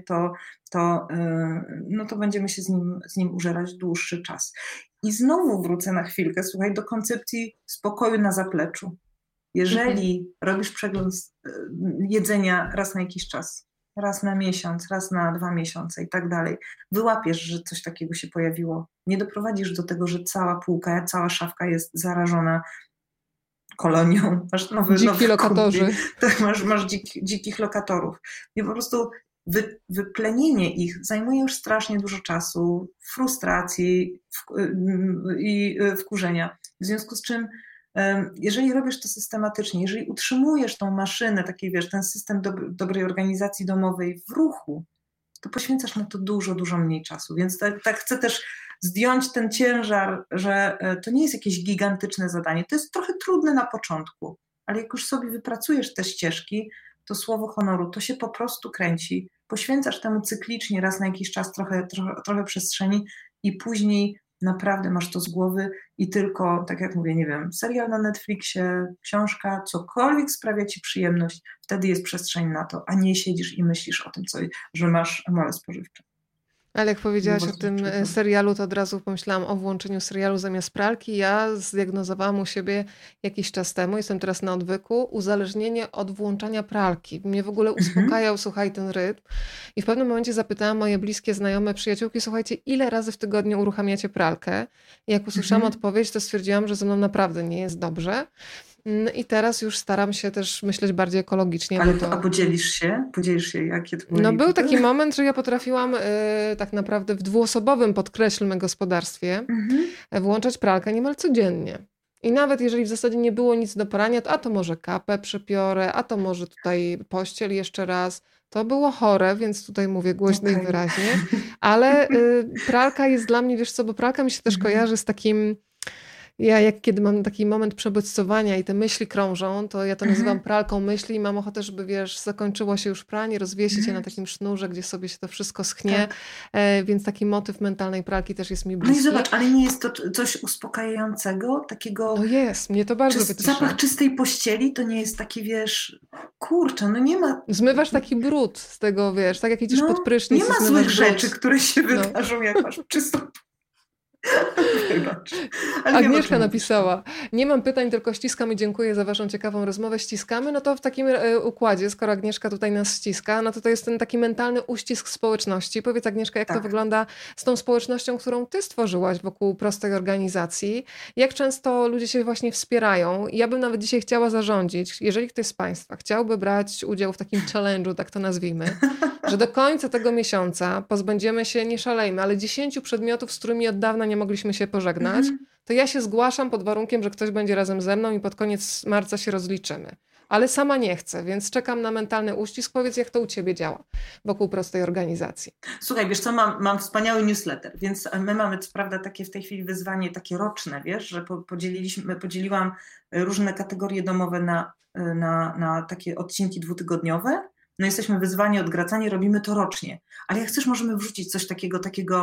[SPEAKER 2] to będziemy się z nim użerać dłuższy czas. I znowu wrócę na chwilkę, słuchaj, do koncepcji spokoju na zapleczu. Jeżeli robisz przegląd jedzenia raz na jakiś czas, raz na miesiąc, raz na 2 miesiące i tak dalej, wyłapiesz, że coś takiego się pojawiło. Nie doprowadzisz do tego, że cała półka, cała szafka jest zarażona kolonią. Masz
[SPEAKER 1] dziki lokatorzy.
[SPEAKER 2] Tak, masz dzikich lokatorów. I po prostu wyplenienie ich zajmuje już strasznie dużo czasu, frustracji i wkurzenia. W związku z czym jeżeli robisz to systematycznie, jeżeli utrzymujesz tą maszynę, ten system dobrej organizacji domowej w ruchu, to poświęcasz na to dużo, dużo mniej czasu. Więc tak chcę też zdjąć ten ciężar, że to nie jest jakieś gigantyczne zadanie. To jest trochę trudne na początku, ale jak już sobie wypracujesz te ścieżki, to słowo honoru, to się po prostu kręci. Poświęcasz temu cyklicznie raz na jakiś czas trochę przestrzeni i później naprawdę masz to z głowy i tylko, tak jak mówię, nie wiem, serial na Netflixie, książka, cokolwiek sprawia ci przyjemność, wtedy jest przestrzeń na to, a nie siedzisz i myślisz o tym, że masz mole spożywcze.
[SPEAKER 1] Ale jak powiedziałaś o tym serialu, to od razu pomyślałam o włączeniu serialu zamiast pralki. Ja zdiagnozowałam u siebie jakiś czas temu, jestem teraz na odwyku, uzależnienie od włączania pralki. Mnie w ogóle uspokajał, słuchaj, ten rytm. I w pewnym momencie zapytałam moje bliskie, znajome, przyjaciółki, słuchajcie, ile razy w tygodniu uruchamiacie pralkę? I jak usłyszałam odpowiedź, to stwierdziłam, że ze mną naprawdę nie jest dobrze. I teraz już staram się też myśleć bardziej ekologicznie.
[SPEAKER 2] Ale
[SPEAKER 1] bo to...
[SPEAKER 2] A podzielisz się? Podzielisz się, jakie to były
[SPEAKER 1] No był
[SPEAKER 2] liczby?
[SPEAKER 1] taki moment, że ja potrafiłam tak naprawdę w dwuosobowym, podkreślmy, gospodarstwie włączać pralkę niemal codziennie. I nawet jeżeli w zasadzie nie było nic do prania, to a to może kapę przepiorę, a to może tutaj pościel jeszcze raz. To było chore, więc tutaj mówię głośno i wyraźnie. Ale pralka jest dla mnie, wiesz co, bo pralka mi się też kojarzy z takim... Ja kiedy mam taki moment przebodźcowania i te myśli krążą, to ja to nazywam pralką myśli i mam ochotę, żeby wiesz, zakończyło się już pranie, rozwiesić je na takim sznurze, gdzie sobie się to wszystko schnie, więc taki motyw mentalnej pralki też jest mi bliski.
[SPEAKER 2] No i zobacz, ale nie jest to coś uspokajającego, takiego...
[SPEAKER 1] No jest, mnie to bardzo wycisza.
[SPEAKER 2] Zapach czystej pościeli to nie jest taki, wiesz, kurczę, no nie ma...
[SPEAKER 1] Zmywasz taki brud z tego, wiesz, tak jak idziesz pod prysznic.
[SPEAKER 2] Nie ma złych rzeczy, które się wydarzą, jak masz czystą... Wybacz.
[SPEAKER 1] Agnieszka napisała, nie mam pytań, tylko ściskam i dziękuję za waszą ciekawą rozmowę. Ściskamy, no to w takim układzie, skoro Agnieszka tutaj nas ściska, no to jest ten taki mentalny uścisk społeczności. Powiedz Agnieszka, jak to wygląda z tą społecznością, którą ty stworzyłaś wokół prostej organizacji? Jak często ludzie się właśnie wspierają? Ja bym nawet dzisiaj chciała zarządzić, jeżeli ktoś z państwa chciałby brać udział w takim challenge'u, tak to nazwijmy, że do końca tego miesiąca pozbędziemy się, nie szalejmy, ale 10 przedmiotów, z którymi od dawna nie mogliśmy się pożegnać, to ja się zgłaszam pod warunkiem, że ktoś będzie razem ze mną i pod koniec marca się rozliczymy. Ale sama nie chcę, więc czekam na mentalny uścisk. Powiedz, jak to u ciebie działa wokół prostej organizacji.
[SPEAKER 2] Słuchaj, wiesz co, mam wspaniały newsletter, więc my mamy co prawda takie w tej chwili wyzwanie takie roczne, wiesz, że podzieliłam różne kategorie domowe na takie odcinki dwutygodniowe. No jesteśmy wyzwani, odgradzani, robimy to rocznie. Ale jak chcesz, możemy wrzucić coś takiego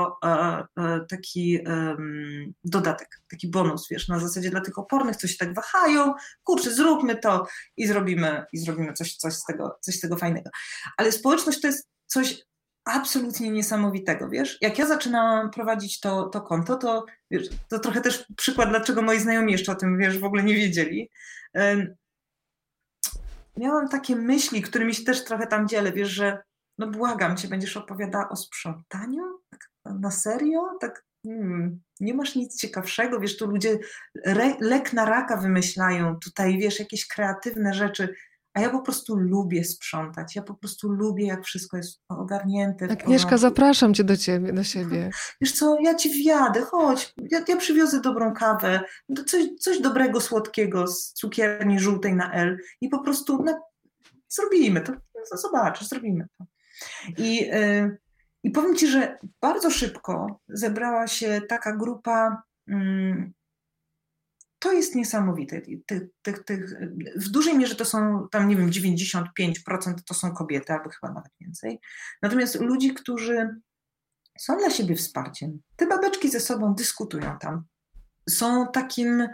[SPEAKER 2] taki dodatek, taki bonus, wiesz, na zasadzie dla tych opornych, co się tak wahają, kurczę, zróbmy to i zrobimy coś z tego fajnego. Ale społeczność to jest coś absolutnie niesamowitego, wiesz. Jak ja zaczynałam prowadzić to konto, to wiesz, to trochę też przykład, dlaczego moi znajomi jeszcze o tym, wiesz, w ogóle nie wiedzieli. Miałam takie myśli, którymi się też trochę tam dzielę, wiesz, że no błagam cię, będziesz opowiadała o sprzątaniu? Tak na serio? Tak nie masz nic ciekawszego, wiesz, tu ludzie lek na raka wymyślają, tutaj wiesz, jakieś kreatywne rzeczy, a ja po prostu lubię sprzątać, ja po prostu lubię, jak wszystko jest ogarnięte.
[SPEAKER 1] Agnieszka, zapraszam cię do siebie.
[SPEAKER 2] Wiesz co, ja ci wjadę, chodź, ja przywiozę dobrą kawę, coś dobrego, słodkiego z cukierni żółtej na L i po prostu zrobimy to, zobaczysz, zrobimy to. I powiem ci, że bardzo szybko zebrała się taka grupa, to jest niesamowite. W dużej mierze to są, tam nie wiem, 95% to są kobiety, albo chyba nawet więcej. Natomiast ludzi, którzy są dla siebie wsparciem. Te babeczki ze sobą dyskutują tam. Są takim,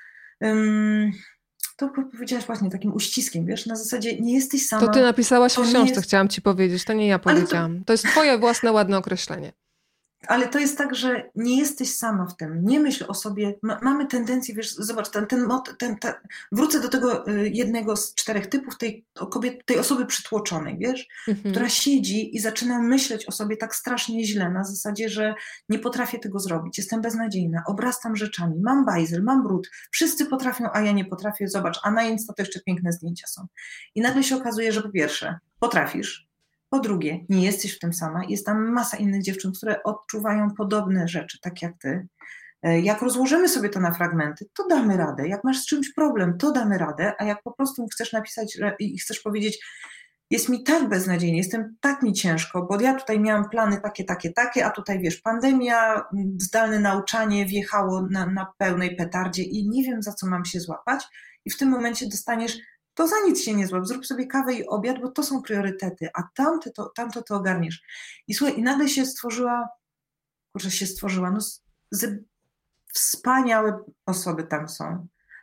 [SPEAKER 2] to powiedziałaś właśnie, takim uściskiem, wiesz, na zasadzie nie jesteś sama.
[SPEAKER 1] To ty napisałaś w książce, chciałam ci powiedzieć, to nie ja powiedziałam. To jest twoje własne ładne określenie.
[SPEAKER 2] Ale to jest tak, że nie jesteś sama w tym. Nie myśl o sobie. Mamy tendencję, wiesz, zobacz, wrócę do tego jednego z 4 typów tej osoby przytłoczonej, wiesz, która siedzi i zaczyna myśleć o sobie tak strasznie źle, na zasadzie, że nie potrafię tego zrobić, jestem beznadziejna, obrastam rzeczami, mam bajzel, mam brud, wszyscy potrafią, a ja nie potrafię, zobacz, a na Insta to jeszcze piękne zdjęcia są. I nagle się okazuje, że po pierwsze, potrafisz, po drugie, nie jesteś w tym sama, jest tam masa innych dziewczyn, które odczuwają podobne rzeczy, tak jak ty. Jak rozłożymy sobie to na fragmenty, to damy radę. Jak masz z czymś problem, to damy radę, a jak po prostu chcesz napisać i chcesz powiedzieć, jest mi tak beznadziejnie, tak mi ciężko, bo ja tutaj miałam plany takie, a tutaj wiesz, pandemia, zdalne nauczanie wjechało na pełnej petardzie i nie wiem, za co mam się złapać i w tym momencie dostaniesz, to za nic się nie złap, zrób sobie kawę i obiad, bo to są priorytety, a tamto to ogarniesz. I słuchaj, i nagle się stworzyła, no wspaniałe osoby tam są.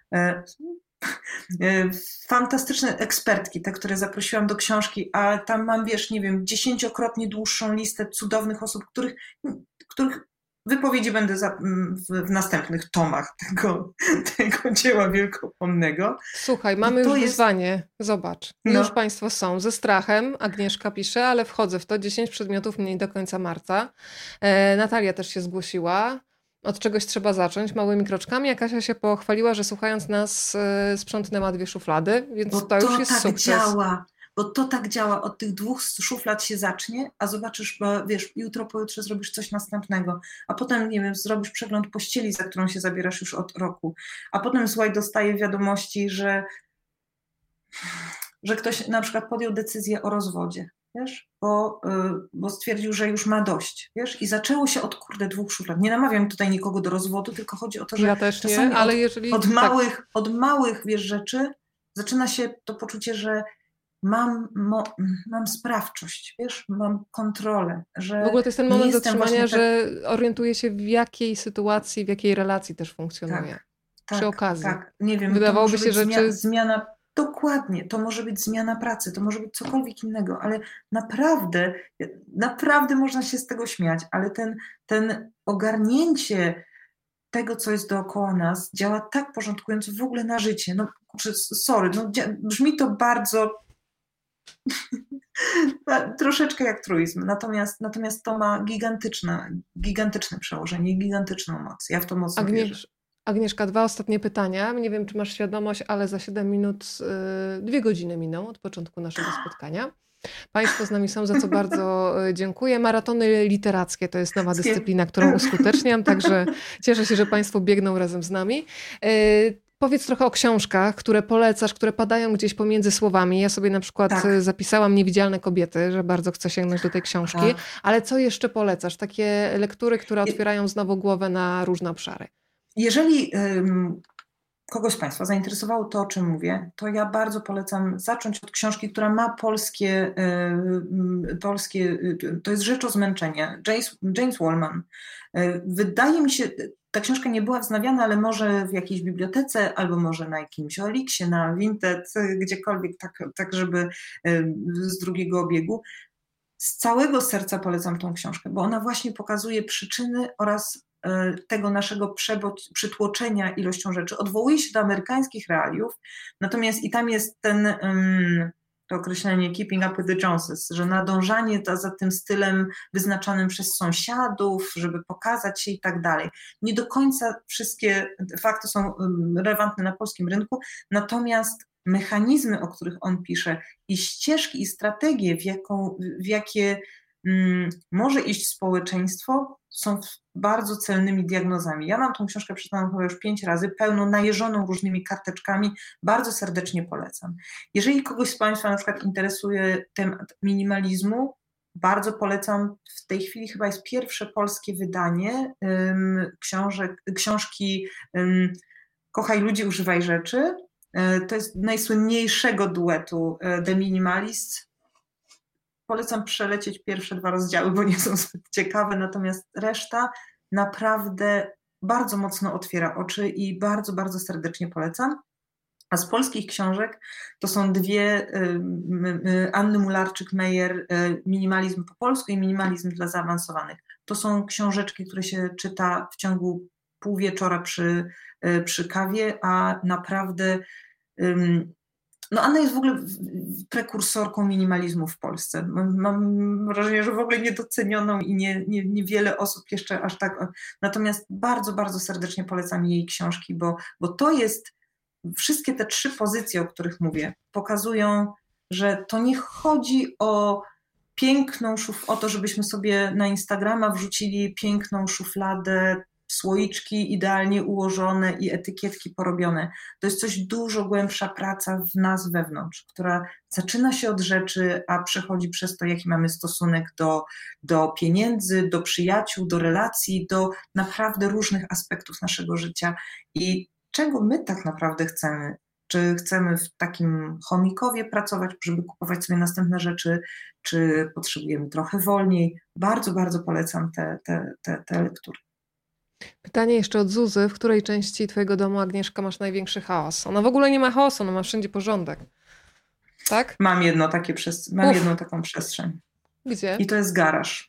[SPEAKER 2] Fantastyczne ekspertki, te, które zaprosiłam do książki, a tam mam, wiesz, nie wiem, 10-krotnie dłuższą listę cudownych osób, których wypowiedzi będę w następnych tomach tego dzieła wielkopomnego.
[SPEAKER 1] Słuchaj, mamy już wyzwanie. Zobacz. Już państwo są. Ze strachem, Agnieszka pisze, ale wchodzę w to. 10 przedmiotów mniej do końca marca. Natalia też się zgłosiła. Od czegoś trzeba zacząć, małymi kroczkami. A Kasia się pochwaliła, że słuchając nas sprzątnęła 2 szuflady,
[SPEAKER 2] Bo
[SPEAKER 1] więc to już
[SPEAKER 2] to
[SPEAKER 1] jest
[SPEAKER 2] tak
[SPEAKER 1] sukces.
[SPEAKER 2] działa. Bo to tak działa, od tych 2 szuflad się zacznie, a zobaczysz, bo wiesz, jutro, pojutrze zrobisz coś następnego, a potem, nie wiem, zrobisz przegląd pościeli, za którą się zabierasz już od roku, a potem, słuchaj, dostaję wiadomości, że ktoś na przykład podjął decyzję o rozwodzie, wiesz, bo stwierdził, że już ma dość, wiesz, i zaczęło się od, kurde, 2 szuflad. Nie namawiam tutaj nikogo do rozwodu, tylko chodzi o to, że
[SPEAKER 1] Ja też nie,
[SPEAKER 2] czasami
[SPEAKER 1] ale jeżeli tak,
[SPEAKER 2] od małych, wiesz, rzeczy zaczyna się to poczucie, że mam sprawczość, wiesz, mam kontrolę,
[SPEAKER 1] w
[SPEAKER 2] że
[SPEAKER 1] ogóle to jest ten
[SPEAKER 2] nie
[SPEAKER 1] moment
[SPEAKER 2] jestem
[SPEAKER 1] zatrzymania,
[SPEAKER 2] właśnie tak,
[SPEAKER 1] że orientuje się w jakiej sytuacji, w jakiej relacji też funkcjonuje.
[SPEAKER 2] tak,
[SPEAKER 1] Przy
[SPEAKER 2] tak,
[SPEAKER 1] okazji.
[SPEAKER 2] tak, nie wiem, to
[SPEAKER 1] Wydawałoby
[SPEAKER 2] może
[SPEAKER 1] się
[SPEAKER 2] być
[SPEAKER 1] rzeczy,
[SPEAKER 2] zmiana, dokładnie, to może być zmiana pracy, to może być cokolwiek innego, ale naprawdę, naprawdę można się z tego śmiać, ale ten ogarnięcie tego, co jest dookoła nas, działa tak porządkująco w ogóle na życie. No, kurczę, sorry, no, brzmi to bardzo troszeczkę jak truizm, natomiast to ma gigantyczne przełożenie, gigantyczną moc. Ja w to mocno wierzę.
[SPEAKER 1] Agnieszka, 2 ostatnie pytania. Nie wiem, czy masz świadomość, ale za 7 minut 2 godziny miną od początku naszego spotkania. Państwo z nami są, za co bardzo dziękuję. Maratony literackie to jest nowa dyscyplina, którą uskuteczniam, także cieszę się, że Państwo biegną razem z nami. Powiedz trochę o książkach, które polecasz, które padają gdzieś pomiędzy słowami. Ja sobie na przykład zapisałam Niewidzialne kobiety, że bardzo chcę sięgnąć do tej książki. Ale co jeszcze polecasz? Takie lektury, które otwierają znowu głowę na różne obszary.
[SPEAKER 2] Jeżeli kogoś z Państwa zainteresowało to, o czym mówię, to ja bardzo polecam zacząć od książki, która ma polskie, to jest Rzecz o zmęczenie, James Wallman. Wydaje mi się, ta książka nie była wznawiana, ale może w jakiejś bibliotece, albo może na jakimś Oliksie, na Vinted, gdziekolwiek, tak żeby z drugiego obiegu. Z całego serca polecam tą książkę, bo ona właśnie pokazuje przyczyny oraz tego naszego przytłoczenia ilością rzeczy. Odwołuje się do amerykańskich realiów, natomiast i tam jest to określenie keeping up with the Joneses, że nadążanie za tym stylem wyznaczanym przez sąsiadów, żeby pokazać się i tak dalej. Nie do końca wszystkie fakty są relevantne na polskim rynku, natomiast mechanizmy, o których on pisze i ścieżki i strategie, w jakie może iść społeczeństwo, są bardzo celnymi diagnozami. Ja mam tą książkę przeczytaną chyba już 5 razy, pełną, najeżoną różnymi karteczkami. Bardzo serdecznie polecam. Jeżeli kogoś z Państwa na przykład interesuje temat minimalizmu, bardzo polecam. W tej chwili chyba jest pierwsze polskie wydanie książki Kochaj ludzi, używaj rzeczy. To jest najsłynniejszego duetu The Minimalists. Polecam przelecieć pierwsze 2 rozdziały, bo nie są zbyt ciekawe, natomiast reszta naprawdę bardzo mocno otwiera oczy i bardzo, bardzo serdecznie polecam. A z polskich książek to są 2 Anny Mularczyk-Meyer, Minimalizm po polsku i Minimalizm dla zaawansowanych. To są książeczki, które się czyta w ciągu pół wieczora przy kawie, a naprawdę no Anna jest w ogóle prekursorką minimalizmu w Polsce. Mam wrażenie, że w ogóle niedocenioną i niewiele osób jeszcze aż tak. Natomiast bardzo, bardzo serdecznie polecam jej książki, bo to jest, wszystkie te 3 pozycje, o których mówię, pokazują, że to nie chodzi o o to, żebyśmy sobie na Instagrama wrzucili piękną szufladę, słoiczki idealnie ułożone i etykietki porobione. To jest coś dużo głębsza praca w nas wewnątrz, która zaczyna się od rzeczy, a przechodzi przez to, jaki mamy stosunek do pieniędzy, do przyjaciół, do relacji, do naprawdę różnych aspektów naszego życia i czego my tak naprawdę chcemy. Czy chcemy w takim chomikowie pracować, żeby kupować sobie następne rzeczy, czy potrzebujemy trochę wolniej. Bardzo, bardzo polecam te lektury.
[SPEAKER 1] Pytanie jeszcze od Zuzy. W której części twojego domu, Agnieszka, masz największy chaos? Ona w ogóle nie ma chaosu, ona ma wszędzie porządek. Tak?
[SPEAKER 2] Mam jedną taką przestrzeń.
[SPEAKER 1] Gdzie?
[SPEAKER 2] I to jest garaż.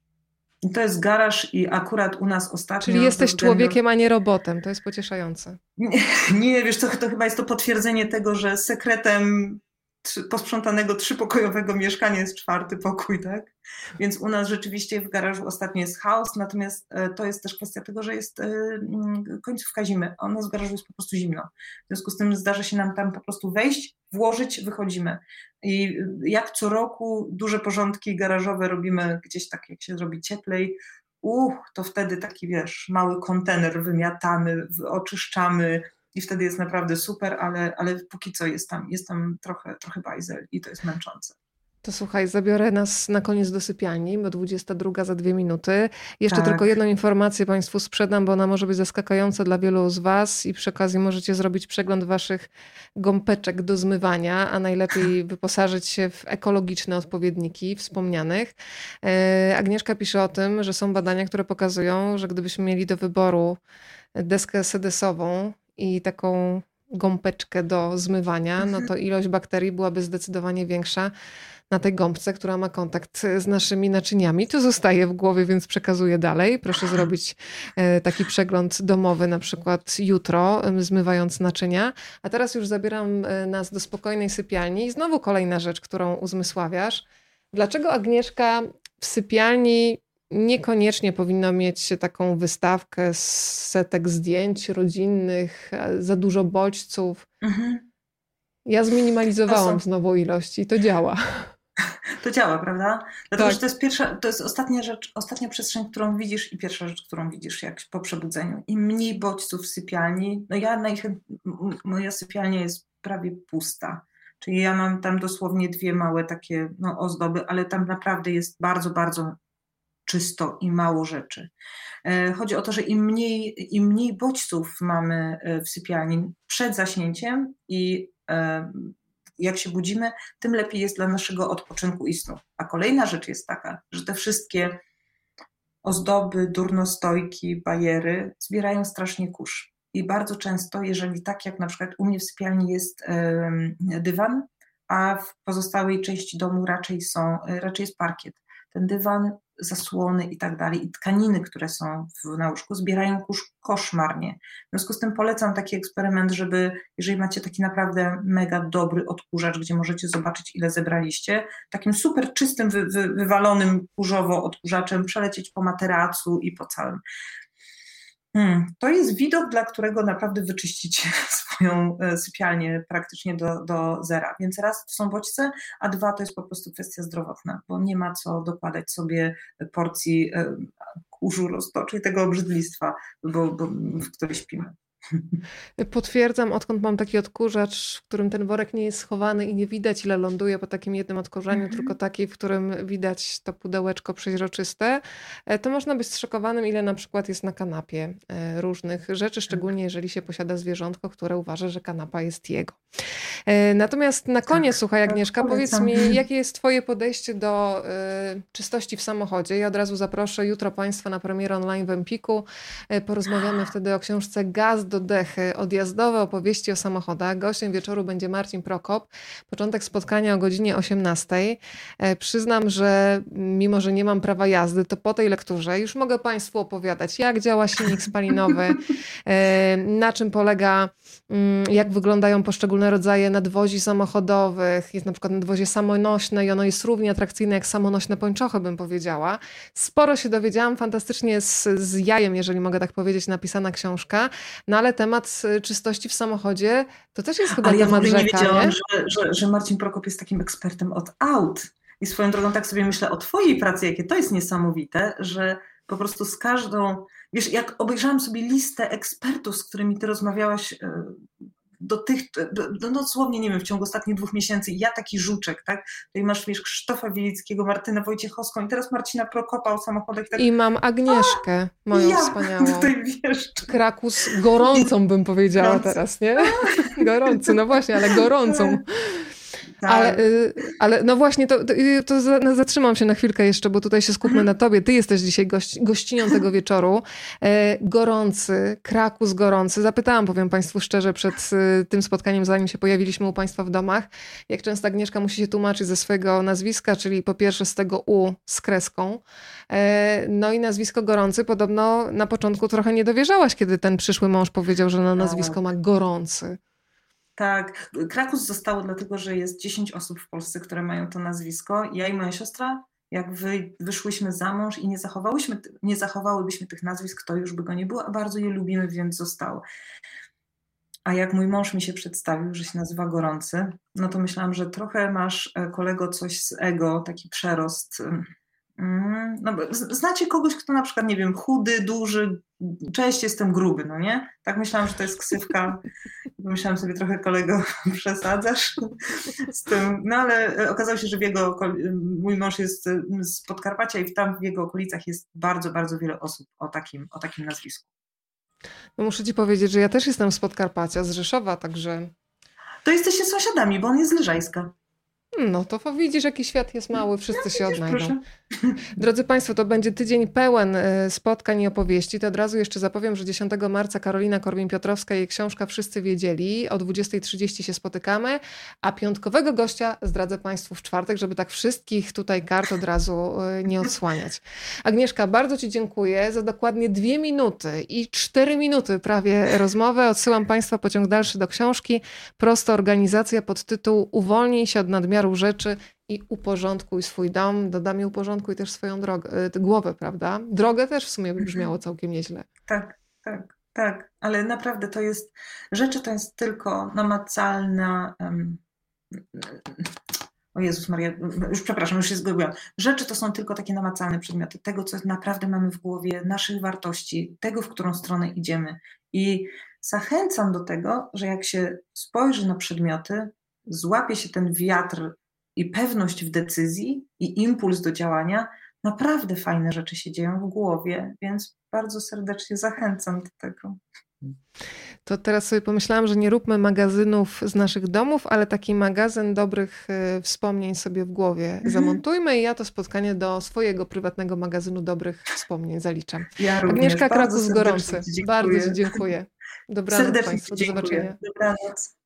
[SPEAKER 2] I akurat u nas ostatnio...
[SPEAKER 1] Czyli jesteś człowiekiem, a nie robotem. To jest pocieszające.
[SPEAKER 2] Nie, wiesz co, to chyba jest to potwierdzenie tego, że sekretem posprzątanego trzypokojowego mieszkania jest czwarty pokój, tak? Więc u nas rzeczywiście w garażu ostatnio jest chaos, natomiast to jest też kwestia tego, że jest końcówka zimy, a u nas w garażu jest po prostu zimno. W związku z tym zdarza się nam tam po prostu wejść, włożyć, wychodzimy. I jak co roku duże porządki garażowe robimy gdzieś tak, jak się zrobi cieplej, to wtedy taki, wiesz, mały kontener wymiatamy, oczyszczamy i wtedy jest naprawdę super, ale póki co jest tam trochę bajzel i to jest męczące.
[SPEAKER 1] To słuchaj, zabiorę nas na koniec do sypialni, bo 22 za 2 minuty. Jeszcze tylko jedną informację Państwu sprzedam, bo ona może być zaskakująca dla wielu z Was i przy okazji możecie zrobić przegląd Waszych gąbeczek do zmywania, a najlepiej wyposażyć się w ekologiczne odpowiedniki wspomnianych. Agnieszka pisze o tym, że są badania, które pokazują, że gdybyśmy mieli do wyboru deskę sedesową i taką gąbeczkę do zmywania, no to ilość bakterii byłaby zdecydowanie większa na tej gąbce, która ma kontakt z naszymi naczyniami. To zostaje w głowie, więc przekazuję dalej. Proszę zrobić taki przegląd domowy, na przykład jutro, zmywając naczynia. A teraz już zabieram nas do spokojnej sypialni. I znowu kolejna rzecz, którą uzmysławiasz. Dlaczego, Agnieszka, w sypialni niekoniecznie powinno mieć taką wystawkę z setek zdjęć rodzinnych, za dużo bodźców? Ja zminimalizowałam znowu ilość i to działa.
[SPEAKER 2] To działa, prawda? Dlatego, że to jest ostatnia rzecz, ostatnia przestrzeń, którą widzisz i pierwsza rzecz, którą widzisz jak po przebudzeniu. Im mniej bodźców w sypialni, moja sypialnia jest prawie pusta. Czyli ja mam tam dosłownie 2 małe takie ozdoby, ale tam naprawdę jest bardzo, bardzo czysto i mało rzeczy. Chodzi o to, że im mniej bodźców mamy w sypialni przed zaśnięciem i jak się budzimy, tym lepiej jest dla naszego odpoczynku i snu. A kolejna rzecz jest taka, że te wszystkie ozdoby, durnostojki, bajery zbierają strasznie kurz. I bardzo często, jeżeli tak jak na przykład u mnie w sypialni jest dywan, a w pozostałej części domu raczej jest parkiet. Ten dywan, zasłony i tak dalej, i tkaniny, które są na łóżku, zbierają kurz koszmarnie. W związku z tym polecam taki eksperyment, jeżeli macie taki naprawdę mega dobry odkurzacz, gdzie możecie zobaczyć, ile zebraliście, takim super czystym, wywalonym kurzowo odkurzaczem przelecieć po materacu i po całym. To jest widok, dla którego naprawdę wyczyścicie swoją sypialnię praktycznie do zera. Więc raz to są bodźce, a 2 to jest po prostu kwestia zdrowotna, bo nie ma co dokładać sobie porcji kurzu, roztoczy tego obrzydlistwa, w której śpimy.
[SPEAKER 1] Potwierdzam, odkąd mam taki odkurzacz, w którym ten worek nie jest schowany i nie widać, ile ląduje po takim jednym odkurzaniu, tylko taki, w którym widać to pudełeczko przeźroczyste, to można być zszokowanym, ile na przykład jest na kanapie różnych rzeczy, szczególnie jeżeli się posiada zwierzątko, które uważa, że kanapa jest jego. Natomiast na koniec, słuchaj, Agnieszka, powiedz mi, jakie jest Twoje podejście do czystości w samochodzie? Ja od razu zaproszę jutro Państwa na premierę online w Empiku. Porozmawiamy wtedy o książce Gaz do dechy, odjazdowe opowieści o samochodach. Gościem wieczoru będzie Marcin Prokop. Początek spotkania o godzinie 18:00. Przyznam, że mimo, że nie mam prawa jazdy, to po tej lekturze już mogę Państwu opowiadać, jak działa silnik spalinowy, na czym polega, jak wyglądają poszczególne rodzaje nadwozi samochodowych. Jest na przykład nadwozie samonośne i ono jest równie atrakcyjne jak samonośne pończochy, bym powiedziała. Sporo się dowiedziałam, fantastycznie z jajem, jeżeli mogę tak powiedzieć, napisana książka. No ale temat czystości w samochodzie to też jest chyba temat rzeka,
[SPEAKER 2] nie wiedziałam, że Marcin Prokop jest takim ekspertem od aut. I swoją drogą tak sobie myślę o twojej pracy, jakie to jest niesamowite, że po prostu z każdą... Wiesz, jak obejrzałam sobie listę ekspertów, z którymi ty rozmawiałaś dosłownie, nie wiem, w ciągu ostatnich 2 miesięcy, ja taki żuczek, tak? Tutaj masz, wiesz, Krzysztofa Wielickiego, Martynę Wojciechowską i teraz Marcina Prokopa o samochodach. Tak...
[SPEAKER 1] I mam Agnieszkę, moją wspaniałą.
[SPEAKER 2] Tutaj wiesz.
[SPEAKER 1] Krakus gorącą, bym powiedziała teraz, nie? Gorący, no właśnie, ale gorącą. Tak. Ale no właśnie, to zatrzymam się na chwilkę jeszcze, bo tutaj się skupmy na tobie. Ty jesteś dzisiaj gościnią tego wieczoru. Gorący, Krakus gorący. Zapytałam, powiem Państwu szczerze, przed tym spotkaniem, zanim się pojawiliśmy u Państwa w domach, jak często Agnieszka musi się tłumaczyć ze swojego nazwiska, czyli po pierwsze z tego U z kreską. No i nazwisko Gorący podobno na początku trochę nie dowierzałaś, kiedy ten przyszły mąż powiedział, że na nazwisko ma Gorący.
[SPEAKER 2] Tak, Krakus zostało dlatego, że jest 10 osób w Polsce, które mają to nazwisko. Ja i moja siostra, jak wyszłyśmy za mąż i nie zachowałybyśmy tych nazwisk, to już by go nie było, a bardzo je lubimy, więc zostało. A jak mój mąż mi się przedstawił, że się nazywa Gorący, no to myślałam, że trochę masz, kolego, coś z ego, taki przerost. No, znacie kogoś, kto na przykład, nie wiem, chudy, duży, cześć, jestem gruby, no nie? Tak myślałam, że to jest ksywka. Myślałam sobie trochę, kolego, przesadzasz z tym. No ale okazało się, że mój mąż jest z Podkarpacia i tam w jego okolicach jest bardzo, bardzo wiele osób o takim nazwisku.
[SPEAKER 1] No muszę ci powiedzieć, że ja też jestem z Podkarpacia, z Rzeszowa, także...
[SPEAKER 2] To jesteście sąsiadami, bo on jest z Leżajska.
[SPEAKER 1] No to widzisz, jaki świat jest mały, wszyscy się odnajdą.
[SPEAKER 2] Proszę.
[SPEAKER 1] Drodzy Państwo, to będzie tydzień pełen spotkań i opowieści. To od razu jeszcze zapowiem, że 10 marca Karolina Korwin-Piotrowska i jej książka Wszyscy wiedzieli. O 20:30 się spotykamy, a piątkowego gościa zdradzę Państwu w czwartek, żeby tak wszystkich tutaj kart od razu nie odsłaniać. Agnieszka, bardzo Ci dziękuję za dokładnie 2 minuty i 4 minuty prawie rozmowę. Odsyłam Państwa pociąg dalszy do książki. Prosta organizacja, podtytuł Uwolnij się od nadmiaru rzeczy i uporządkuj swój dom. Dodam i uporządkuj też swoją głowę, prawda? Drogę też w sumie brzmiało całkiem nieźle.
[SPEAKER 2] Tak. Ale naprawdę rzeczy to jest tylko namacalna... O Jezus Maria, już przepraszam, już się zgubiłam. Rzeczy to są tylko takie namacalne przedmioty tego, co naprawdę mamy w głowie, naszych wartości, tego, w którą stronę idziemy. I zachęcam do tego, że jak się spojrzy na przedmioty, złapie się ten wiatr i pewność w decyzji i impuls do działania, naprawdę fajne rzeczy się dzieją w głowie, więc bardzo serdecznie zachęcam do tego.
[SPEAKER 1] To teraz sobie pomyślałam, że nie róbmy magazynów z naszych domów, ale taki magazyn dobrych wspomnień sobie w głowie zamontujmy i ja to spotkanie do swojego prywatnego magazynu dobrych wspomnień zaliczam.
[SPEAKER 2] Ja również.
[SPEAKER 1] Agnieszka Krakus-Gorący.
[SPEAKER 2] Bardzo
[SPEAKER 1] Ci dziękuję. Dobranoc Państwu. Do zobaczenia.
[SPEAKER 2] Dobranoc.